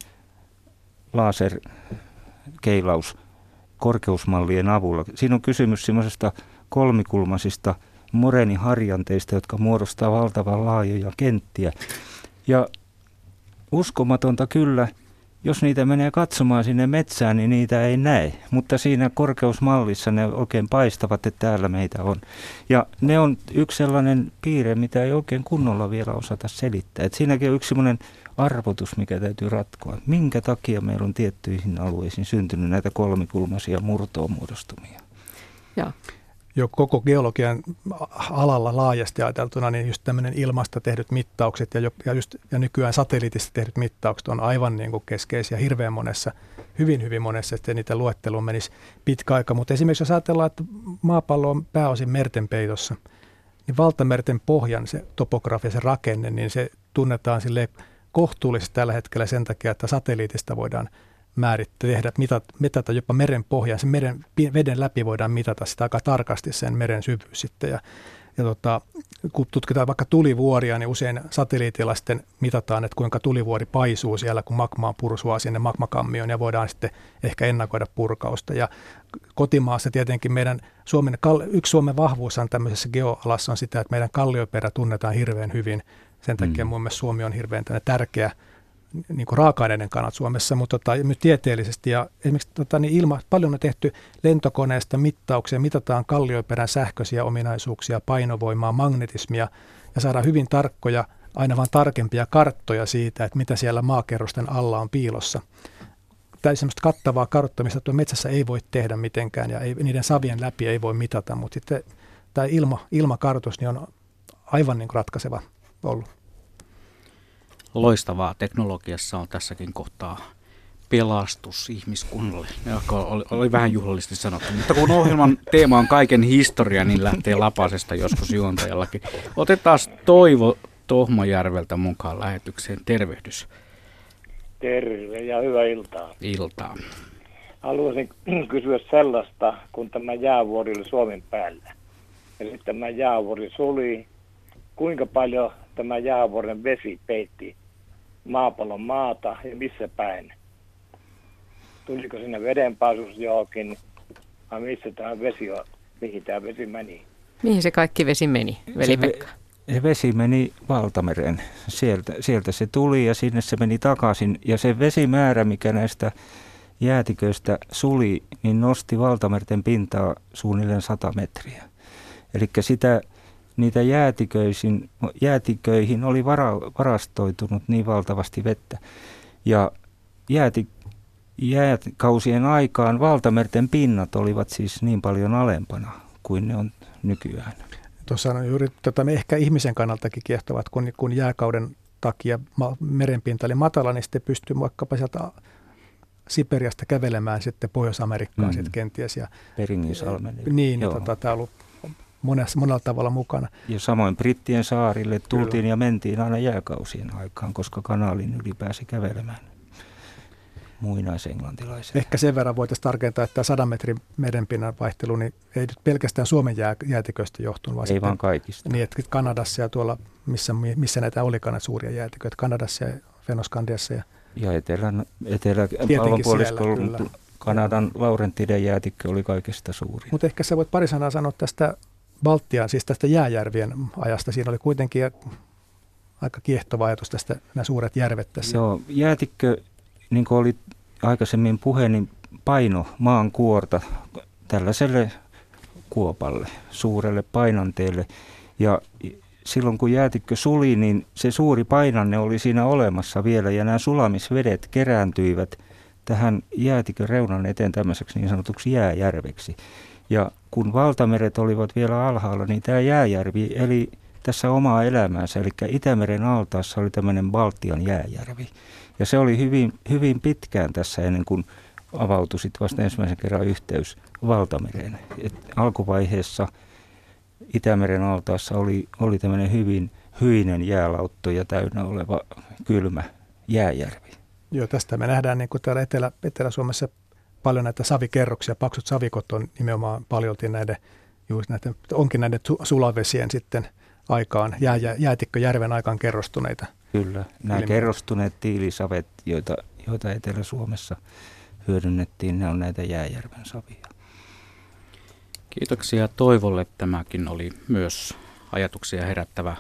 Speaker 3: laserkeilaus korkeusmallien avulla. Siinä on kysymys semmoisesta kolmikulmaisista moreeniharjanteista, jotka muodostaa valtavan laajoja kenttiä. Ja uskomatonta kyllä, jos niitä menee katsomaan sinne metsään, niin niitä ei näe. Mutta siinä korkeusmallissa ne oikein paistavat, että täällä meitä on. Ja ne on yksi sellainen piirre, mitä ei oikein kunnolla vielä osata selittää. Et siinäkin on yksi sellainen arvotus, mikä täytyy ratkoa. Minkä takia meillä on tiettyihin alueisiin syntynyt näitä kolmikulmaisia murtoon muodostumia?
Speaker 1: Joo.
Speaker 2: Jo koko geologian alalla laajasti ajateltuna, niin just tämmöinen ilmasta tehdyt mittaukset ja, jo, ja, just, ja nykyään satelliitista tehdyt mittaukset on aivan niin kuin keskeisiä hirveän monessa, hyvin hyvin monessa, että niitä luetteluun menisi pitkä aika. Mutta esimerkiksi jos ajatellaan, että maapallo on pääosin merten peitossa, niin valtamerten pohjan se topografia, se rakenne, niin se tunnetaan silleen kohtuullisesti tällä hetkellä sen takia, että satelliitista voidaan määrittää, tehdä, mitata, mitata jopa meren pohjaa. Sen meren, veden läpi voidaan mitata sitä aika tarkasti sen meren syvyys sitten. Ja, ja tota, kun tutkitaan vaikka tulivuoria, niin usein satelliitilla sitten mitataan, että kuinka tulivuori paisuu siellä, kun magmaa pursuaa sinne magmakammioon ja voidaan sitten ehkä ennakoida purkausta. Ja kotimaassa tietenkin meidän Suomen, yksi Suomen vahvuus on tämmöisessä geoalassa on sitä, että meidän kallioperä tunnetaan hirveän hyvin. Sen takia mm. mun mielestä Suomi on hirveän tärkeä niin kuin raaka-aineiden kannat Suomessa, mutta tota, myös tieteellisesti. Ja esimerkiksi tota, niin ilma, paljon on tehty lentokoneesta mittauksia, mitataan kallioperän sähköisiä ominaisuuksia, painovoimaa, magnetismia ja saadaan hyvin tarkkoja, aina vaan tarkempia karttoja siitä, että mitä siellä maakerrosten alla on piilossa. Tämä semmoista kattavaa karttamista tuo metsässä ei voi tehdä mitenkään ja ei, niiden savien läpi ei voi mitata, mutta sitten tämä ilma, ilmakartoitus niin on aivan niin kuin ratkaiseva ollut.
Speaker 4: Loistavaa teknologiassa on tässäkin kohtaa pelastus ihmiskunnalle. Oli, oli vähän juhlallisesti sanottu, mutta kun ohjelman teema on kaiken historia, niin lähtee lapasesta joskus juontajallakin. Otetaan Toivo Tohmajärveltä mukaan lähetykseen. Tervehdys.
Speaker 16: Terve ja hyvää iltaa.
Speaker 4: Iltaa.
Speaker 16: Haluaisin kysyä sellaista, kun tämä jäävuori oli Suomen päällä. Eli tämä jäävuori suli. Kuinka paljon tämä jäävuoren vesi peitti maapallon maata ja missä päin? Tuliko sinne vedenpaisus johonkin vai missä tämä vesi on, mihin tämä vesi meni?
Speaker 1: Mihin se kaikki vesi meni, veli-Pekka?
Speaker 3: Se, se vesi meni Valtameren. Sieltä, sieltä se tuli ja sinne se meni takaisin. Ja se vesimäärä, mikä näistä jäätiköistä suli, niin nosti Valtamerten pintaa suunnilleen sata metriä. Eli sitä... Niitä jäätiköihin, jäätiköihin oli vara, varastoitunut niin valtavasti vettä. Ja jääti, jääkausien aikaan valtamerten pinnat olivat siis niin paljon alempana kuin ne on nykyään.
Speaker 2: Tuossa on juuri tota, ehkä ihmisen kannaltakin kiehtovat, kun, kun jääkauden takia merenpinta oli matala, niin sitten pystyy vaikkapa sieltä Siperiasta kävelemään sitten Pohjois-Amerikkaan mm. sitten kenties. Ja,
Speaker 3: Peringinsalmen.
Speaker 2: Niin, ja tota, tämä on ollut Monessa, monella tavalla mukana.
Speaker 3: Ja samoin Brittien saarille tultiin Kyllä. ja mentiin aina jääkausien aikaan, koska kanaalin yli pääsi kävelemään. muinaisenglantilaisia.
Speaker 2: Ehkä sen verran voitaisiin tarkentaa, että tämä sadan metrin merenpinnan vaihtelu niin ei nyt pelkästään Suomen jää, jäätiköistä johtunut, vaan,
Speaker 3: ei vaan kaikista.
Speaker 2: Niin, että Kanadassa ja tuolla, missä, missä näitä olikaan näitä suuria jäätiköitä, Kanadassa ja Fennoskandiassa. Ja,
Speaker 3: ja etelän, etelä, pallonpuoliskolla Kanadan Laurentiden jäätikkö oli kaikista suurin.
Speaker 2: Mutta ehkä sä voit pari sanaa sanoa tästä Baltian, siis tästä jääjärvien ajasta. Siinä oli kuitenkin aika kiehtova ajatus tästä, nämä suuret järvet tässä.
Speaker 3: Joo, jäätikkö, niin kuin oli aikaisemmin puhe, niin paino maan kuorta tällaiselle kuopalle, suurelle painanteelle. Ja silloin kun jäätikkö suli, niin se suuri painanne oli siinä olemassa vielä ja nämä sulamisvedet kerääntyivät tähän jäätikön reunan eteen tämmöiseksi niin sanotuksi jääjärveksi. Ja kun valtameret olivat vielä alhaalla, niin tämä jääjärvi eli tässä omaa elämäänsä, eli Itämeren altaassa oli tämmöinen Baltian jääjärvi. Ja se oli hyvin, hyvin pitkään tässä ennen kuin avautui sitten vasta ensimmäisen kerran yhteys valtamereen. Et alkuvaiheessa Itämeren altaassa oli, oli tämmöinen hyvin hyinen jäälauttoja täynnä oleva kylmä jääjärvi.
Speaker 2: Joo, tästä me nähdään niin kuin täällä Etelä, Etelä-Suomessa paljon näitä savikerroksia. Paksut savikot on nimenomaan paljolti näiden, juuri näiden, onkin näiden sulavesien sitten aikaan, jää, jäätikköjärven aikaan kerrostuneita.
Speaker 3: Kyllä, nämä ilmiö. kerrostuneet tiilisavet, joita, joita Etelä-Suomessa hyödynnettiin, ne on näitä jääjärven savia.
Speaker 4: Kiitoksia Toivolle. Tämäkin oli myös ajatuksia herättävä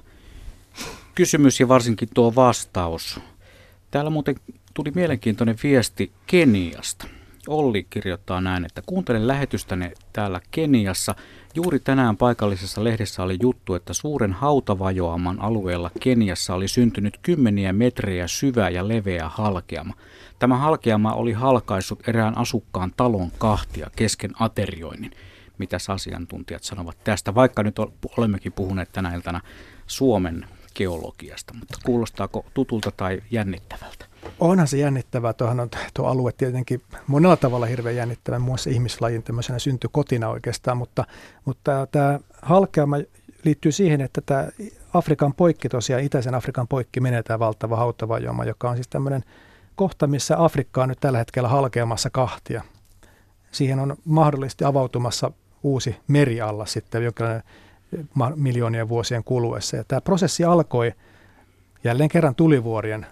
Speaker 4: kysymys ja varsinkin tuo vastaus. Täällä muuten tuli mielenkiintoinen viesti Keniasta. Olli kirjoittaa näin, että kuuntelen lähetystäne täällä Keniassa. Juuri tänään paikallisessa lehdessä oli juttu, että suuren hautavajoaman alueella Keniassa oli syntynyt kymmeniä metrejä syvä ja leveä halkeama. Tämä halkeama oli halkaissut erään asukkaan talon kahtia kesken aterioinnin. Mitäs asiantuntijat sanovat tästä, vaikka nyt olemmekin puhuneet tänä iltana Suomen geologiasta, mutta kuulostaako tutulta tai jännittävältä?
Speaker 2: Onhan se jännittävää. Tuohan on tuo alue tietenkin monella tavalla hirveän jännittävä, muun muassa ihmislajin tämmöisenä syntykotina oikeastaan, mutta, mutta tämä halkeama liittyy siihen, että tämä Afrikan poikki tosiaan, itäisen Afrikan poikki menee tämä valtava hautavajoama, joka on siis tämmöinen kohta, missä Afrikka on nyt tällä hetkellä halkeamassa kahtia. Siihen on mahdollisesti avautumassa uusi merialla sitten jokainen miljoonien vuosien kuluessa. Ja tämä prosessi alkoi jälleen kerran tulivuorien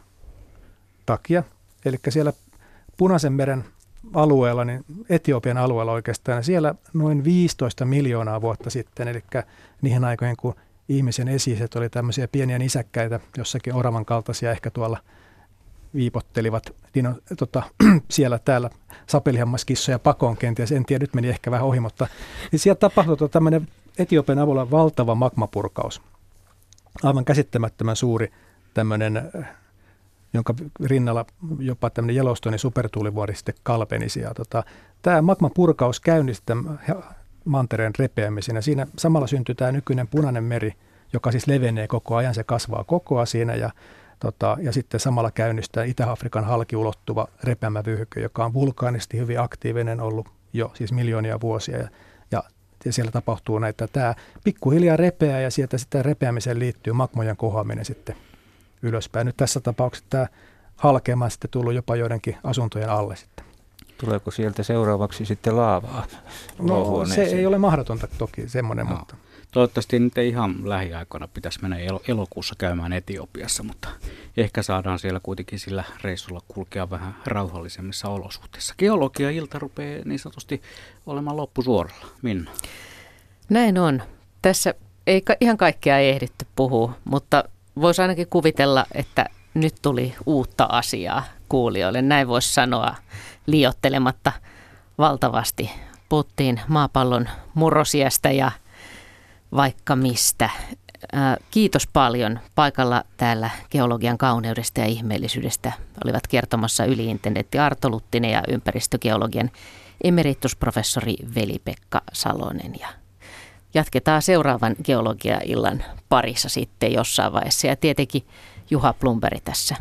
Speaker 2: takia. Eli siellä Punaisen meren alueella, niin Etiopian alueella oikeastaan, ja siellä noin viisitoista miljoonaa vuotta sitten, eli niihin aikoihin, kun ihmisen esi-isät oli tämmöisiä pieniä nisäkkäitä, jossakin oravan kaltaisia, ehkä tuolla viipottelivat dino, tota, siellä täällä sapelihammaskissoja pakoon kenties, en tiedä, nyt meni ehkä vähän ohi, mutta niin siellä tapahtui tota, tämmöinen Etiopian avulla valtava magmapurkaus. Aivan käsittämättömän suuri tämmöinen, jonka rinnalla jopa tämmöinen Yellowstonein supertuulivuori sitten kalpenisi. Ja tota, tämä magmapurkaus käynnisti tämän mantereen repeämisen ja siinä samalla syntyi tämä nykyinen Punainen meri, joka siis levenee koko ajan, se kasvaa koko ajan siinä ja Tota, ja sitten samalla käynnistää Itä-Afrikan halki ulottuva repeämävyöhyke, joka on vulkaanisesti hyvin aktiivinen ollut jo siis miljoonia vuosia. Ja, ja, ja siellä tapahtuu näitä, tämä pikkuhiljaa repeää ja sieltä sitä repeämiseen liittyy magmojen kohoaminen sitten ylöspäin. Nyt tässä tapauksessa tämä halkeama on sitten tullut jopa joidenkin asuntojen alle sitten.
Speaker 3: Tuleeko sieltä seuraavaksi sitten laavaa?
Speaker 2: No se ei ole mahdotonta toki semmoinen, no. mutta...
Speaker 4: Toivottavasti nyt ei ihan lähiaikoina pitäisi mennä elokuussa käymään Etiopiassa, mutta ehkä saadaan siellä kuitenkin sillä reissulla kulkea vähän rauhallisemmissa olosuhteissa. Geologia-ilta rupeaa niin sanotusti olemaan loppusuoralla. Minna?
Speaker 1: Näin on. Tässä ei ihan kaikkea ehditty puhua, mutta voisi ainakin kuvitella, että nyt tuli uutta asiaa kuulijoille. Näin voisi sanoa liioittelematta valtavasti. Puhuttiin maapallon murrosiästä ja vaikka mistä. Kiitos paljon paikalla täällä geologian kauneudesta ja ihmeellisyydestä. Olivat kertomassa yliintendentti Arto Luttinen ja ympäristögeologian emeritusprofessori Veli-Pekka Salonen. Ja jatketaan seuraavan geologia-illan parissa sitten jossain vaiheessa ja tietenkin Juha Plumberg tässä.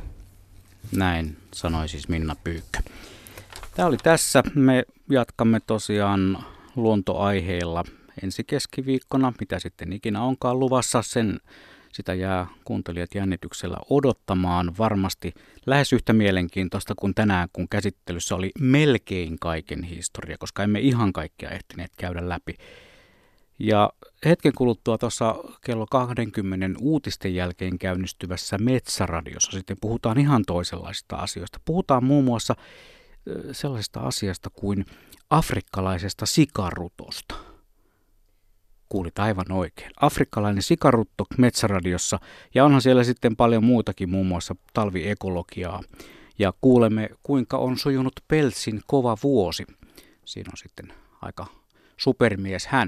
Speaker 4: Näin sanoi siis Minna Pyykkö. Tämä oli tässä. Me jatkamme tosiaan luontoaiheilla ensi keskiviikkona, mitä sitten ikinä onkaan luvassa, sen sitä jää kuuntelijat jännityksellä odottamaan. Varmasti lähes yhtä mielenkiintoista kuin tänään, kun käsittelyssä oli melkein kaiken historia, koska emme ihan kaikkea ehtineet käydä läpi. Ja hetken kuluttua tuossa kello kaksikymmentä uutisten jälkeen käynnistyvässä Metsäradiossa sitten puhutaan ihan toisenlaisista asioista. Puhutaan muun muassa sellaisesta asiasta kuin afrikkalaisesta sikarutosta. Kuulit aivan oikein. Afrikkalainen sikarutto Metsäradiossa, ja onhan siellä sitten paljon muutakin, muun muassa talviekologiaa. Ja kuulemme, kuinka on sujunut Peltsin kova vuosi. Siinä on sitten aika supermies hän.